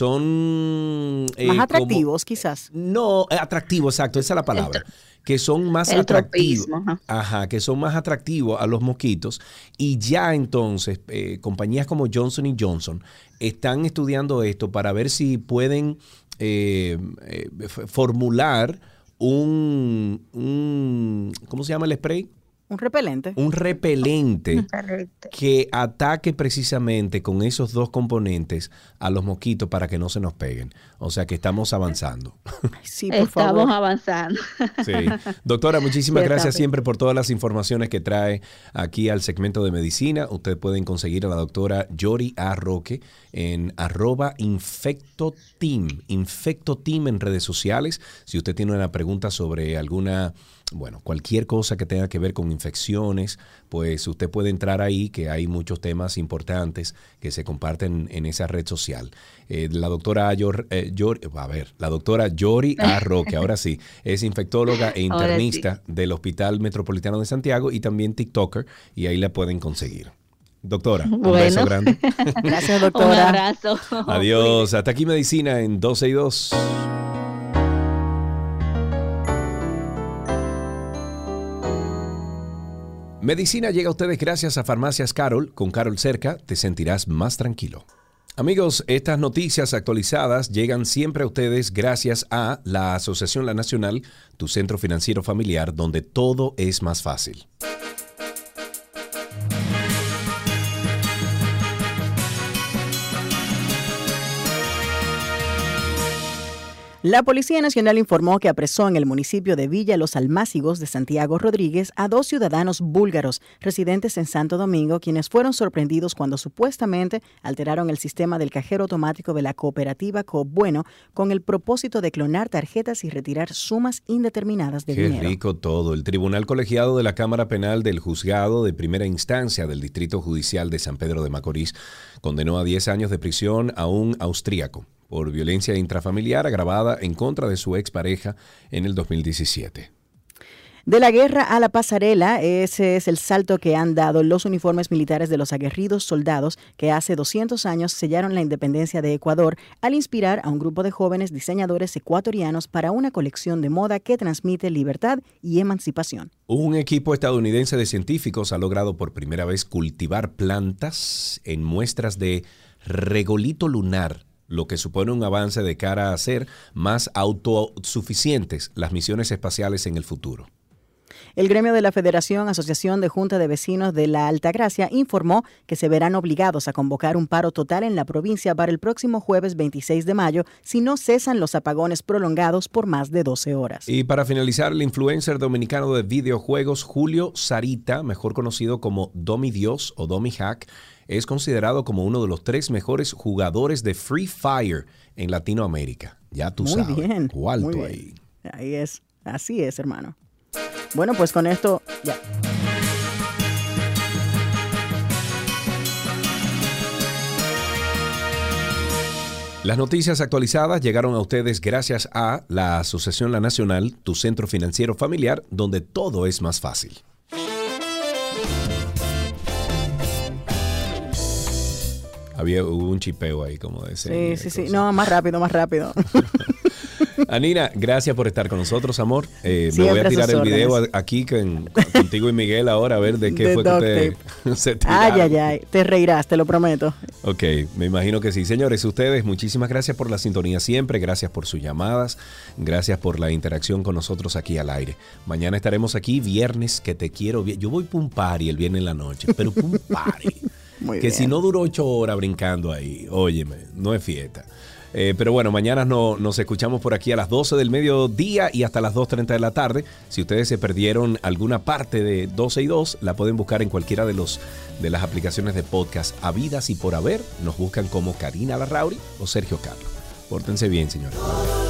son... eh, Más como- atractivos, quizás. no, eh, atractivo, exacto, esa es la palabra. Que son más El atractivos. tropismo, ajá. Ajá, que son más atractivos a los mosquitos. Y ya entonces, eh, compañías como Johnson y Johnson están estudiando esto para ver si pueden eh, eh, f- formular un, un. ¿Cómo se llama el spray? Un repelente. Un repelente que ataque precisamente con esos dos componentes a los mosquitos para que no se nos peguen. O sea que estamos avanzando. Sí, por Estamos favor. avanzando. Sí. Doctora, muchísimas Sí, gracias está bien. siempre por todas las informaciones que trae aquí al segmento de medicina. Ustedes pueden conseguir a la doctora Yori A. Roque en arroba infectoteam, infectoteam en redes sociales. Si usted tiene una pregunta sobre alguna, bueno, cualquier cosa que tenga que ver con infecciones, pues usted puede entrar ahí, que hay muchos temas importantes que se comparten en esa red social. Eh, la doctora Yor, eh, Yor- a ver, la doctora Yori A. Roque, ahora sí, es infectóloga e Ahora internista del Hospital Metropolitano de Santiago y también TikToker, y ahí la pueden conseguir. Doctora, un Bueno. beso grande. Gracias, Un doctora. abrazo. Adiós. Hasta aquí Medicina en doce y dos. Medicina llega a ustedes gracias a Farmacias Carol. Con Carol cerca te sentirás más tranquilo. Amigos, estas noticias actualizadas llegan siempre a ustedes gracias a la Asociación La Nacional, tu centro financiero familiar, donde todo es más fácil. La Policía Nacional informó que apresó en el municipio de Villa Los Almácigos de Santiago Rodríguez a dos ciudadanos búlgaros residentes en Santo Domingo, quienes fueron sorprendidos cuando supuestamente alteraron el sistema del cajero automático de la cooperativa Coop Bueno con el propósito de clonar tarjetas y retirar sumas indeterminadas de Qué dinero. rico todo. El Tribunal Colegiado de la Cámara Penal del Juzgado de Primera Instancia del Distrito Judicial de San Pedro de Macorís condenó a diez años de prisión a un austríaco por violencia intrafamiliar agravada en contra de su expareja en el dos mil diecisiete. De la guerra a la pasarela, ese es el salto que han dado los uniformes militares de los aguerridos soldados que hace doscientos años sellaron la independencia de Ecuador al inspirar a un grupo de jóvenes diseñadores ecuatorianos para una colección de moda que transmite libertad y emancipación. Un equipo estadounidense de científicos ha logrado por primera vez cultivar plantas en muestras de regolito lunar, lo que supone un avance de cara a ser más autosuficientes las misiones espaciales en el futuro. El gremio de la Federación Asociación de Junta de Vecinos de la Altagracia informó que se verán obligados a convocar un paro total en la provincia para el próximo jueves veintiséis de mayo si no cesan los apagones prolongados por más de doce horas. Y para finalizar, el influencer dominicano de videojuegos Julio Sarita, mejor conocido como Domi Dios o Domi Hack, es considerado como uno de los tres mejores jugadores de Free Fire en Latinoamérica. Ya tú muy sabes. Bien, Alto muy bien. ahí. Ahí es. Así es, hermano. Bueno, pues con esto ya. Las noticias actualizadas llegaron a ustedes gracias a la Asociación La Nacional, tu centro financiero familiar, donde todo es más fácil. Había hubo un chipeo ahí, como de Sí, sí, sí. No, más rápido, más rápido. Anina, gracias por estar con nosotros, amor. Eh, me voy a tirar el video aquí con, contigo y Miguel ahora a ver de qué de fue que te, se tiraron. Ay, ay, ay. Te reirás, te lo prometo. Ok, me imagino que sí. Señores, ustedes, muchísimas gracias por la sintonía siempre. Gracias por sus llamadas. Gracias por la interacción con nosotros aquí al aire. Mañana estaremos aquí, viernes, que te quiero. Yo voy para un party el viernes en la noche, pero para un party. Muy que bien. Si no duró ocho horas brincando ahí, óyeme, no es fiesta. Eh, pero bueno, mañana no, nos escuchamos por aquí a las doce del mediodía y hasta las dos treinta de la tarde. Si ustedes se perdieron alguna parte de doce y dos, la pueden buscar en cualquiera de, los, de las aplicaciones de podcast habidas y por haber. Nos buscan como Karina Larrauri o Sergio Carlos. Pórtense bien, señores.